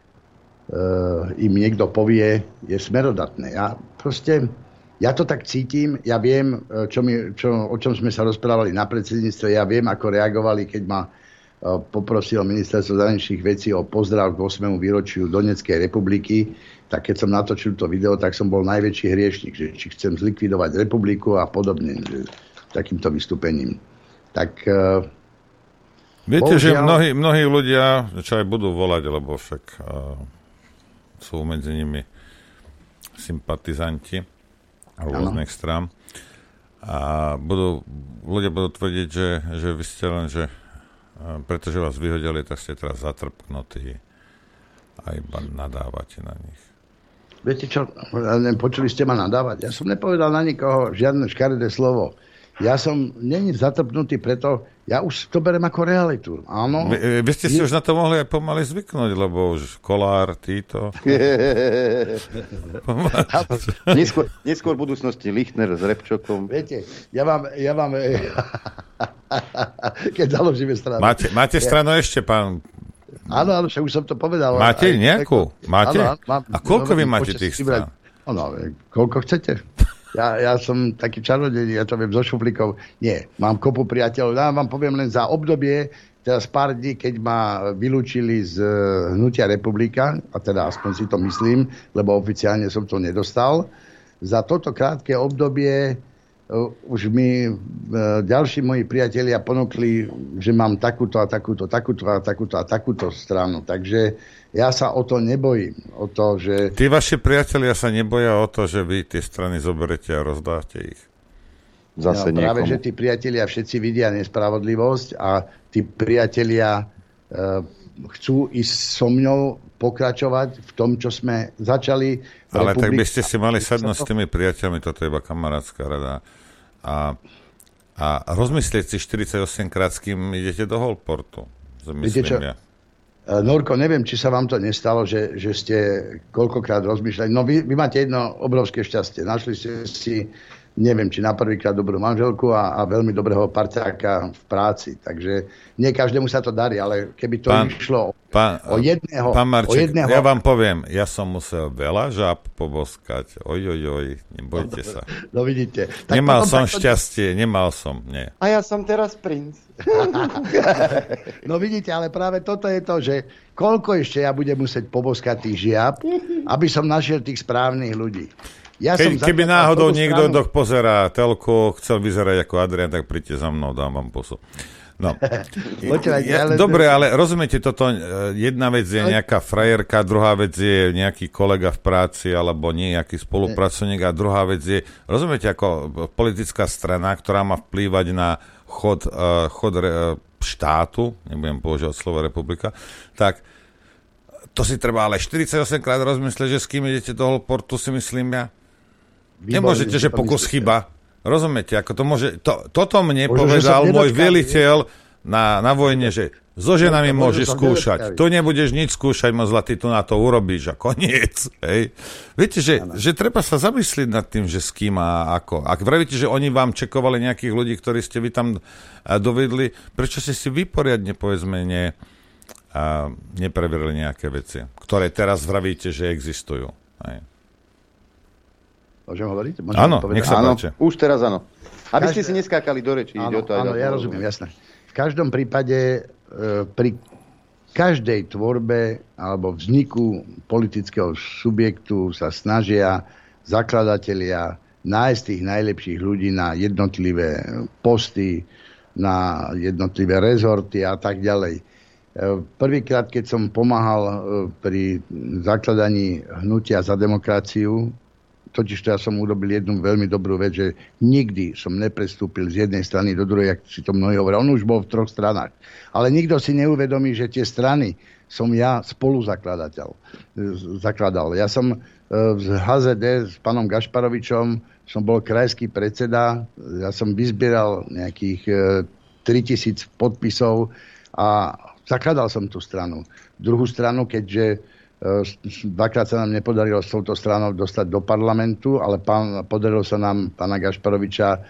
im niekto povie, je smerodatné. Ja proste, ja to tak cítim, ja viem, čo mi, čo, o čom sme sa rozprávali na predsedníctve, ja viem, ako reagovali, keď ma e, poprosil ministerstvo zahraničných vecí o pozdrav k ôsmemu výročiu Donetskej republiky. Tak keď som natočil to video, tak som bol najväčší hriešnik, že či chcem zlikvidovať republiku a podobne, že takýmto vystúpením. Tak uh, viete, bohužiaľ... že mnohí, mnohí ľudia, čo aj budú volať, lebo však uh, sú medzi nimi sympatizanti rôznych strán, a budú, ľudia budú tvrdiť, že, že vy ste len, že uh, pretože vás vyhodili, tak ste teraz zatrpknutí a iba nadávate na nich. Viete čo, počuli ste ma nadávať. Ja som nepovedal na nikoho žiadne škaredé slovo. Ja som není zatrpnutý, preto ja už to berem ako realitu. Áno. Vy, vy ste si je... už na to mohli aj pomaly zvyknúť, lebo už Kolár, títo. neskôr, neskôr v budúcnosti Lichtner s Repčokom. Viete, ja vám... Ja vám keď založíme stranu. Máte, máte stranu ja... ešte, pán... Áno, áno, však už som to povedal. Máte aj, nejakú? Máte? Áno, mám, a koľko no, vy máte tých strán? No, koľko chcete? Ja, ja som taký čarodej, ja to viem zo šuflíkov. Nie, mám kopu priateľov. Ja vám poviem len za obdobie, teraz pár dní, keď ma vylúčili z Hnutia Republika, a teda aspoň si to myslím, lebo oficiálne som to nedostal. Za toto krátke obdobie uh, už mi uh, ďalší moji priatelia ponúkli, že mám takúto a takúto, takúto a takúto a takúto stranu. Takže ja sa o to nebojím. O to, že... Tí vaši priatelia sa neboja o to, že vy tie strany zoberete a rozdáte ich. Zase no, práve, že tí priatelia všetci vidia nespravodlivosť a tí priatelia e, chcú ísť so mnou pokračovať v tom, čo sme začali. Ale Republika... tak by ste si mali sadnúť s tými priateľmi, toto je iba kamarátska rada. A, a rozmyslieť si štyridsaťosem krát, s kým idete do Holportu. Viete čo? Ja. Norko, neviem, či sa vám to nestalo, že, že ste koľkokrát rozmýšľali. No vy, vy máte jedno obrovské šťastie. Našli ste si, neviem, či na prvýkrát dobrú manželku a, a veľmi dobrého parťáka v práci. Takže nie každému sa to darí, ale keby to pán, išlo pán, o jedného... Pán Marček, o jedného... ja vám poviem, ja som musel veľa žáb poboskať. Oj, oj, oj, nebojte sa. No vidíte. Tak nemal som takto... šťastie, nemal som, nie. A ja som teraz princ. No vidíte, ale práve toto je to, že koľko ešte ja budem musieť poboskať tých žiab, aby som našiel tých správnych ľudí. Ja Ke, keby náhodou niekto, kto pozerá telku, chcel vyzerať ako Adrian, tak príďte za mnou, dám vám pusu. No. Ja, dobre, ale rozumiete, toto jedna vec je nejaká frajerka, druhá vec je nejaký kolega v práci alebo nejaký spolupracovník a druhá vec je, rozumiete, ako politická strana, ktorá má vplývať na chod, uh, chod uh, štátu, nebudem používať slovo republika, tak to si treba ale štyridsaťosem krát rozmyslieť, že s kým idete do Holportu, si myslím ja. Výborný, nemôžete, že pokus chyba. Rozumiete, ako to môže... To, toto mne Bože, povedal môj veliteľ na, na vojne, že so ženami no, môžeš skúšať. Tu nebudeš nič skúšať, môj zlatý, tu na to urobíš a koniec. Hej. Viete, že, že treba sa zamyslieť nad tým, že s kým a ako. Ak vravíte, že oni vám čekovali nejakých ľudí, ktorí ste vy tam dovedli, prečo ste si vyporiadne, povedzme, ne, a nepreverili nejaké veci, ktoré teraz vravíte, že existujú. Hej. Môžem hovoriť? Môžem áno, nech sa páči. Už teraz áno. Aby Každé... ste si neskákali do rečí. Áno, to áno ja rozumiem, jasné. V každom prípade e, pri každej tvorbe alebo vzniku politického subjektu sa snažia zakladatelia nájsť tých najlepších ľudí na jednotlivé posty, na jednotlivé rezorty a tak ďalej. E, prvýkrát, keď som pomáhal e, pri zakladaní Hnutia za demokraciu, totiž to ja som urobil jednu veľmi dobrú vec, že nikdy som neprestúpil z jednej strany do druhej, jak si to mnohí hovoria. On už bol v troch stranách. Ale nikto si neuvedomí, že tie strany som ja spoluzakladateľ. Zakladal. Ja som v há zet dé s pánom Gašparovičom som bol krajský predseda. Ja som vyzbieral nejakých tritisíc podpisov a zakladal som tú stranu. Druhú stranu, keďže dvakrát sa nám nepodarilo s touto stranou dostať do parlamentu, ale pán, podarilo sa nám pána Gašparoviča e,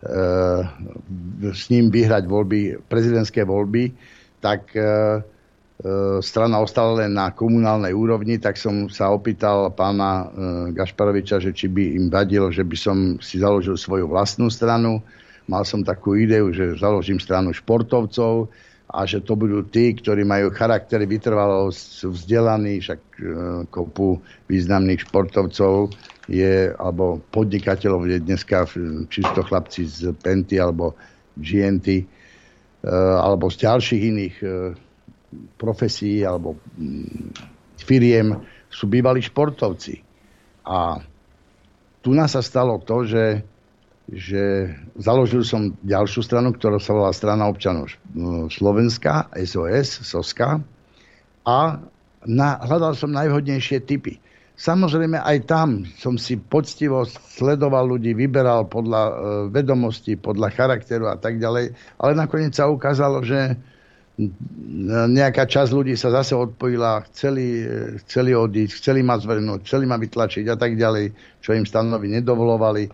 s ním vyhrať voľby, prezidentské voľby, tak e, e, strana ostala len na komunálnej úrovni, tak som sa opýtal pána e, Gašparoviča, že či by im vadilo, že by som si založil svoju vlastnú stranu. Mal som takú ideu, že založím stranu športovcov, a že to budú tí, ktorí majú charakter vytrvalosť, vzdelaní, však e, kopu významných športovcov je, alebo podnikateľov je dneska čisto chlapci z Penty alebo gé en té, e, alebo z ďalších iných e, profesí alebo m, firiem sú bývalí športovci. A tu nás sa stalo to, že že založil som ďalšiu stranu, ktorá sa volá Strana občanov Slovenska, es o es, Soska, a na, hľadal som najvhodnejšie typy. samozrejme aj tam som si poctivo sledoval ľudí, vyberal podľa e, vedomostí, podľa charakteru a tak ďalej, ale nakoniec sa ukázalo, že nejaká časť ľudí sa zase odpojila, chceli, chceli odísť, chceli ma zvrhnúť, chceli ma vytlačiť a tak ďalej, čo im stanovi nedovolovali.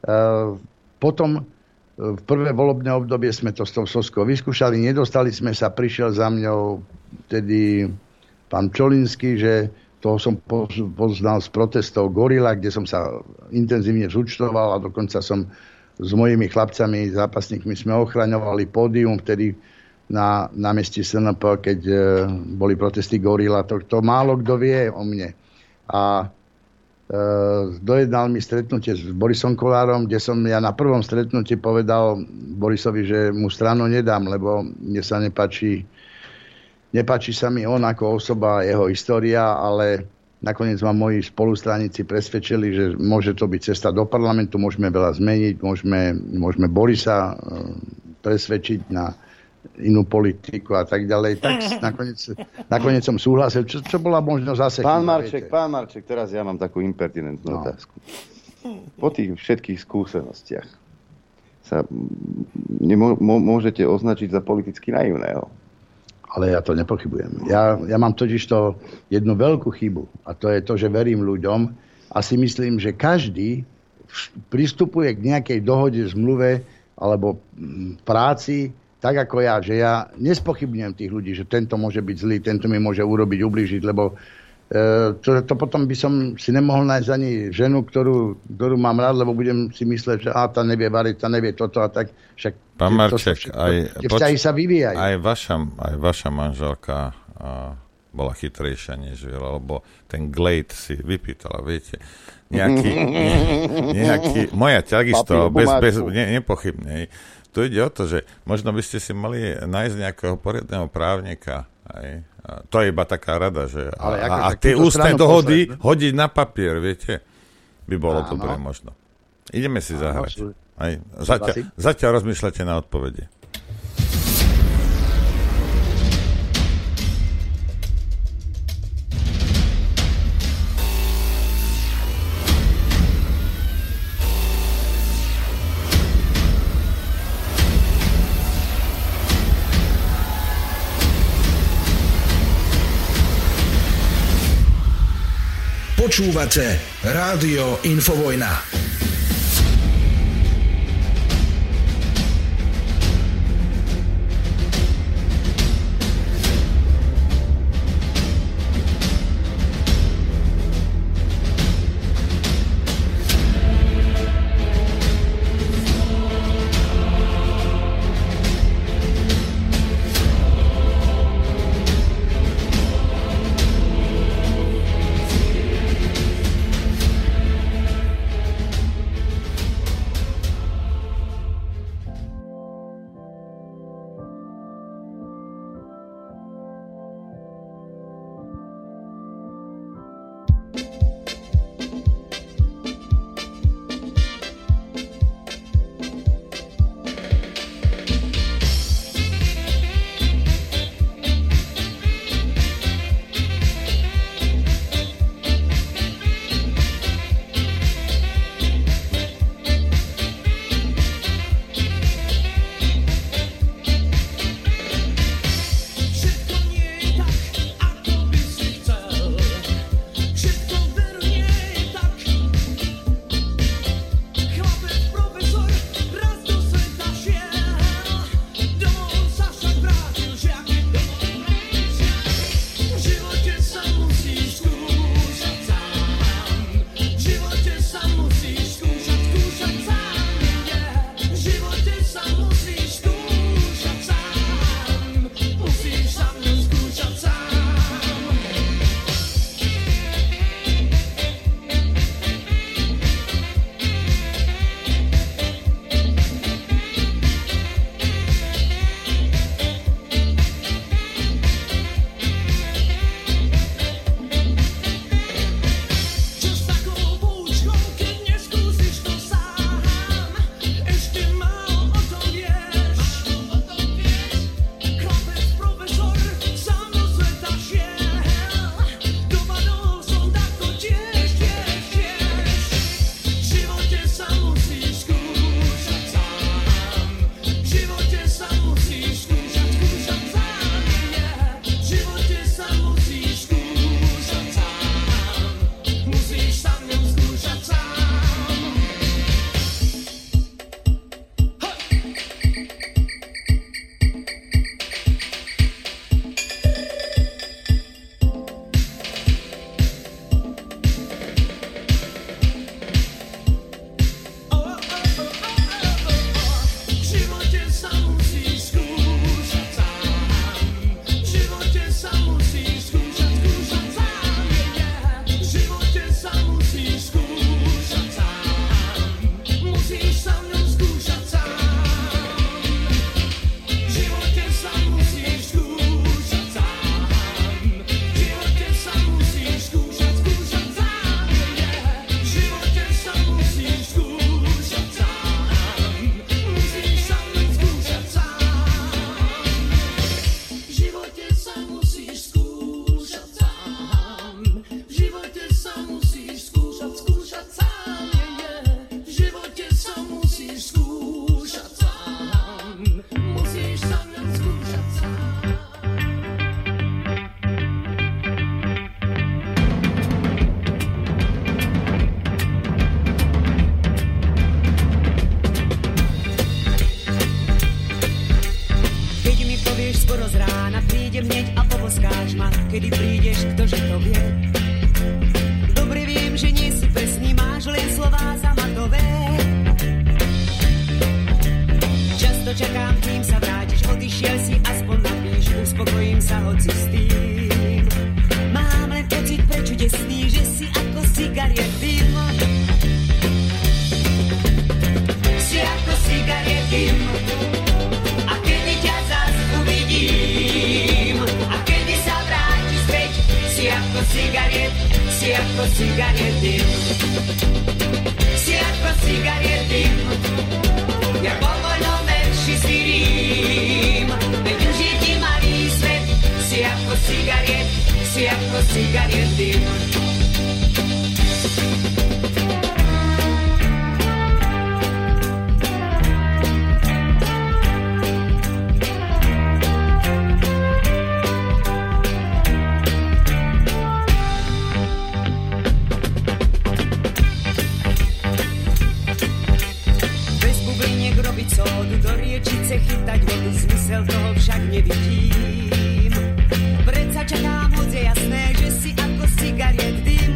Potom v prvé volebné obdobie sme to s tou Soskou vyskúšali, nedostali sme sa, prišiel za mňou vtedy pán Čolinský, že toho som poznal z protestov Gorila, kde som sa intenzívne zúčtoval a dokonca som s mojimi chlapcami, zápasníkmi sme ochraňovali pódium, vtedy na námestí es en pé, keď e, boli protesty Gorila. To, to málo kto vie o mne. A e, dojednal mi stretnutie s Borisom Kollárom, kde som ja na prvom stretnutí povedal Borisovi, že mu stranu nedám, lebo mne sa nepáči, nepáči sa mi on ako osoba, jeho história, ale nakoniec ma moji spolustraníci presvedčili, že môže to byť cesta do parlamentu, môžeme veľa zmeniť, môžeme, môžeme Borisa e, presvedčiť na inú politiku a tak ďalej, tak nakoniec, nakoniec som súhlasil, čo, čo bola možno zase... Pán Marček, pán Marček, teraz ja mám takú impertinentnú no. otázku. Po tých všetkých skúsenostiach sa nemô, môžete označiť za politicky naivného. Ale ja to nepochybujem. Ja, ja mám totiž to jednu veľkú chybu a to je to, že verím ľuďom a si myslím, že každý pristupuje k nejakej dohode, zmluve alebo práci tak ako ja, že ja nespochybňujem tých ľudí, že tento môže byť zlý, tento mi môže urobiť, ublížiť, lebo e, to, to potom by som si nemohol nájsť ani ženu, ktorú, ktorú mám rád, lebo budem si mysleť, že á, tá nevie variť, tá nevie toto a tak. Však pán Marček, všetko, aj, tie vzťahy sa vyvíjajú. Aj vaša, aj vaša manželka a, bola chytrejšia než vy, lebo ten Glade si vypýtala, viete, nejaký, ne, nejaký moja takisto, bez, bez, ne, nepochybne. Tu ide o to, že možno by ste si mali nájsť nejakého poriadneho právnika. Aj. A to je iba taká rada, že a, a, a tie ústne dohody posled, hodiť na papier, viete, by bolo áno. Dobré možno. Ideme si áno, zahrať. Aj. Zatiaľ, zatiaľ rozmýšľate na odpovede. Počúvate Rádio Infovojna. dym, si ako cigariet dym, jak vo voľnom verši si rím, veď už je ti malý svet, si ako cigariet, si ako cigariet dym. Do riečice chytať vodu, zmysel toho však nevidím. Predsa čakám, hoď je jasné, že si ako cigariet dym.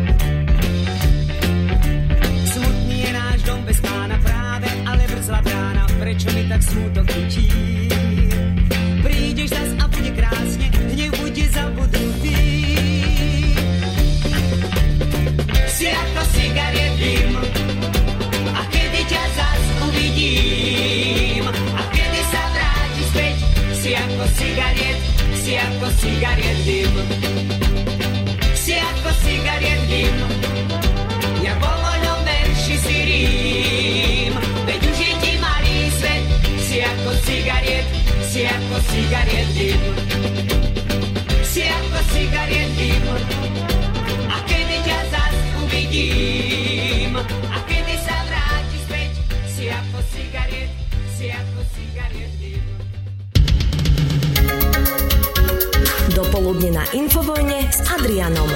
Smutný je náš dom bez pána práve, ale brzla brána, prečo mi tak smútok chytí? Prídeš zas a bude krásne, hnev bude zabudnutý. Si ako cigariet dym, a kedy ťa zas uvidím, a kedy sa vráti späť, si ako cigariet, si ako cigariet dym, si ako cigariet dym, ja vo voľnom verši si rím, veď už je ti malý svet, si ako cigariet, si ako cigariet dym, si ako cigariet dym, a kedy ťa zas uvidím, a kedy sa vráti späť, si ako cigariet, si ako cigariet dym. Dopoludne na Infovojne s Adrianom.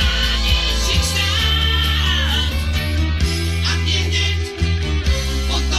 Potom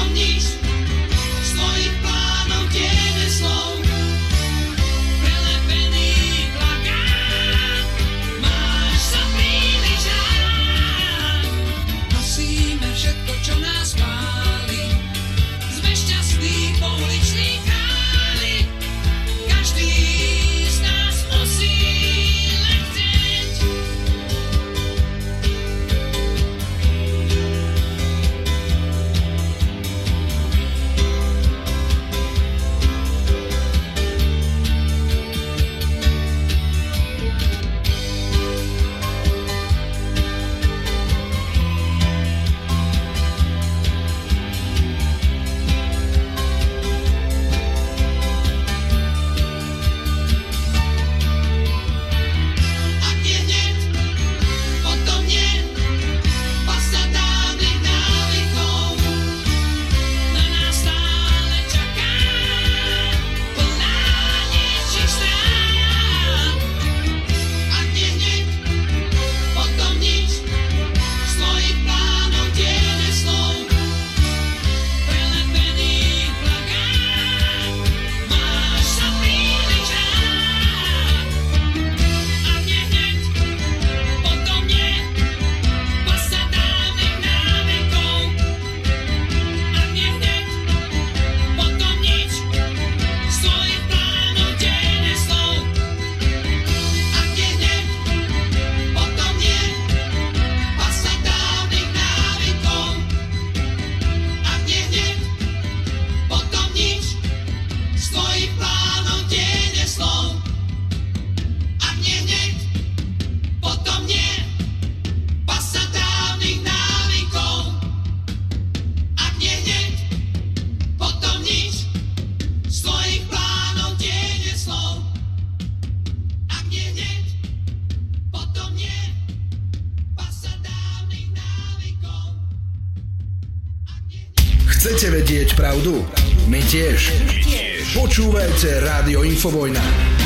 Chcete vedieť pravdu? My tiež. My tiež. Počúvajte Rádio Infovojna.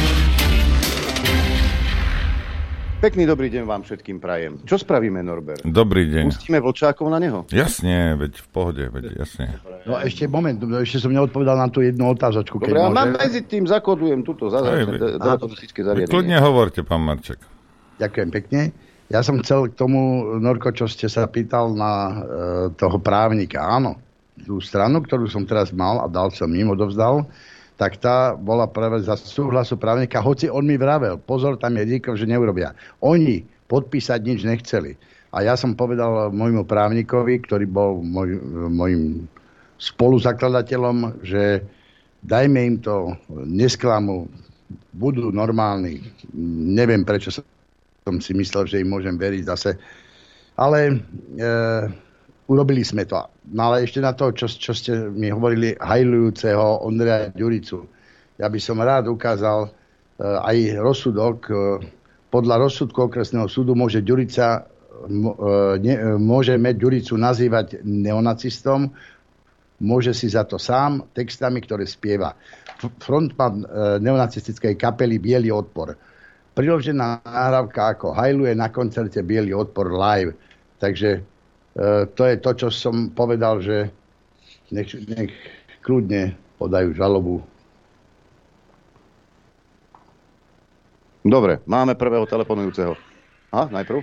Pekný dobrý deň vám všetkým prajem. Čo spravíme, Norbert? Dobrý deň. Pustíme Vlčákov na neho? Jasne, veď v pohode, veď jasne. No ešte moment, ešte som neodpovedal na tú jednu otázočku. Dobre, a mám medzi tým zakodujem túto zdravotnícke zariadenie. Kľudne hovorte, pán Marček. Ďakujem pekne. Ja som chcel k tomu, Norko, čo ste sa pýtal na e, toho právnika. Áno, tú stranu, ktorú som teraz mal a dal som im, odovzdal, tak tá bola práve za súhlasu právnika, hoci on mi vravel, pozor, tam je riziko, že neurobia. Oni podpísať nič nechceli. A ja som povedal môjmu právnikovi, ktorý bol môj, môjim spoluzakladateľom, že dajme im to, nesklamu, budú normálni. Neviem, prečo som si myslel, že im môžem veriť zase. Ale e, urobili sme to. No ale ešte na to, čo, čo ste mi hovorili, hajlujúceho Ondreja Ďuricu. Ja by som rád ukázal e, aj rozsudok. E, podľa rozsudku okresného súdu môže Ďurica, m, e, ne, môže Med Ďuricu nazývať neonacistom, môže si za to sám textami, ktoré spieva. Frontman e, neonacistickej kapely Bielý odpor. Priložená nahrávka, ako hajluje na koncerte Bielý odpor live. Takže Uh, to je to, čo som povedal, že nech, nech kľudne podajú žalobu. Dobre, máme prvého telefonujúceho. A, najprv?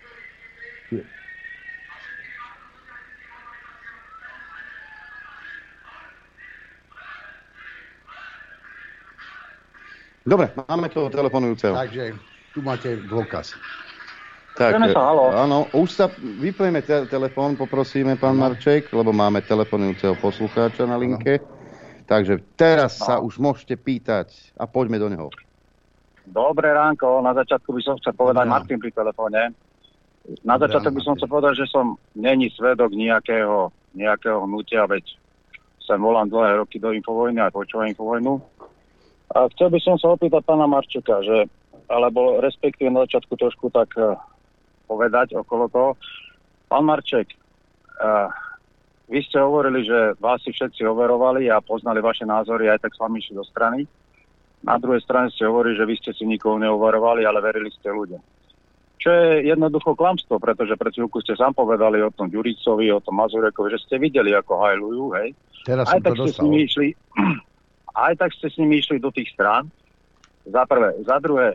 Dobre, máme toho telefonujúceho. Takže tu máte dôkaz. Tak, áno, už sa vypojeme te- telefón, poprosíme, pán Marček, lebo máme telefonujúceho poslucháča na linke. Takže teraz sa už môžete pýtať a poďme do neho. Dobré ránko, na začiatku by som chcel povedať, no. Martin pri telefóne. Na začiatok by som chcel povedať, že som není svedok nejakého, nejakého hnutia, veď sem volám dlhé roky do Infovojny a počúvam Infovojnu. A chcel by som sa opýtať pána Marčeka, že, alebo respektíve na začiatku trošku tak povedať okolo toho. Pán Marček, uh, vy ste hovorili, že vás si všetci overovali a poznali vaše názory, aj tak s vami išli do strany. Na druhej strane ste hovorili, že vy ste si nikoho neoverovali, ale verili ste ľuďom. Čo je jednoducho klamstvo, pretože pred chvíľku ste sám povedali o tom Ďuricovi, o tom Mazurekovi, že ste videli, ako hajlujú, hej. Teraz aj som tak to ste s nimi išli, aj tak ste s nimi išli do tých strán. Za prvé. Za druhé,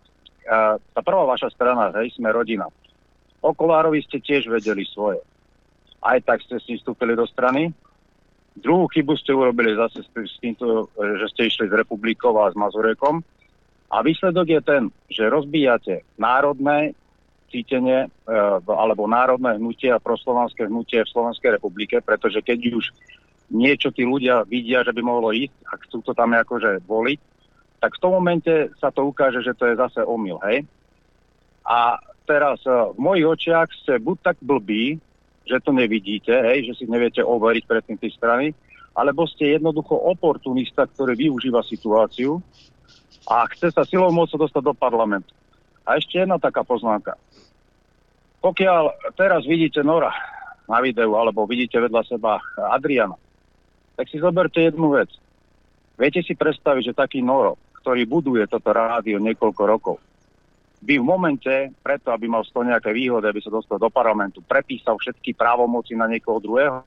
tá prvá vaša strana, hej, Sme rodina. O Kolárovi ste tiež vedeli svoje. Aj tak ste si vstúpili do strany. Druhú chybu ste urobili zase s týmto, že ste išli s Republikou a s Mazurekom. A výsledok je ten, že rozbíjate národné cítenie alebo národné hnutie a proslovanské hnutie v Slovenskej republike, pretože keď už niečo tí ľudia vidia, že by mohlo ísť a chcú to tam akože voliť, tak v tom momente sa to ukáže, že to je zase omyl, hej? A teraz v mojich očiach ste buď tak blbí, že to nevidíte, hej, že si neviete overiť predtým tej strany, alebo ste jednoducho oportunista, ktorý využíva situáciu a chce sa silou mocou dostať do parlamentu. A ešte jedna taká poznámka. Pokiaľ teraz vidíte Nora na videu, alebo vidíte vedľa seba Adriana, tak si zoberte jednu vec. Viete si predstaviť, že taký Noro, ktorý buduje toto rádio niekoľko rokov, by v momente, preto aby mal z toho nejaké výhody, aby sa dostal do parlamentu, prepísal všetky právomoci na niekoho druhého,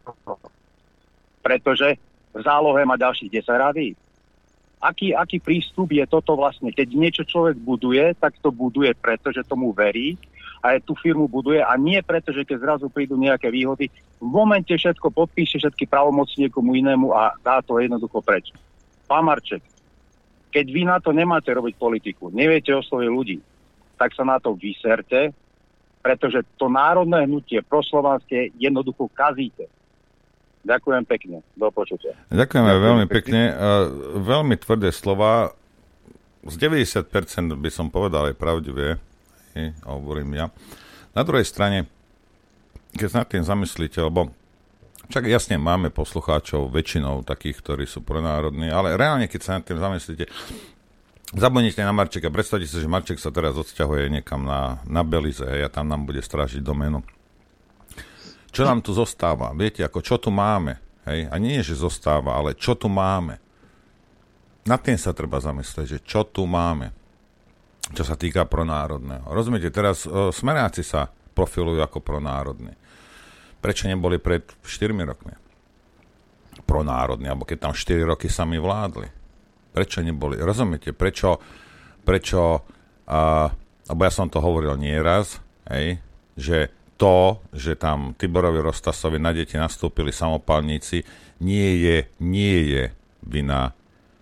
pretože v zálohe má ďalších desať rádií. Aký, aký prístup je toto vlastne? Keď niečo človek buduje, tak to buduje preto, že tomu verí a tú firmu buduje a nie preto, že keď zrazu prídu nejaké výhody, v momente všetko podpíše, všetky právomoci niekomu inému a dá to jednoducho preč. Pán Marček, keď vy na to nemáte robiť politiku, neviete osloviť ľudí, tak sa na to vyserte, pretože to národné hnutie proslovanské jednoducho kazíte. Ďakujem pekne. Do počutia. Ďakujeme Ďakujem veľmi pekne. pekne. Veľmi tvrdé slova. Z deväťdesiat percent by som povedal aj pravdivé. A hovorím ja. Na druhej strane, keď sa nad tým zamyslíte, lebo však jasne máme poslucháčov väčšinou takých, ktorí sú pronárodní, ale reálne, keď sa nad tým zamyslíte, zabudnite na Marčeka. Predstavte si, že Marček sa teraz odsťahuje niekam na, na Belize a tam nám bude strážiť doménu. Čo nám tu zostáva? Viete, ako čo tu máme? Hej? A nie, že zostáva, ale čo tu máme. Nad tým sa treba zamyslieť, že čo tu máme, čo sa týka pronárodného. Rozumiete, teraz uh, smeráci sa profilujú ako pronárodní. Prečo neboli pred štyrmi rokmi pronárodní, alebo keď tam štyri roky sami vládli? Prečo neboli? Rozumiete, prečo, prečo uh, alebo ja som to hovoril nieraz, hej, že to, že tam Tiborovi Rostasovi na deti nastúpili samopalníci, nie je, nie je vina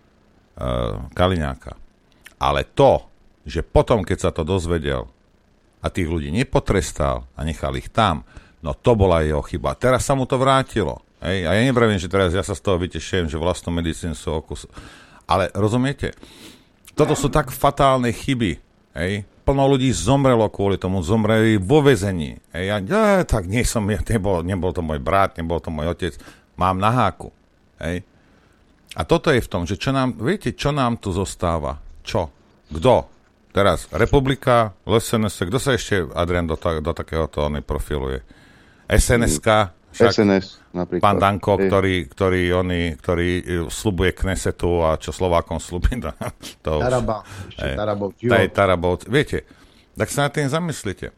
Kaliňáka. Ale to, že potom, keď sa to dozvedel a tých ľudí nepotrestal a nechal ich tam, no to bola jeho chyba. Teraz sa mu to vrátilo. Hej? A ja nevravím, že teraz ja sa z toho vytešujem, že vlastnú medicínu sú okus. Ale rozumiete? Toto sú tak fatálne chyby. Hej? Plno ľudí zomrelo kvôli tomu, zomreli vo väzení. Hej? Ja, ja, tak nie som, ja, nebol, nebol to môj brat, nebol to môj otec. Mám na háku. Hej? A toto je v tom, že čo nám, viete, čo nám tu zostáva? Čo? Kto? Teraz Republika, el es en es, kto sa ešte, Adrian, do, ta, do takéhoto neprofiluje? es en es ká, však es en es, napríklad. Pán Danko, ktorý, ktorý, oni, ktorý slubuje Knesetu a čo Slovákom slubí. To Taraba, ešte Tarabov. Taj Tarabov. Viete, tak sa na tým zamyslite.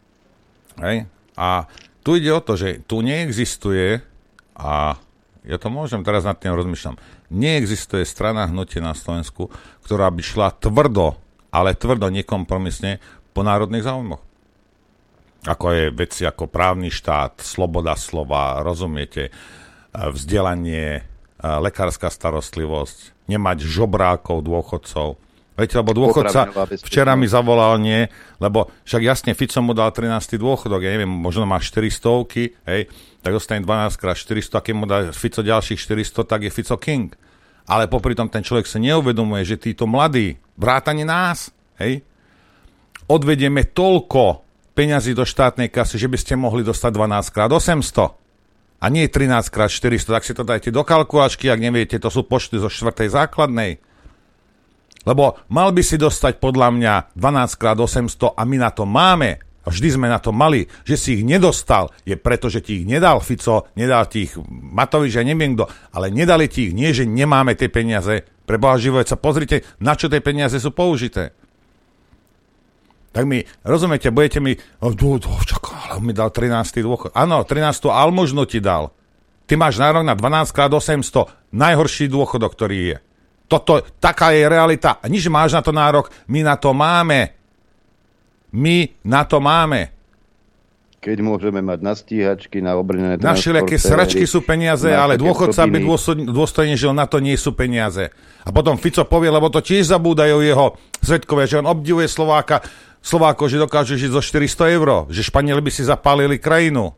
Hej? A tu ide o to, že tu neexistuje, a ja to môžem, teraz nad tým rozmýšľam, neexistuje strana hnutie na Slovensku, ktorá by šla tvrdo, ale tvrdo, nekompromisne po národných záujmoch. Ako je veci ako právny štát, sloboda slova, rozumiete, vzdelanie, lekárska starostlivosť, nemať žobrákov, dôchodcov. Viete, lebo dôchodca včera mi zavolal nie, lebo však jasne Fico mu dal trinásty dôchodok, ja neviem, možno má štyristovky, hej, tak dostane dvanásť krát štyristo, a keď mu dá Fico ďalších štyristo, tak je Fico king. Ale popri tom ten človek sa neuvedomuje, že títo mladí, vrátane nás, hej, odvedieme toľko peňazí do štátnej kasy, že by ste mohli dostať dvanásť krát osemsto. A nie trinásť krát štyristo, tak si to dajte do kalkulačky, ak neviete, to sú počty zo štvrtej základnej. Lebo mal by si dostať podľa mňa dvanásť krát osemsto a my na to máme, a vždy sme na to mali, že si ich nedostal, je preto, že ti ich nedal Fico, nedal ti ich Matovič, ja neviem kto, ale nedali ti ich, nie, že nemáme tie peniaze. Pre Boha živého, pozrite, na čo tie peniaze sú použité. Tak mi, rozumiete, budete mi, oh, oh, čaká, ale mi dal trinásty dôchod. Áno, trinástu almužnu ti dal. Ty máš nárok na dvanásť krát osemsto, najhorší dôchodok, ktorý je. Toto, taká je realita. A nič máš na to nárok, my na to máme. My na to máme. Keď môžeme mať na stíhačky, na obrnené transportéry. Na všelijaké sračky sú peniaze, ale dôchodca by dôstojne žil, na to nie sú peniaze. A potom Fico povie, lebo to tiež zabúdajú jeho svedkovia, že on obdivuje Slováka, Slovákov, že dokážu žiť zo štyristo eur, že Španieli by si zapálili krajinu.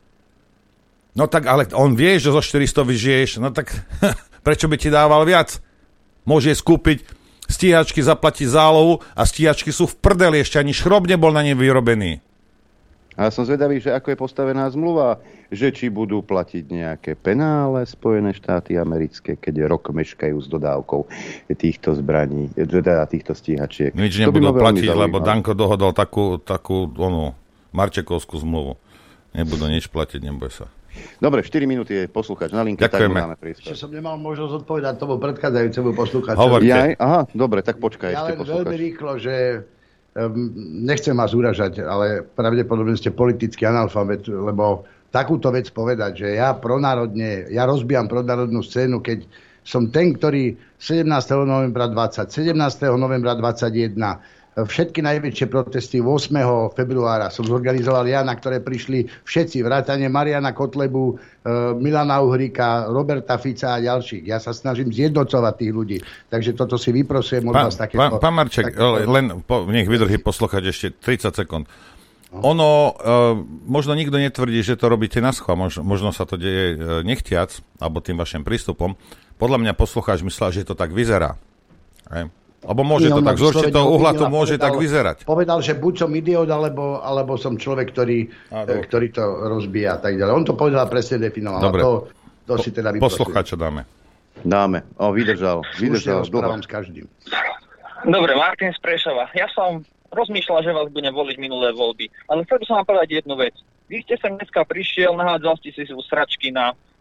No tak, ale on vie, že zo štyristo vyžiješ, no tak prečo by ti dával viac? Môže skúpiť stíhačky, zaplatiť zálohu a stíhačky sú v prdeli, ešte ani šrob nebol na ne vyrobený. A ja som zvedavý, že ako je postavená zmluva, že či budú platiť nejaké penále Spojené štáty americké, keď rok meškajú s dodávkou týchto zbraní, teda týchto stíhačiek. Nič nebudú platiť, lebo Danko dohodol takú, takú onu, Marčekovskú zmluvu. Nebudú nič platiť, neboj sa. Dobre, štyri minúty je posluchač na linke. Ďakujeme. Tak máme priestor. Ešte som nemal možnosť odpovedať tomu predchádzajúcemu posluchačovi. Hovorte. Ja, aha, dobre, tak počkaj ja ešte posluchač. Ja len veľmi rýchlo, že um, nechcem vás uražať, ale pravdepodobne ste politický analfabet, lebo takúto vec povedať, že ja pronárodne, ja rozbijam pronárodnú scénu, keď som ten, ktorý sedemnásteho novembra dvadsať, sedemnásteho novembra dvadsaťjeden, všetky najväčšie protesty ôsmeho februára som zorganizoval ja, na ktoré prišli všetci, vrátane Mariana Kotlebu, Milana Uhrika, Roberta Fica a ďalších. Ja sa snažím zjednocovať tých ľudí. Takže toto si vyprosujem od vás takéto. Pán, pán Marček, takéto... len po, nech vydrží poslúchať ešte tridsať sekúnd. Ono, uh, možno nikto netvrdí, že to robíte na schvál, možno, možno sa to deje uh, nechtiac, alebo tým vašim prístupom. Podľa mňa poslucháč myslel, že to tak vyzerá. Hej. Lebo môže to tak, z určitého uhla to môže povedal, tak vyzerať. Povedal, že buď som idiot, alebo, alebo som človek, ktorý, ktorý to rozbíja a tak ďalej. On to povedal presne definoval. Dobre, to, to si teda poslucháča dáme. Dáme. O, vydržal. Vydržal. Slušne s každým. Dobre, Martin z Prešova. Ja som rozmýšľal, že vás budem voliť minulé voľby. Ale chcel by som vám povedať jednu vec. Vy ste sem dneska prišiel, nahádzal ste si sračky na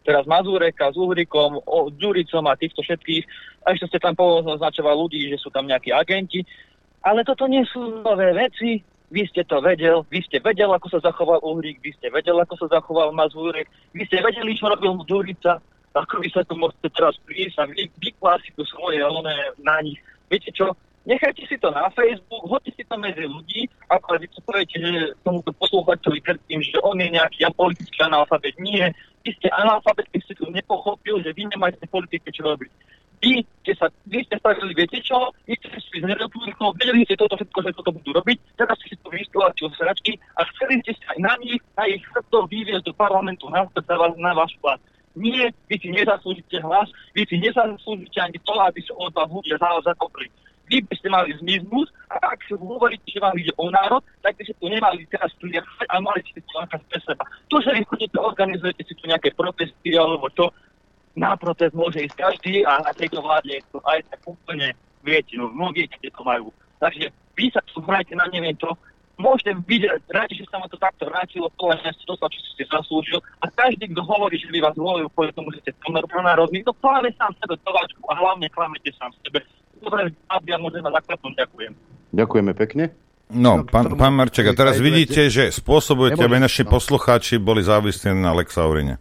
teraz Mazureka s Uhrikom, o Ďuricom a týchto všetkých. A ešte ste tam poznačovali ľudí, že sú tam nejakí agenti. Ale toto nie sú nové veci. Vy ste to vedel, vy ste vedel, ako sa zachoval Uhrík, vy ste vedel, ako sa zachoval Mazurek, vy ste vedeli, čo robil Ďurica. Ako vy sa tu môžete teraz prísť a vy, vyklásiť tu svoje oné na nich. Viete čo? Nechajte si to na Facebook, hoďte si to medzi ľudí, ako vy to poviete, že tomuto poslúchačovi krtím, že on je nejaký politický analfabet. Nie, vy ste analfabet, keď ste tu nepochopil, že vy nemáte politike čo robiť. Vy ste sa, vy ste spravili, viete čo? Vy ste si z nerepublikou, vedeli ste toto všetko, že toto budú robiť, teraz ste si to vyštovali od sračky a chceli ste sa aj na nich, na ich chrbtov vyviezť do parlamentu, na, na váš plat. Nie, vy si nezaslúžite hlas, vy si nezaslúžite ani to, aby sa od vás ľudia zakopli. Vy by ste mali zmiznúť a ak si hovoríte, že vám ide o národ, tak by ste tu nemali teraz pliachať a mali ste to nakaz pre seba. To, že vy chodíte, organizujete si tu nejaké protesty alebo čo, na protest môže ísť každý a na tejto vláde je to aj tak úplne, viete, no mnohí to majú. Takže vy sa tu hrajte na neviem to, môžete vidieť, rádi, že sa ma to takto vrátilo, to len ste dostal, čo ste zaslúžil a každý, kto hovorí, že by vás volil, povie tomu, že ste pronárodní, to klame sám sebe tovačku a hlavne klamete sám sebe. Dobre, aby ja môžeme zaklepnúť, ďakujem. Ďakujeme pekne. No, pán, pán Marček, a teraz vidíte, že spôsobujete, aby naši poslucháči boli závislí na Lex Aurine.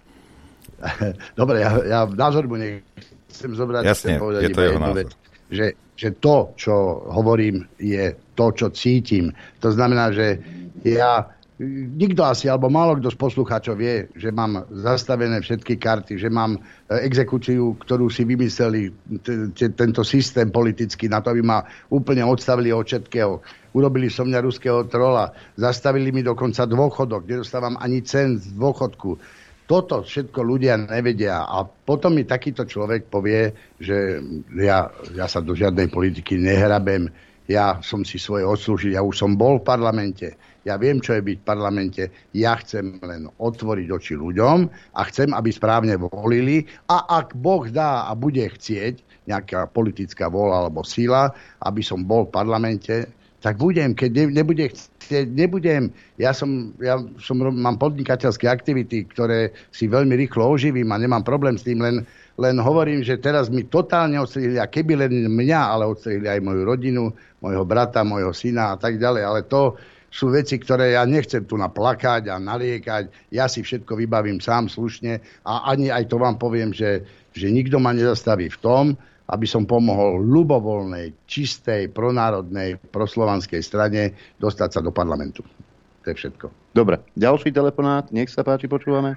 Dobre, ja, ja názor mu nechcem zobrať. Jasne, je to jeho názor. Vec, že, že to, čo hovorím, je to, čo cítim. To znamená, že ja... Nikto asi, alebo málo kto z poslucháčov vie, že mám zastavené všetky karty, že mám exekúciu, ktorú si vymysleli t- t- tento systém politický na to, aby ma úplne odstavili od všetkého. Urobili so mňa ruského trola, zastavili mi dokonca dôchodok, nedostávam ani cent z dôchodku. Toto všetko ľudia nevedia a potom mi takýto človek povie, že ja, ja sa do žiadnej politiky nehrabem, ja som si svoje odslúžil, ja už som bol v parlamente, ja viem, čo je byť v parlamente, ja chcem len otvoriť oči ľuďom a chcem, aby správne volili a ak Boh dá a bude chcieť, nejaká politická vôľa alebo sila, aby som bol v parlamente, tak budem, keď ne, nebude chcieť, nebudem. Ja som, ja som, mám podnikateľské aktivity, ktoré si veľmi rýchlo oživím a nemám problém s tým, len, len hovorím, že teraz mi totálne odstrihli, a keby len mňa, ale odstrihli aj moju rodinu, môjho brata, môjho syna a tak ďalej, ale to sú veci, ktoré ja nechcem tu naplakať a naliekať. Ja si všetko vybavím sám slušne a ani aj to vám poviem, že, že nikto ma nezastaví v tom, aby som pomohol ľubovoľnej, čistej, pronárodnej, proslovanskej strane dostať sa do parlamentu. To je všetko. Dobre, ďalší telefonát, nech sa páči, počúvame.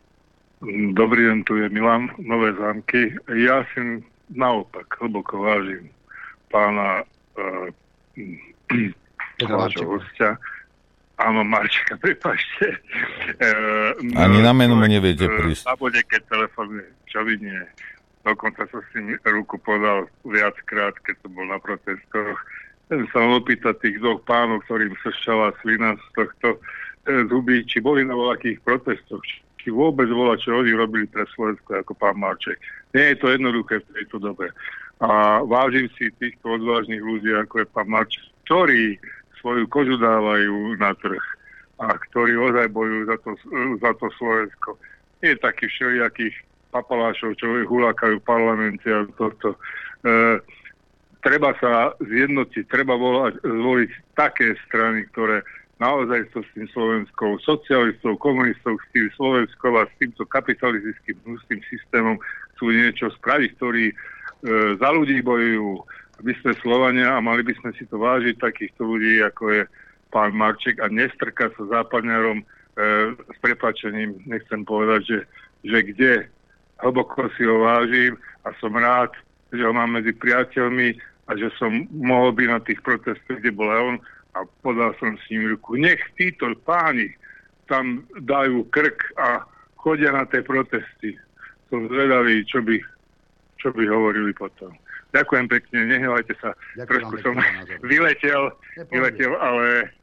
Dobrý deň, tu je Milan, Nové Zámky. Ja si naopak hlboko vážim pána uh, vášho hostia. Áno, Marčeka, prepáčte. Uh, Ani na menu mu neviete prísť. Na bode, keď telefonuje, čo vy nie. Dokonca som si ruku podal viackrát, keď som bol na protestoch. Chcem sa opýtať tých dvoch pánov, ktorým sršala slina z tohto e, zuby, či boli na voľakých protestoch, či vôbec bola, čo oni robili pre Slovensko ako pán Marček. Nie je to jednoduché v tejto dobe. A vážim si týchto odvážnych ľudí, ako je pán Marček, ktorí svoju kožu dávajú na trh a ktorí ozaj bojujú za to, za to Slovensko. Nie je takých všelijakých papalášov, čo hulákajú v parlamente a tohto. E, treba sa zjednotiť, treba volať, zvoliť také strany, ktoré naozaj so s tým Slovenskou, socialistov, komunistov, s tým Slovenskou a s týmto kapitalistickým hnusným systémom chcú niečo spraviť, ktorí e, za ľudí bojujú. My sme Slovania a mali by sme si to vážiť, takýchto ľudí, ako je pán Marček a nestrkať sa západňarom e, s prepáčením. Nechcem povedať, že, že kde. Hlboko si ho vážim a som rád, že ho mám medzi priateľmi a že som mohol byť na tých protestoch, kde bol aj on a podal som s ním ruku. Nech títo páni tam dajú krk a chodia na tie protesty. Som zvedavý, čo by, čo by hovorili potom. Ďakujem pekne, nehnevajte sa. Ďakujem, trošku som vyletel, vyletel, ale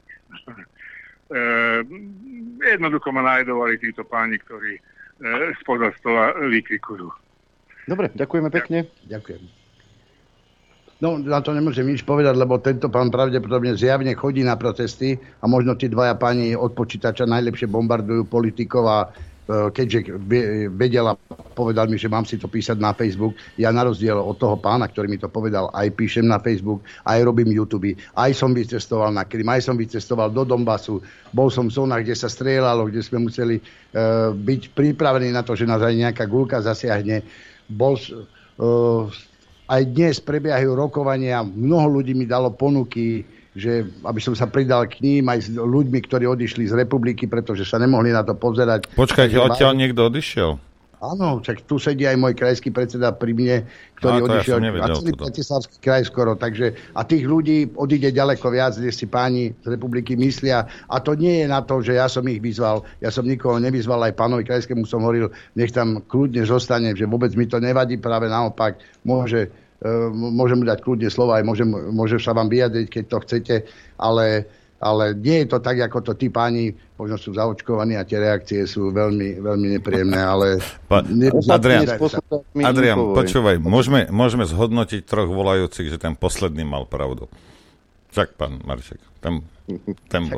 e, jednoducho ma najdovali títo páni, ktorí spoza stola vykrikujú. Dobre, ďakujeme pekne. Ďakujem. No, na to nemôžem nič povedať, lebo tento pán pravdepodobne zjavne chodí na protesty a možno tí dvaja páni od počítača najlepšie bombardujú politikov a keďže vedela, povedal mi, že mám si to písať na Facebook. Ja na rozdiel od toho pána, ktorý mi to povedal, aj píšem na Facebook, aj robím YouTube, aj som vycestoval na Krym, aj som vycestoval do Donbasu. Bol som v zónach, kde sa strieľalo, kde sme museli uh, byť pripravení na to, že nás aj nejaká guľka zasiahne. Bol, uh, aj dnes prebiehajú rokovania, mnoho ľudí mi dalo ponuky, že aby som sa pridal k ním aj s ľuďmi, ktorí odišli z republiky, pretože sa nemohli na to pozerať. Počkajte, odtiaľ niekto odišiel? Áno, čak tu sedí aj môj krajský predseda pri mne, ktorý no, odišiel ja a celý Bratislavský kraj skoro. Takže, a tých ľudí odíde ďaleko viac, kde si páni z republiky myslia. A to nie je na to, že ja som ich vyzval. Ja som nikoho nevyzval, aj pánovi krajskému som hovoril, nech tam kľudne zostane, že vôbec mi to nevadí, práve naopak môže... môžem dať kľudne slova, aj môžem, môžem sa vám vyjadriť, keď to chcete, ale, ale nie je to tak, ako to tí páni možno sú zaočkovaní a tie reakcie sú veľmi, veľmi nepríjemné, ale... Pa, ne, Adrian, Adrian počúvaj, môžeme, môžeme zhodnotiť troch volajúcich, že ten posledný mal pravdu. Však, pán Marček, ten, ten bol.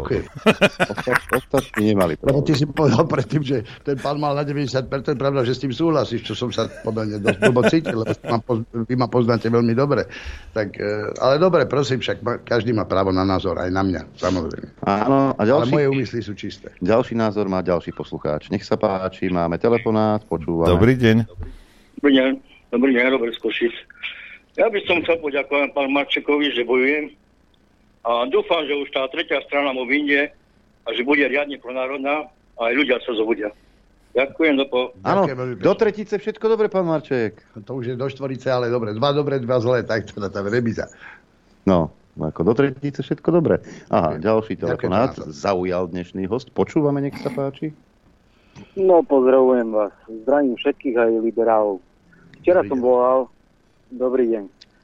Ostatní nemali pravdu. Lebo ty si povedal predtým, že ten pán mal na deväťdesiat percent pravda, že s tým súhlasíš, čo som sa podľa mňa dosť blbo cítil, lebo vy ma poznáte veľmi dobre. Tak, ale dobre, prosím, však každý má právo na názor, aj na mňa, samozrejme. Áno, a ďalší, ale moje úmysly sú čisté. Ďalší názor má ďalší poslucháč. Nech sa páči, máme telefonát, počúvame. Dobrý deň. Dobrý deň, dobrý deň, Robert z Košic. Ja by som chcel poďakovať pán Marčekovi, že bojujem. A dúfam, že už tá tretia strana mu vyjde a že bude riadne pronárodná a aj ľudia sa zobudia. Ďakujem. Do po... Áno, do tretice všetko dobre, pán Marček. To už je do štvorice, ale dobre. Dva dobre, dva zlé, tak teda tá remiza. No, ako do tretice všetko dobre. Aha, ďalší telefonát. Zaujal dnešný host. Počúvame, nech sa páči. No, pozdravujem vás. Zdravím všetkých aj liberálov. Včera dobrý som deň. volal. Dobrý deň.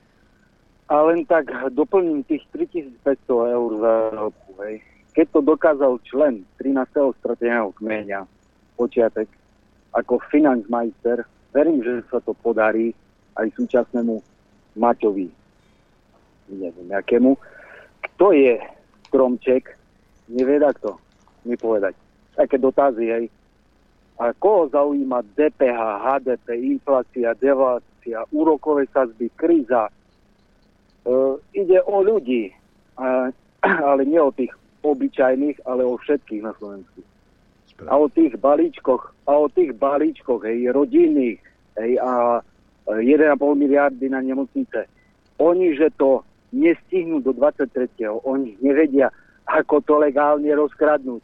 A len tak doplním tých tritisícpäťsto eur za roku. Hej. Keď to dokázal člen trinásteho strateného kmeňa, počiatek, ako financmajster, verím, že sa to podarí aj súčasnému Maťovi. Neviem, akému. Kto je Stromček? Nevie takto mi povedať. Také dotazy, hej. A koho zaujíma dé pé há, há dé pé, inflácia, devalácia, úrokové sadzby, kríza? Uh, ide o ľudí, uh, ale nie o tých obyčajných, ale o všetkých na Slovensku. Správne. A o tých balíčkoch, a o tých balíčkoch, hej, rodinných, hej, a jeden a pol miliardy na nemocnice. Oni, že to nestihnú do dvadsaťtretieho oni nevedia, ako to legálne rozkradnúť.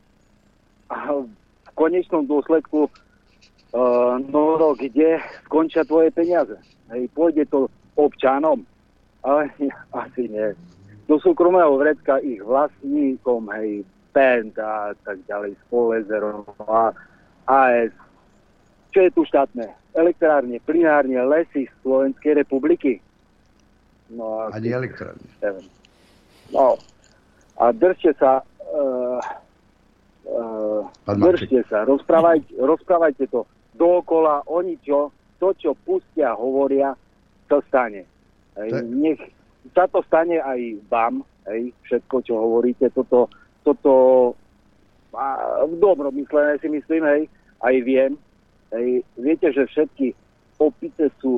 A v konečnom dôsledku uh, no, kde skončia tvoje peniaze. Hej, pôjde to občanom, ale asi nie. Do súkromného vrecka ich vlastníkom, hej, Penta a tak ďalej, Spolezerom a á es. Čo je tu štátne? Elektrárne, plynárne, lesy Slovenskej republiky. No, ani elektrárne. Neviem. No, a držte sa, uh, uh, držte sa, rozprávajte, rozprávajte to dookola, oni čo, to, čo pustia, hovoria, to stane. Hej, nech sa to stane aj vám, hej, všetko, čo hovoríte, toto, toto a v dobrom myslené si myslím, hej, aj viem. Hej, viete, že všetky opice sú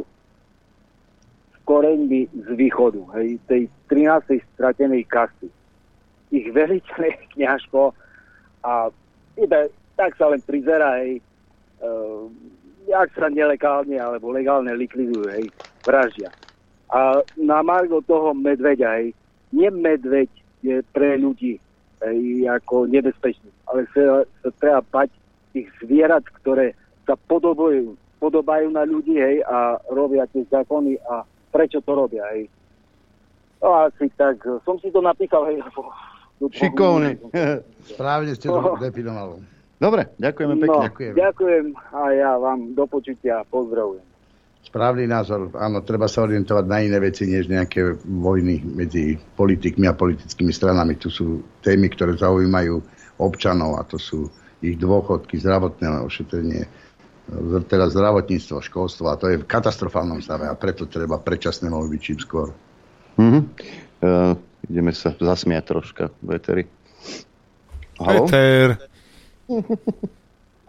z koreňby z východu, hej, tej trinástej stratenej kasty. Ich veliteľ je kňažko a iba tak sa len prizerá, hej, uh, jak sa nelegálne alebo legálne likvidujú, hej, vraždia. A na margo toho medveďa, hej, nie medveď je pre ľudí, hej, ako nebezpečný, ale sa, sa treba bať tých zvierat, ktoré sa podobajú, podobajú na ľudí, hej, a robia tie zákony a prečo to robia, hej. No asi tak, som si to napísal, hej. Šikovný. Správne ste to definovali. Dobre, ďakujeme pekne. No, ďakujem. ďakujem a ja vám do počutia pozdravujem. Správny názor. Áno, treba sa orientovať na iné veci, než nejaké vojny medzi politikmi a politickými stranami. Tu sú témy, ktoré zaujímajú občanov a to sú ich dôchodky, zdravotné ošetrenie, teda zdravotníctvo, školstvo a to je v katastrofálnom stave a preto treba predčasné voľby čím skôr. Mm-hmm. Uh, ideme sa zasmiať troška v éteri. Haló? Peter.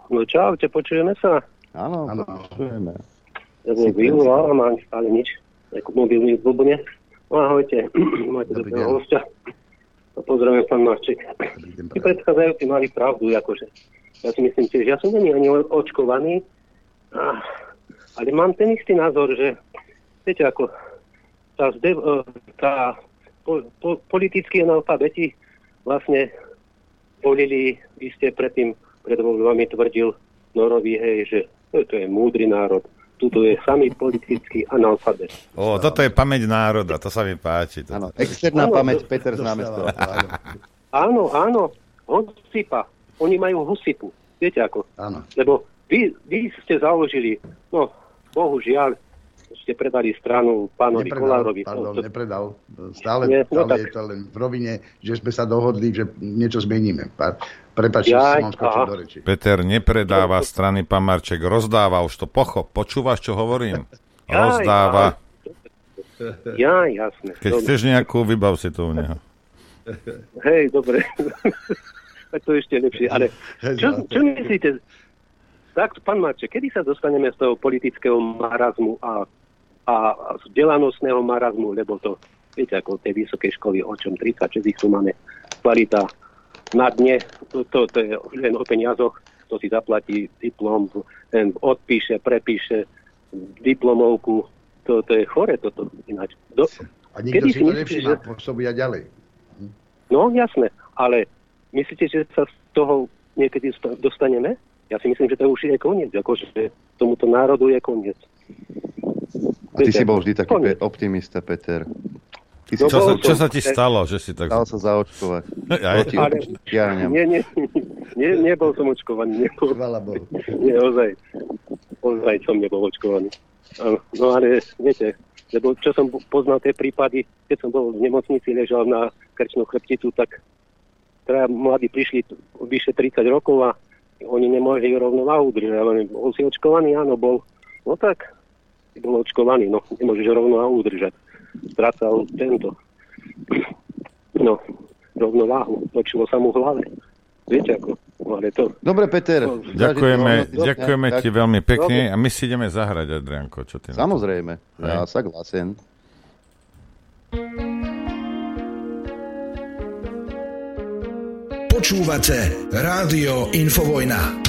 No čaute, počujeme sa? Áno, počujeme. Ja som vyvolal a mám stále nič. Ako mobilný zbobne. No ahojte, máte dobrého hostia. Pozdravujem, pán Marček. Tí predchádzajúci mali pravdu, akože. Ja si myslím tiež, ja som není ani očkovaný, a, ale mám ten istý názor, že viete, ako tá, tá po, po, politickí analfabeti vlastne volili, vy ste predtým pred voľbami tvrdil Norovi, hej, že to, to je múdry národ. Tuto je samý politický analfabet. O, toto je pamäť národa, to sa mi páči. Áno, externá áno, pamäť, Peter z námestova. Áno, áno, Hosipa. Oni majú Hosipu. Viete ako? Áno. Lebo vy, vy ste založili, no, bohužiaľ, ste predali stranu pánovi Kolárovi. Pardon, to, to... nepredal. Stále, Nie, no stále tak... je to len v rovine, že sme sa dohodli, že niečo zmeníme. Prepáčte, ja, som vám skočil do reči. Peter nepredáva strany, pán Marček, rozdáva, už to pochop. Počúvaš, čo hovorím? Rozdáva. Ja, jasne. Keď dobre. Chceš nejakú, vybav si to u neho. Hej, dobre. Tak to ešte lepšie. Ale čo, čo myslíte? Tak, pán Marček, kedy sa dostaneme z toho politického marazmu a, a vzdelanostného marazmu, lebo to, viete, ako tej vysokej školy, o čom tridsaťšesť ich tu máme, kvalita na dne, to, to, to je len o peniazoch, to si zaplatí diplom, ten odpíše, prepíše diplomovku, to, to je chore toto ináč. Do, a nikto si to nevšimá, pôsobia ďalej. No, jasné, ale myslíte, že sa z toho niekedy dostaneme? Ja si myslím, že to už je koniec, akože tomuto národu je koniec. A ty si bol vždy taký pe- optimista, Peter. Ty no, čo, sa, čo sa ti stalo, že si tak... Dal sa zaočkovať. Ale, nie, nie, nie, nebol som očkovaný. Nebol. Chvala Bohu. Nie, ozaj. Ozaj som nebol očkovaný. No ale, viete, lebo čo som poznal tie prípady, keď som bol v nemocnici, ležal na krčnú chrbticu, tak traja mladí prišli vyše tridsať rokov a oni nemohli rovnováhu udržať, ale bol si očkovaný, áno, bol. No tak, si bol očkovaný, no, nemôžeš rovnováhu udržať. Strácal tento, no, rovnováhu, točilo sa mu v hlave. Viete ako, ale to... Dobre, Peter. No, ďakujeme, ďakujeme ti veľmi pekne a my si ideme zahrať, Adrianko, čo ty... Samozrejme, ja sa glásem. Počúvate Rádio Infovojna.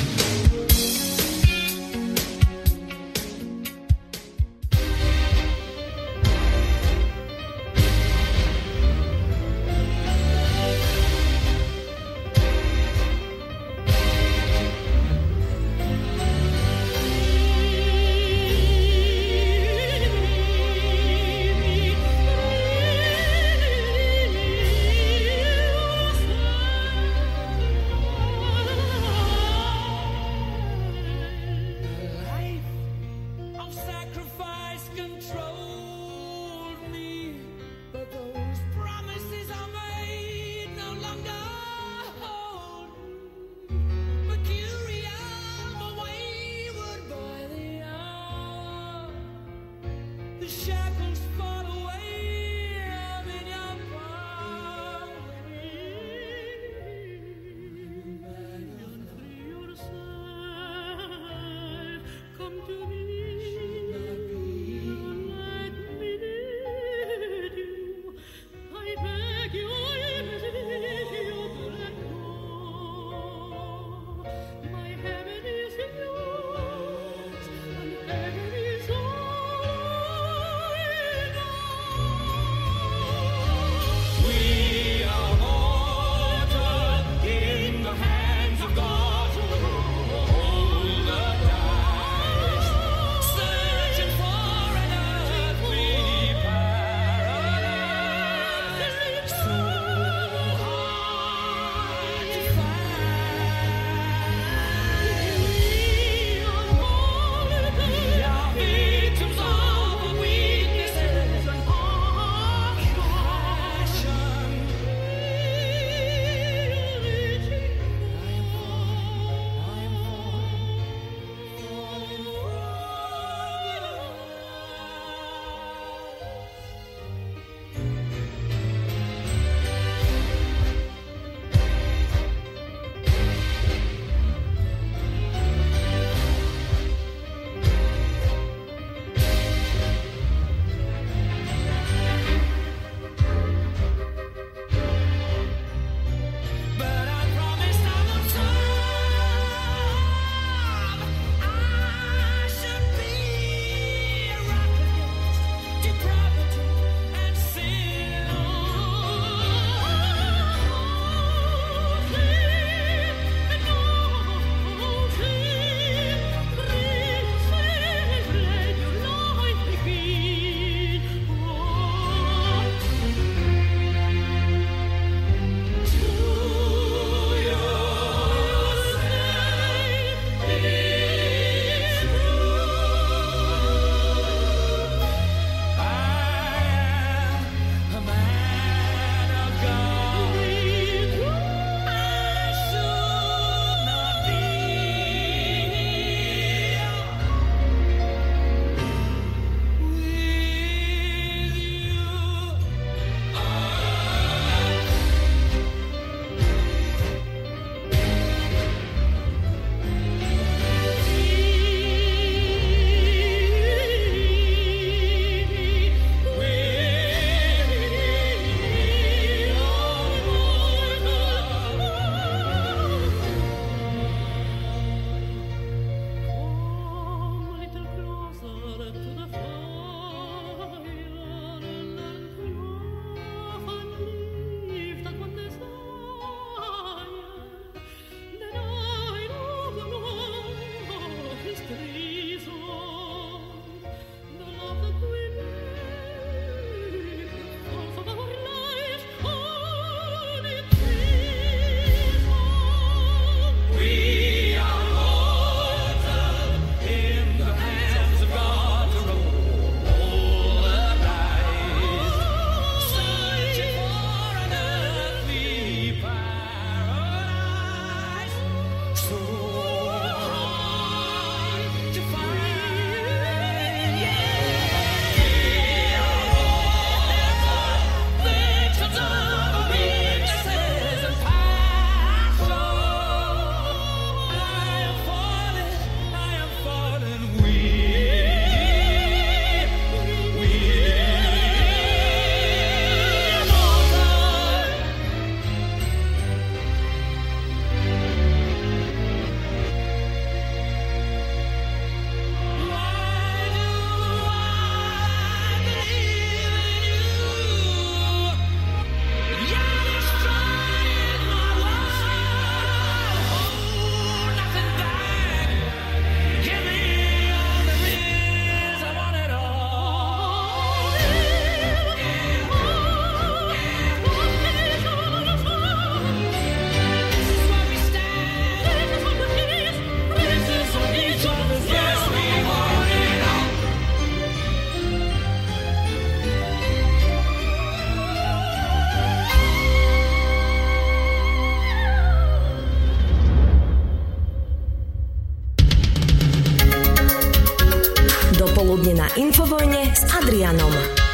Popoludne na Infovojne s Adrianom.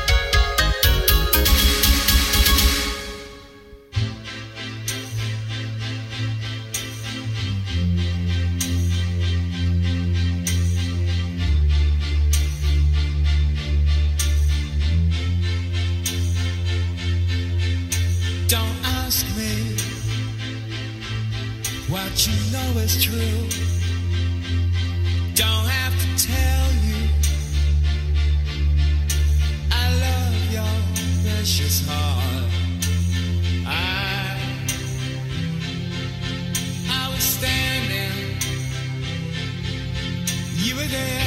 Don't ask me what you know is true. Don't have to tell you I love your precious heart. I I was standing, you were there.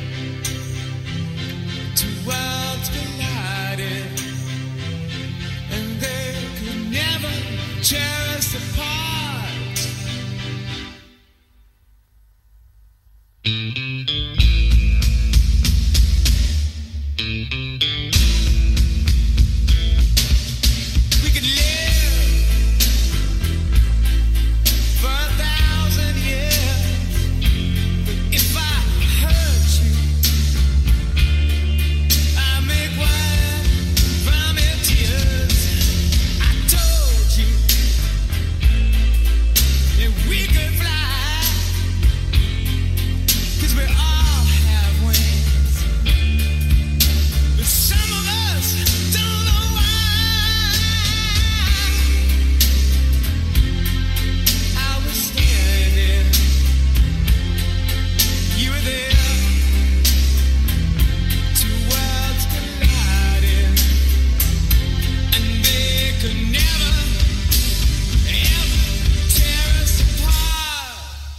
Two worlds collided, and they could never tear us apart. We could live for a thousand years, but if I hurt you, I make wine from your tears. I told you that we could fly, 'cause we all have wings, but some of us don't know why. I was standing, you were there. Two worlds collided, and they could never, ever tear us apart.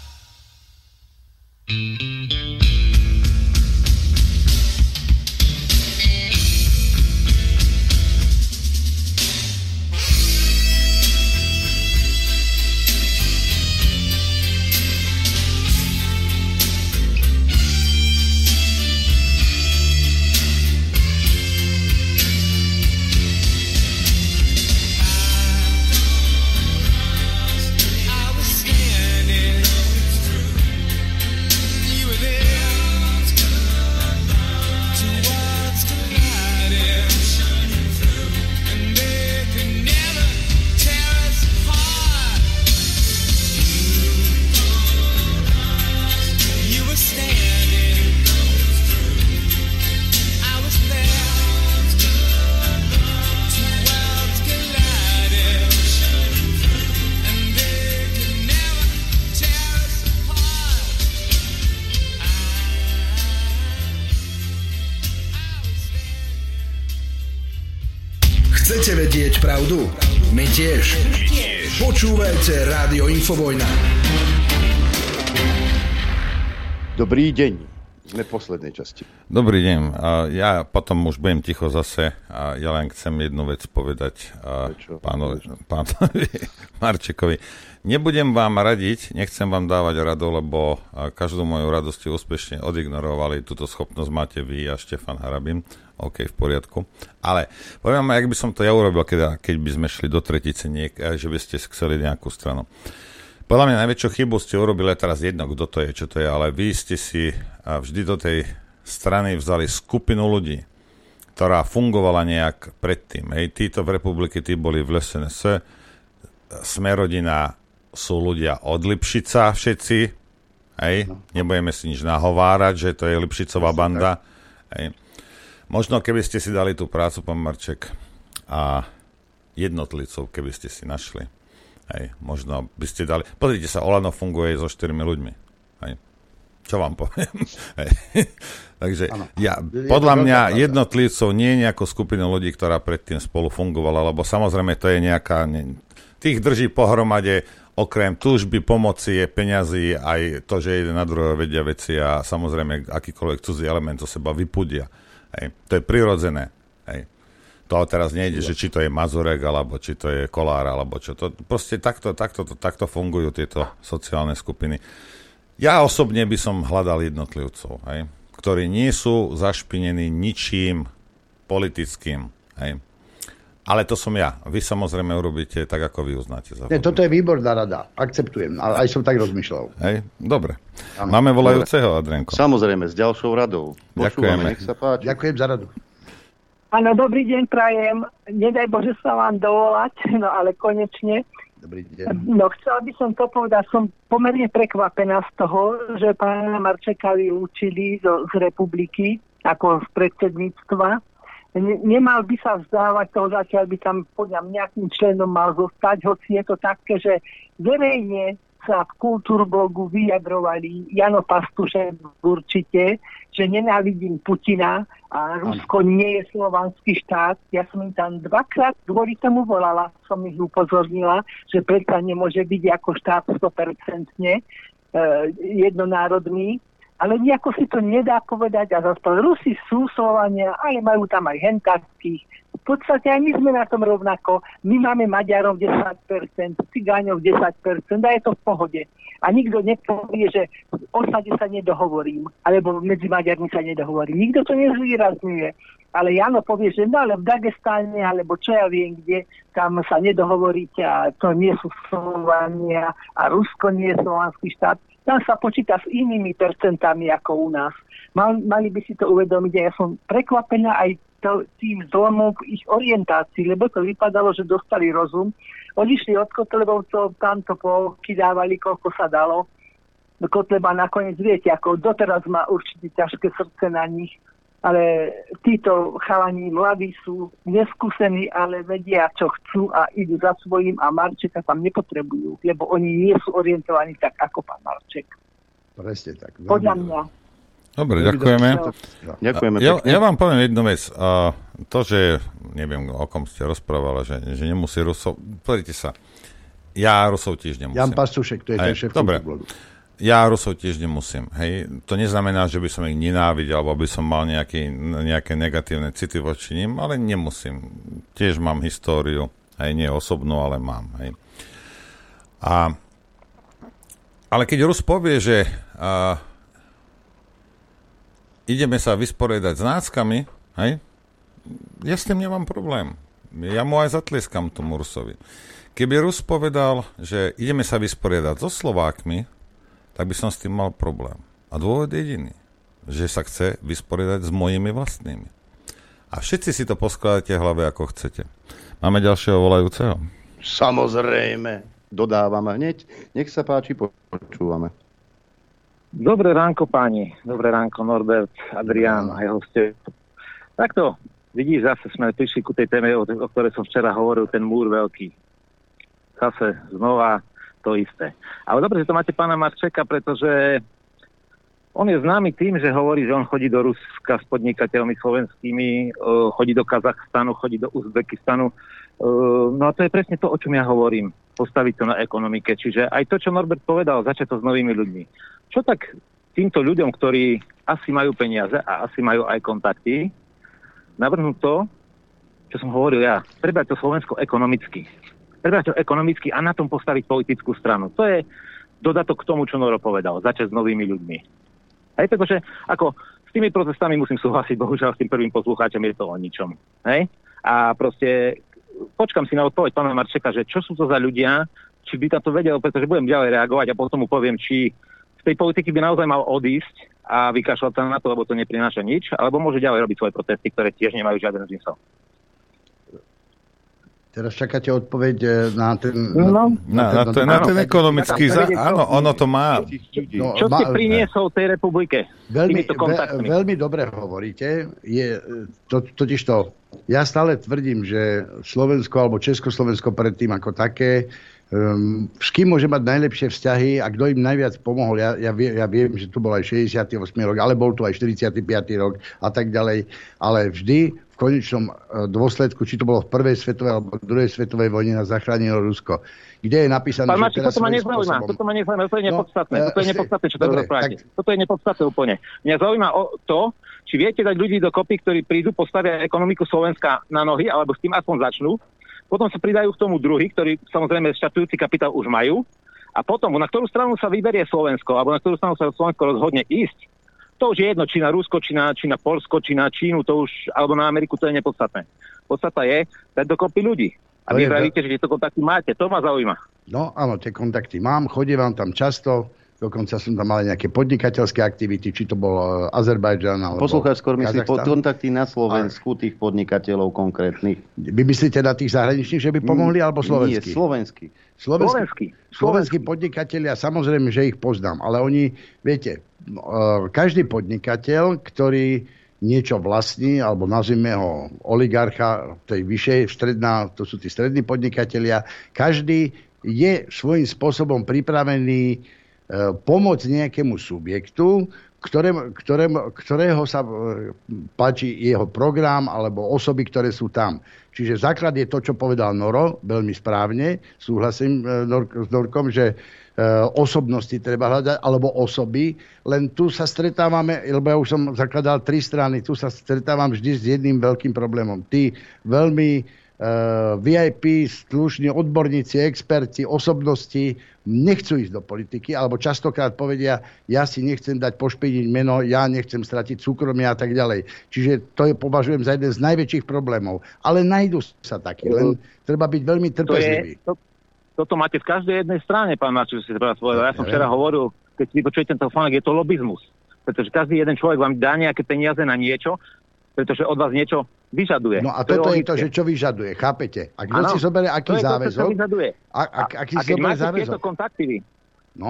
I was standing, you were there. Two worlds collided, and they could never tear us apart. You were standing, I was there. Two worlds collided, and they could never tear us apart. Chcete vedieť pravdu? My tiež. Počúvajte Rádio Infovojna. Dobrý deň. Sme v poslednej časti. Dobrý deň. A ja potom už budem ticho zase a ja len chcem jednu vec povedať a pánovi, pánovi Marčekovi. Nebudem vám radiť, nechcem vám dávať rado, lebo každú moju radosť ste úspešne odignorovali. Túto schopnosť máte vy a Štefan Harabin. OK, v poriadku. Ale poviem vám, jak by som to ja urobil, keď, keď by sme šli do tretice, niek- že by ste chceli nejakú stranu. Podľa mňa najväčšiu chybu ste urobili teraz jedno, kto to je, čo to je, ale vy ste si vždy do tej strany vzali skupinu ľudí, ktorá fungovala nejak predtým. Hej, títo v republike, tí boli v es en es, Smerodina sú ľudia od Lipšica všetci, hej, nebudeme si nič nahovárať, že to je Lipšicová banda. Hej. Možno keby ste si dali tú prácu, pán Marček, a jednotlivcov, keby ste si našli. Hej, možno by ste dali... Pozrite sa, Olano funguje so štyrmi ľuďmi. Hej. Čo vám poviem? Hej. Takže ja, podľa mňa jednotlivcov nie je nejaká skupina ľudí, ktorá predtým spolu fungovala, lebo samozrejme to je nejaká... Ne, tých drží pohromade, okrem túžby, pomoci, je peňazí, aj to, že jeden na druhého vedia veci a samozrejme akýkoľvek cudzí element zo seba vypudia. Hej. To je prirodzené. Hej. To teraz nejde, že či to je Mazurek, alebo či to je Kolár, alebo čo. To, proste takto, takto, takto fungujú tieto sociálne skupiny. Ja osobne by som hľadal jednotlivcov, hej, ktorí nie sú zašpinení ničím politickým. Hej. Ale to som ja. Vy samozrejme urobíte tak, ako vy uznáte za Nie, toto je výborná rada. Akceptujem. Aj som tak rozmýšľal. Hej, dobre. Ano. Máme volajúceho, Adrienko. Samozrejme, s ďalšou radou. Počúvame, nech sa páči. Ďakujem za radu. Áno, dobrý deň prajem. Nedaj Bože sa vám dovolať, no ale konečne. Dobrý deň. No chcela by som to povedať, som pomerne prekvapená z toho, že pána Marčeka vylúčili z, z republiky ako z predsedníctva. Nemal by sa vzdávať toho, zatiaľ by tam podľa nejakým členom mal zostať, hoci je to také, že verejne sa v Kultúrblogu vyjadrovali Jano Pastušek určite, že nenávidím Putina a Rusko nie je slovanský štát. Ja som im tam dvakrát kvôli tomu volala, som ich upozornila, že predsa nemôže byť ako štát sto percent e, jednonárodný. Ale nejako si to nedá povedať a zase Rusi sú Slovania, ale majú tam aj hentakých. V podstate aj my sme na tom rovnako. My máme Maďarov desať percent, Cigáňov desať percent a je to v pohode. A nikto nepovie, že o sade sa nedohovorím, alebo medzi Maďarmi sa nedohovorím. Nikto to nezvýrazňuje. Ale Jano povie, že no ale v Dagestáne, alebo čo ja viem kde, tam sa nedohovoríte a to nie sú Slovania a Rusko nie je slovanský štát. Tam sa počíta s inými percentami ako u nás. Mal, mali by si to uvedomiť a ja som prekvapená aj to, tým zlomom v ich orientácii, lebo to vypadalo, že dostali rozum. Odišli od Kotlebovcov, tam to pokydávali, koľko sa dalo. Kotleba nakoniec, viete, ako doteraz má určite ťažké srdce na nich, ale títo chalani mladí sú neskúsení, ale vedia, čo chcú a idú za svojím a Marčeka tam nepotrebujú, lebo oni nie sú orientovaní tak, ako pán Marček. Presne tak. Podľa mňa. Dobre, ďakujeme. Ďakujeme ja, ja vám poviem jednu vec. A to, že neviem, o kom ste rozprávali, že, že nemusí Rusov... Pozrite sa, ja Rusov tiež nemusím. Jan Pastušek, to je ten šéf dobre. Blogu. Ja Rusov tiež nemusím. Hej. To neznamená, že by som ich nenávidel, alebo by som mal nejaký, nejaké negatívne city voči nim, ale nemusím. Tiež mám históriu, aj nie osobnú, ale mám. Hej. A, ale keď Rus povie, že a, ideme sa vysporiadať s náckami, hej, ja s tým nemám problém. Ja mu aj zatlieskam tomu Rusovi. Keby Rus povedal, že ideme sa vysporiadať so Slovákmi, tak by som s tým mal problém. A dôvod je jediný, že sa chce vysporiadať s mojimi vlastnými. A všetci si to poskladáte v hlave, ako chcete. Máme ďalšieho volajúceho? Samozrejme. Dodávame hneď. Nech sa páči, počúvame. Dobré ránko, páni. Dobré ránko, Norbert, Adrián a jeho ste. Takto, vidíš, zase sme prišli ku tej téme, o, o ktorej som včera hovoril, ten múr veľký. Zase znova to isté. Ale dobre, že to máte pána Marčeka, pretože on je známy tým, že hovorí, že on chodí do Ruska s podnikateľmi slovenskými, chodí do Kazachstanu, chodí do Uzbekistanu. No a to je presne to, o čom ja hovorím. Postaviť to na ekonomike. Čiže aj to, čo Norbert povedal, začať to s novými ľuďmi. Čo tak týmto ľuďom, ktorí asi majú peniaze a asi majú aj kontakty, navrhnúť to, čo som hovoril ja, prebrať to Slovensko ekonomicky. Prebrať to ekonomicky a na tom postaviť politickú stranu. To je dodatok k tomu, čo Noro povedal. Začať s novými ľuďmi. Hej, pretože ako s tými protestami musím súhlasiť, bohužiaľ s tým prvým poslucháčom je to o ničom. Hej? A proste počkam si na odpoveď pána Marčeka, že čo sú to za ľudia, či by to vedel, pretože budem ďalej reagovať a potom mu poviem, či z tej politiky by naozaj mal odísť a vykašľať sa na to, lebo to neprináša nič, alebo môže ďalej robiť svoje protesty, ktoré tiež nemajú žiaden zmysel. Teraz čakáte odpoveď na ten... No, na, na, na, ten, na ten ekonomický... Za, áno, ono to má... No, čo ste priniesol tej republike? Veľmi, ve, veľmi dobre hovoríte. Je, to, totiž to, ja stále tvrdím, že Slovensko alebo Československo predtým ako také, um, s kým môže mať najlepšie vzťahy a kto im najviac pomohol. Ja, ja, vie, ja viem, že tu bol aj šesťdesiaty ôsmy rok, ale bol tu aj štyridsiaty piaty rok a tak ďalej. Ale vždy v konečnom dôsledku, či to bolo v prvej svetovej alebo druhej svetovej vojne, nás zachránilo Rusko. Kde je napísané, Pán že Marček, toto ma nezaujíma, toto ma nezaujíma, toto je nepodstatné, no, toto je nepodstatné, čo to rozprávate. Tak... Toto je nepodstatné úplne. Mňa zaujíma o to, či viete dať ľudí dokopy, ktorí prídu, postavia ekonomiku Slovenska na nohy, alebo s tým aspoň začnú. Potom sa pridajú k tomu druhý, ktorí samozrejme štatujúci kapitál už majú. A potom, na ktorú stranu sa vyberie Slovensko, alebo na ktorú stranu sa Slovensko rozhodne ísť, to už je jedno, či na Rusko, či na, či na Poľsko, či na Čínu, to už, alebo na Ameriku, to je nepodstatné. Podstata je dať dokopy ľudí. A To vy je pravíte, že tieto kontakty máte. To ma zaujíma. No áno, tie kontakty mám, chodím tam často, dokonca som tam mal nejaké podnikateľské aktivity, či to bol uh, Azerbajdžan alebo Poslucháč skôr myslí po Kazachstan. kontakty na Slovensku tých podnikateľov konkrétnych. Vy myslíte na tých zahraničných, že by pomohli, alebo slovenskí? Nie, slovenský. Slovenskí, slovenskí podnikatelia, samozrejme, že ich poznám, ale oni, viete, uh, každý podnikateľ, ktorý niečo vlastní, alebo nazvime ho oligarcha, tej vyššej, stredná, to sú tí strední podnikatelia, každý je svojím spôsobom pripravený e, pomôcť nejakému subjektu, ktoré, ktoré, ktorého sa e, páči jeho program alebo osoby, ktoré sú tam. Čiže základ je to, čo povedal Noro, veľmi správne, súhlasím e, Nor- s Norkom, že osobnosti treba hľadať, alebo osoby. Len tu sa stretávame, lebo ja už som zakladal tri strany, tu sa stretávam vždy s jedným veľkým problémom. Tí veľmi uh, vé í pé, slušní odborníci, experti, osobnosti nechcú ísť do politiky, alebo častokrát povedia, ja si nechcem dať pošpiniť meno, ja nechcem stratiť súkromie a tak ďalej. Čiže to je, považujem za jeden z najväčších problémov. Ale nájdú sa takí, len treba byť veľmi trpezlivý. To je, to... Toto máte v každej jednej strane, pán Marček, si treba povedal. Ja som včera hovoril, keď si počujete ten telefónek, je to lobizmus. Pretože každý jeden človek vám dá nejaké peniaze na niečo, pretože od vás niečo vyžaduje. No a to toto je, je to, že čo vyžaduje, chápete? A kto ano, si zoberie aký to je záväzok? To, čo vyžaduje. A, a, aký a si keď zoberie máte záväzok? tieto kontakty vy, No.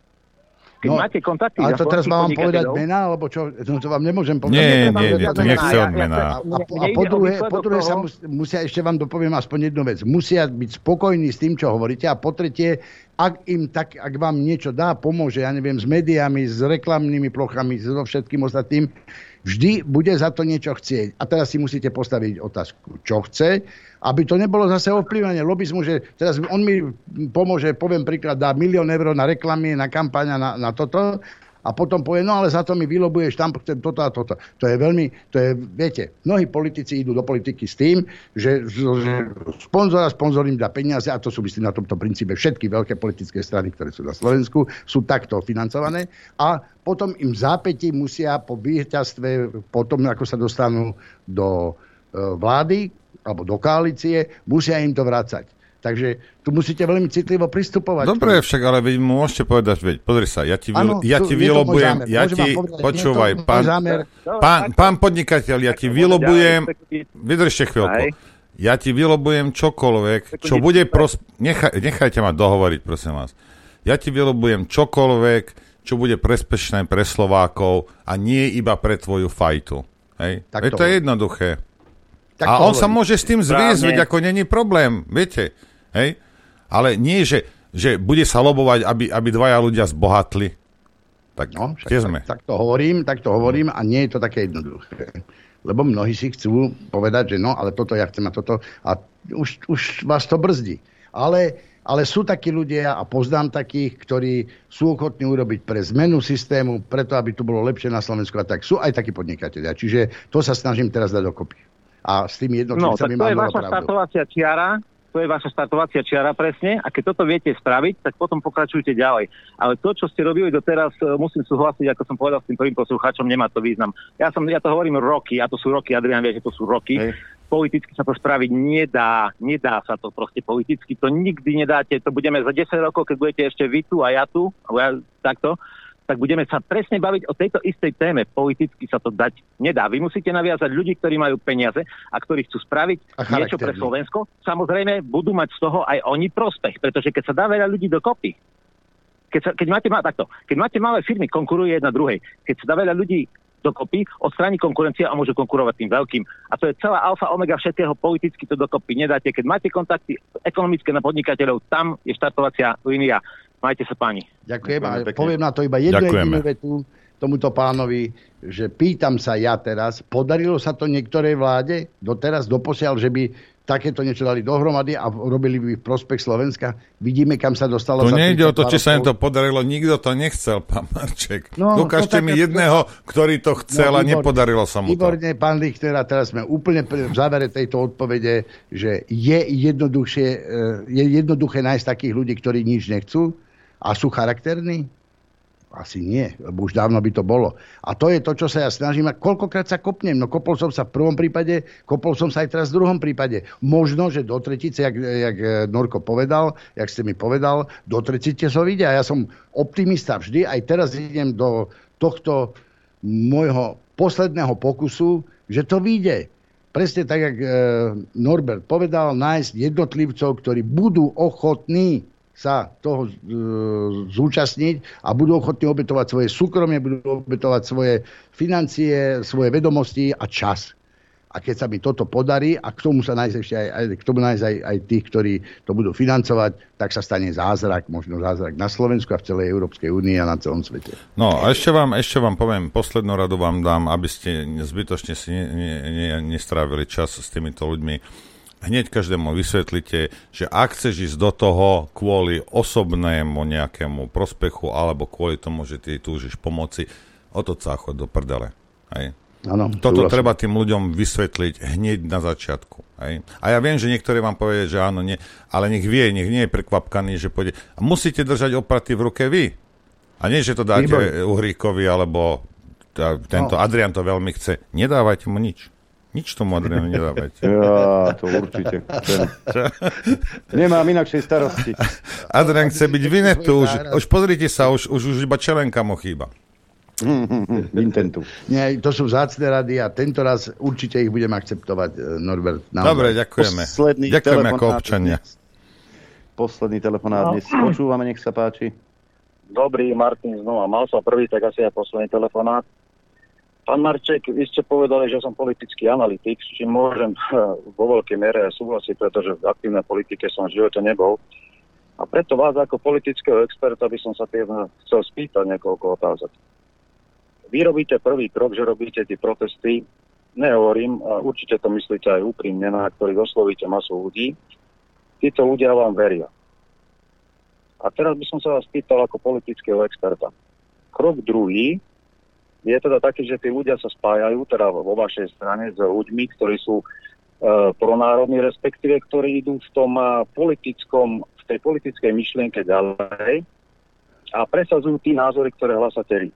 keď No, máte kontakty... ale za to teraz slovenských mám vám povedať podnikateľov- mená, alebo čo? No, to vám nemôžem povedať. Nie, Netreba nie, povedať nie, to mená. nechce od A, mená. a, a po druhé, po druhé sa mus, musia, ešte vám dopoviem aspoň jednu vec, musia byť spokojní s tým, čo hovoríte, a po tretie, ak im tak, ak vám niečo dá, pomôže, ja neviem, s médiami, s reklamnými plochami, so všetkým ostatným, vždy bude za to niečo chcieť. A teraz si musíte postaviť otázku, čo chce, aby to nebolo zase ovplyvanie lobizmu, že teraz on mi pomôže, poviem príklad, dá milión eur na reklamy, na kampaň, na, na toto, a potom povie, no ale za to mi vylobuješ tam toto a toto. To je veľmi, to je, viete, mnohí politici idú do politiky s tým, že, že sponzor a sponzor im dá peniaze, a to sú myslím na tomto princípe všetky veľké politické strany, ktoré sú na Slovensku, sú takto financované, a potom im v zápätí musia po víťazstve, potom ako sa dostanú do e, vlády alebo do koalície, musia im to vrácať. Takže tu musíte veľmi citlivo pristupovať. Dobre, však, ale vy môžete povedať, veď, pozri sa, ja ti, vylo, Áno, ja tu- ti je to môj vylobujem, zámer. ja Môžem ti, vám povedať, počúvaj, je to môj pán, zámer. pán, pán podnikateľ, ja ti vylobujem, vydržte chvíľku, ja ti vylobujem čokoľvek, čo bude pros... Nechaj, nechajte ma dohovoriť, prosím vás. Ja ti vylobujem čokoľvek, čo bude prospešné pre Slovákov a nie iba pre tvoju fajtu. Hej? Tak Veď to to je hovorím. jednoduché. Tak A to on sa hovorím. môže s tým zviesť, Správne. veď ako není problém, viete. Hej? Ale nie, že, že bude sa lobovať, aby, aby dvaja ľudia zbohatli. Tak no, kde sme? Tak, tak to hovorím, tak to hovorím, a nie je to také jednoduché. Lebo mnohí si chcú povedať, že no, ale toto ja chcem a toto, a už, už vás to brzdí. Ale, ale sú takí ľudia, a poznám takých, ktorí sú ochotní urobiť pre zmenu systému, preto aby tu bolo lepšie na Slovensku, a tak sú aj takí podnikatelia. Čiže to sa snažím teraz dať dokopy. A s tými No, tak jednotlivcami to je mám vaša pravdu. startovacia čiara, to je vaša startovacia čiara presne, a keď toto viete spraviť, tak potom pokračujte ďalej. Ale to, čo ste robili doteraz, e, musím súhlasiť, ako som povedal s tým prvým poslucháčom, nemá to význam. Ja som, ja to hovorím roky, a to sú roky, Adrián vie, že to sú roky. Hej. Politicky sa to spraviť nedá, nedá sa to proste politicky, to nikdy nedáte, to budeme za desať rokov, keď budete ešte vy tu a ja tu, alebo ja takto, tak budeme sa presne baviť o tejto istej téme. Politicky sa to dať nedá. Vy musíte naviazať ľudí, ktorí majú peniaze a ktorí chcú spraviť A niečo pre charakterní. Slovensko. Samozrejme, budú mať z toho aj oni prospech, pretože keď sa dá veľa ľudí dokopy, keď, sa, keď, máte, takto, keď máte malé firmy, konkurujú jedna druhej. Keď sa dá veľa ľudí dokopy, odstráni konkurencia a môžu konkurovať tým veľkým. A to je celá alfa omega všetkého, politicky to dokopy nedáte. Keď máte kontakty ekonomické na podnikateľov, tam je štartovacia línia. Majte sa, páni. Ďakujem. A Ďakujeme pekne. poviem na to iba jednu Ďakujeme. jedinú vetu tomuto pánovi, že pýtam sa ja teraz, podarilo sa to niektorej vláde doteraz, doposiaľ, že by takéto niečo dali dohromady a robili by v prospech Slovenska? Vidíme, kam sa dostalo. Tu za nejde o to, tridsaťdva či sa im rokov. to podarilo. Nikto to nechcel, pán Marček. No, Ukážte no tak- mi jedného, ktorý to chcel a No, výborne. nepodarilo sa mu to. Výborne, pán Lichter, a teraz sme úplne pri- v závere tejto odpovede, že je jednoduchšie, e, je jednoduché nájsť takých ľudí, ktorí nič nechcú a sú charakterní. Asi nie, lebo už dávno by to bolo. A to je to, čo sa ja snažím. A koľkokrát sa kopnem? No kopol som sa v prvom prípade, kopol som sa aj teraz v druhom prípade. Možno, že do tretice, jak, jak Norko povedal, jak ste mi povedal, do tretice so vidia. A ja som optimista vždy. Aj teraz idem do tohto môjho posledného pokusu, že to vyjde. Presne tak, jak Norbert povedal, nájsť jednotlivcov, ktorí budú ochotní sa toho e, zúčastniť a budú ochotní obetovať svoje súkromie, budú obetovať svoje financie, svoje vedomosti a čas. A keď sa mi toto podarí a k tomu sa nájsť ešte aj, aj, k tomu nájsť aj, aj tých, ktorí to budú financovať, tak sa stane zázrak, možno zázrak na Slovensku a v celej Európskej únii a na celom svete. No a ešte vám, ešte vám poviem, poslednú radu vám dám, aby ste zbytočne si ne, ne, ne, nestrávili čas s týmito ľuďmi. Hneď každému vysvetlite, že ak chceš ísť do toho kvôli osobnému nejakému prospechu alebo kvôli tomu, že ty túžiš pomoci, o to sa chod do prdele. Hej. Ano, Toto treba tým ľuďom vysvetliť hneď na začiatku. Hej. A ja viem, že niektorí vám povedia, že áno, nie, ale nech vie, nech nie je prekvapkaný, že pôjde. A musíte držať opraty v ruke vy. A nie, že to dáte Výbor. Uhríkovi, alebo tento no. Adrian to veľmi chce. Nedávajte mu nič. Nič tomu Adrianu nedávajte. Ja, to určite. Nemám inakšej starosti. Adrian chce byť vinetu. Už, už pozrite sa, už, už, už iba čelenka mu chýba. Intentu. Nie, to sú vzácne rady a tento raz určite ich budem akceptovať, Norbert. Naozaj. Dobre, ďakujeme. Posledný ďakujeme ako občania. Dnes. Posledný telefonát dnes. Počúvame, nech sa páči. Dobrý, Martin znova. Mal som prvý, tak asi aj posledný telefonát. Pán Marček, vy ste povedali, že som politický analytik, s čím môžem vo veľkej mere súhlasiť, pretože v aktívnej politike som v živote nebol. A preto vás ako politického experta by som sa tým chcel spýtať niekoľko otázok. Vy robíte prvý krok, že robíte tie protesty. Nehovorím, a určite to myslíte aj úprimne, na ktorých oslovíte masu ľudí. Títo ľudia vám veria. A teraz by som sa vás pýtal ako politického experta. Krok druhý je teda taký, že tí ľudia sa spájajú teda vo vašej strane s ľuďmi, ktorí sú e, pronárodní, respektíve, ktorí idú v tom e, politickom, v tej politickej myšlienke ďalej a presadzujú tí názory, ktoré hlasate.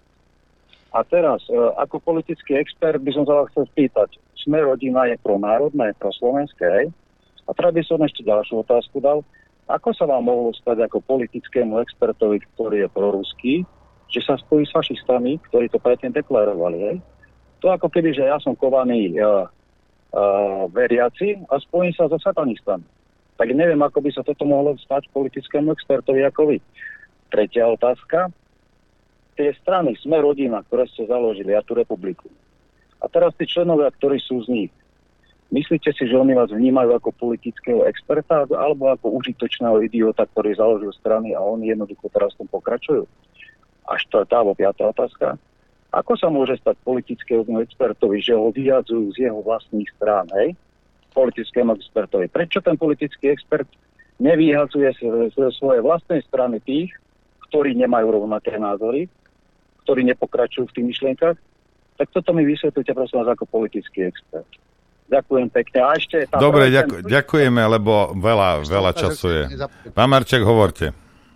A teraz, e, ako politický expert by som sa vás chcel spýtať, Sme rodina je pronárodné, proslovenské, hej? A teda by som ešte ďalšiu otázku dal. Ako sa vám mohlo stať ako politickému expertovi, ktorý je proruský, že sa spojí s fašistami, ktorí to predtým deklarovali. Hej? To ako keby, že ja som kovaný uh, uh, veriaci a spojím sa so satanistami. Tak neviem, ako by sa toto mohlo stať politickému expertovi ako vy. Tretia otázka. Tie strany Sme rodina, ktoré ste založili, a tú republiku. A teraz tí členovia, ktorí sú z nich. Myslíte si, že oni vás vnímajú ako politického experta alebo ako užitočného idiota, ktorý založil strany a oni jednoducho teraz v tom pokračujú? A štvrtá alebo piatá otázka. Ako sa môže stať politickému expertovi, že ho vyjadzujú z jeho vlastných strán, hej? Politickému expertovi. Prečo ten politický expert nevyhadzuje z svojej vlastnej strany tých, ktorí nemajú rovnaké názory, ktorí nepokračujú v tých myšlienkach? Tak toto mi vysvetlite, prosím vás, ako politický expert. Ďakujem pekne. A ešte... Dobre, ďaku, ďakujeme, lebo veľa, veľa času je. Pán Marček, hovorte.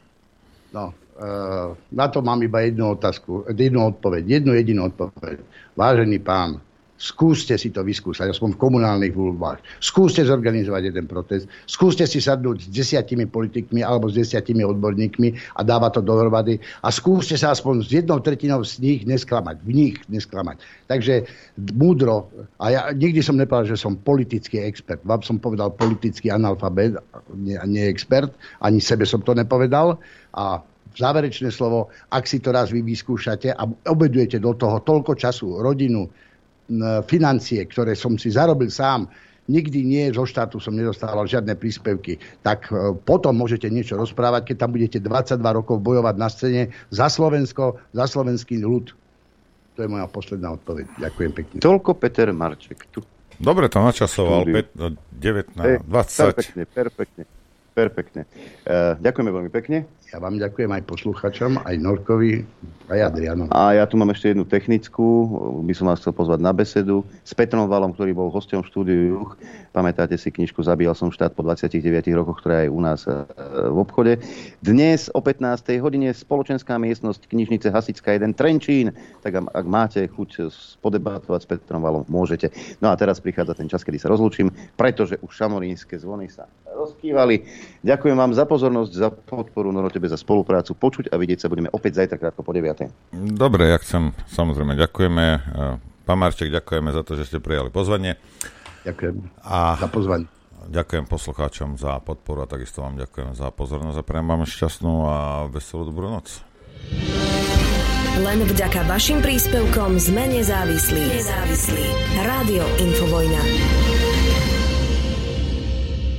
No. Uh, na to mám iba jednu otázku, jednu odpoveď, jednu jedinú odpoveď. Vážený pán, skúste si to vyskúšať, aspoň v komunálnych voľbách. Skúste zorganizovať jeden protest, skúste si sadnúť s desiatimi politikmi alebo s desiatimi odborníkmi a dávať to dohromady a skúste sa aspoň s jednou tretinou z nich nesklamať, v nich nesklamať. Takže múdro, a ja nikdy som nepovedal, že som politický expert, vám som povedal politický analfabet, nie, nie expert, ani sebe som to nepovedal a záverečné slovo, ak si to raz vy vyskúšate a obedujete do toho toľko času, rodinu, financie, ktoré som si zarobil sám, nikdy nie zo štátu som nedostával žiadne príspevky, tak potom môžete niečo rozprávať, keď tam budete dvadsaťdva rokov bojovať na scéne za Slovensko, za slovenský ľud. To je moja posledná odpoveď. Ďakujem pekne. Toľko Peter Marček tu. Dobre to načasoval, devätnásť, dvadsať. Perfektne, perfektne. Perfektne. Uh, ďakujeme veľmi pekne. Ja vám ďakujem aj posluchačom, aj Norkovi, aj Adrianu. A ja tu mám ešte jednu technickú, by som vás chcel pozvať na besedu s Petrom Valom, ktorý bol hosťom v štúdiu Juch. Pamätáte si knižku Zabíjal som štát po dvadsiatich deviatich rokoch, ktorá je u nás v obchode. Dnes o pätnástej hodine spoločenská miestnosť knižnice Hasická jeden Trenčín. Tak ak máte chuť podebatovať s Petrom Valom, môžete. No a teraz prichádza ten čas, kedy sa rozlúčim, pretože už šamorínske zvony sa rozkývali. Ďakujem vám za pozornosť, za podporu, Noro, tebe za spoluprácu. Počuť a vidieť sa budeme opäť zajtra krátko po deviatej. Dobre, ja chcem, samozrejme, ďakujeme. Pán Marček, ďakujeme za to, že ste prijali pozvanie. Ďakujem a za pozvanie. Ďakujem poslucháčom za podporu a takisto vám ďakujem za pozornosť a prajem vám šťastnú a veselú dobrú noc. Len vďaka vašim príspevkom sme nezávislí. Nezávislí. Rádio Infovojna.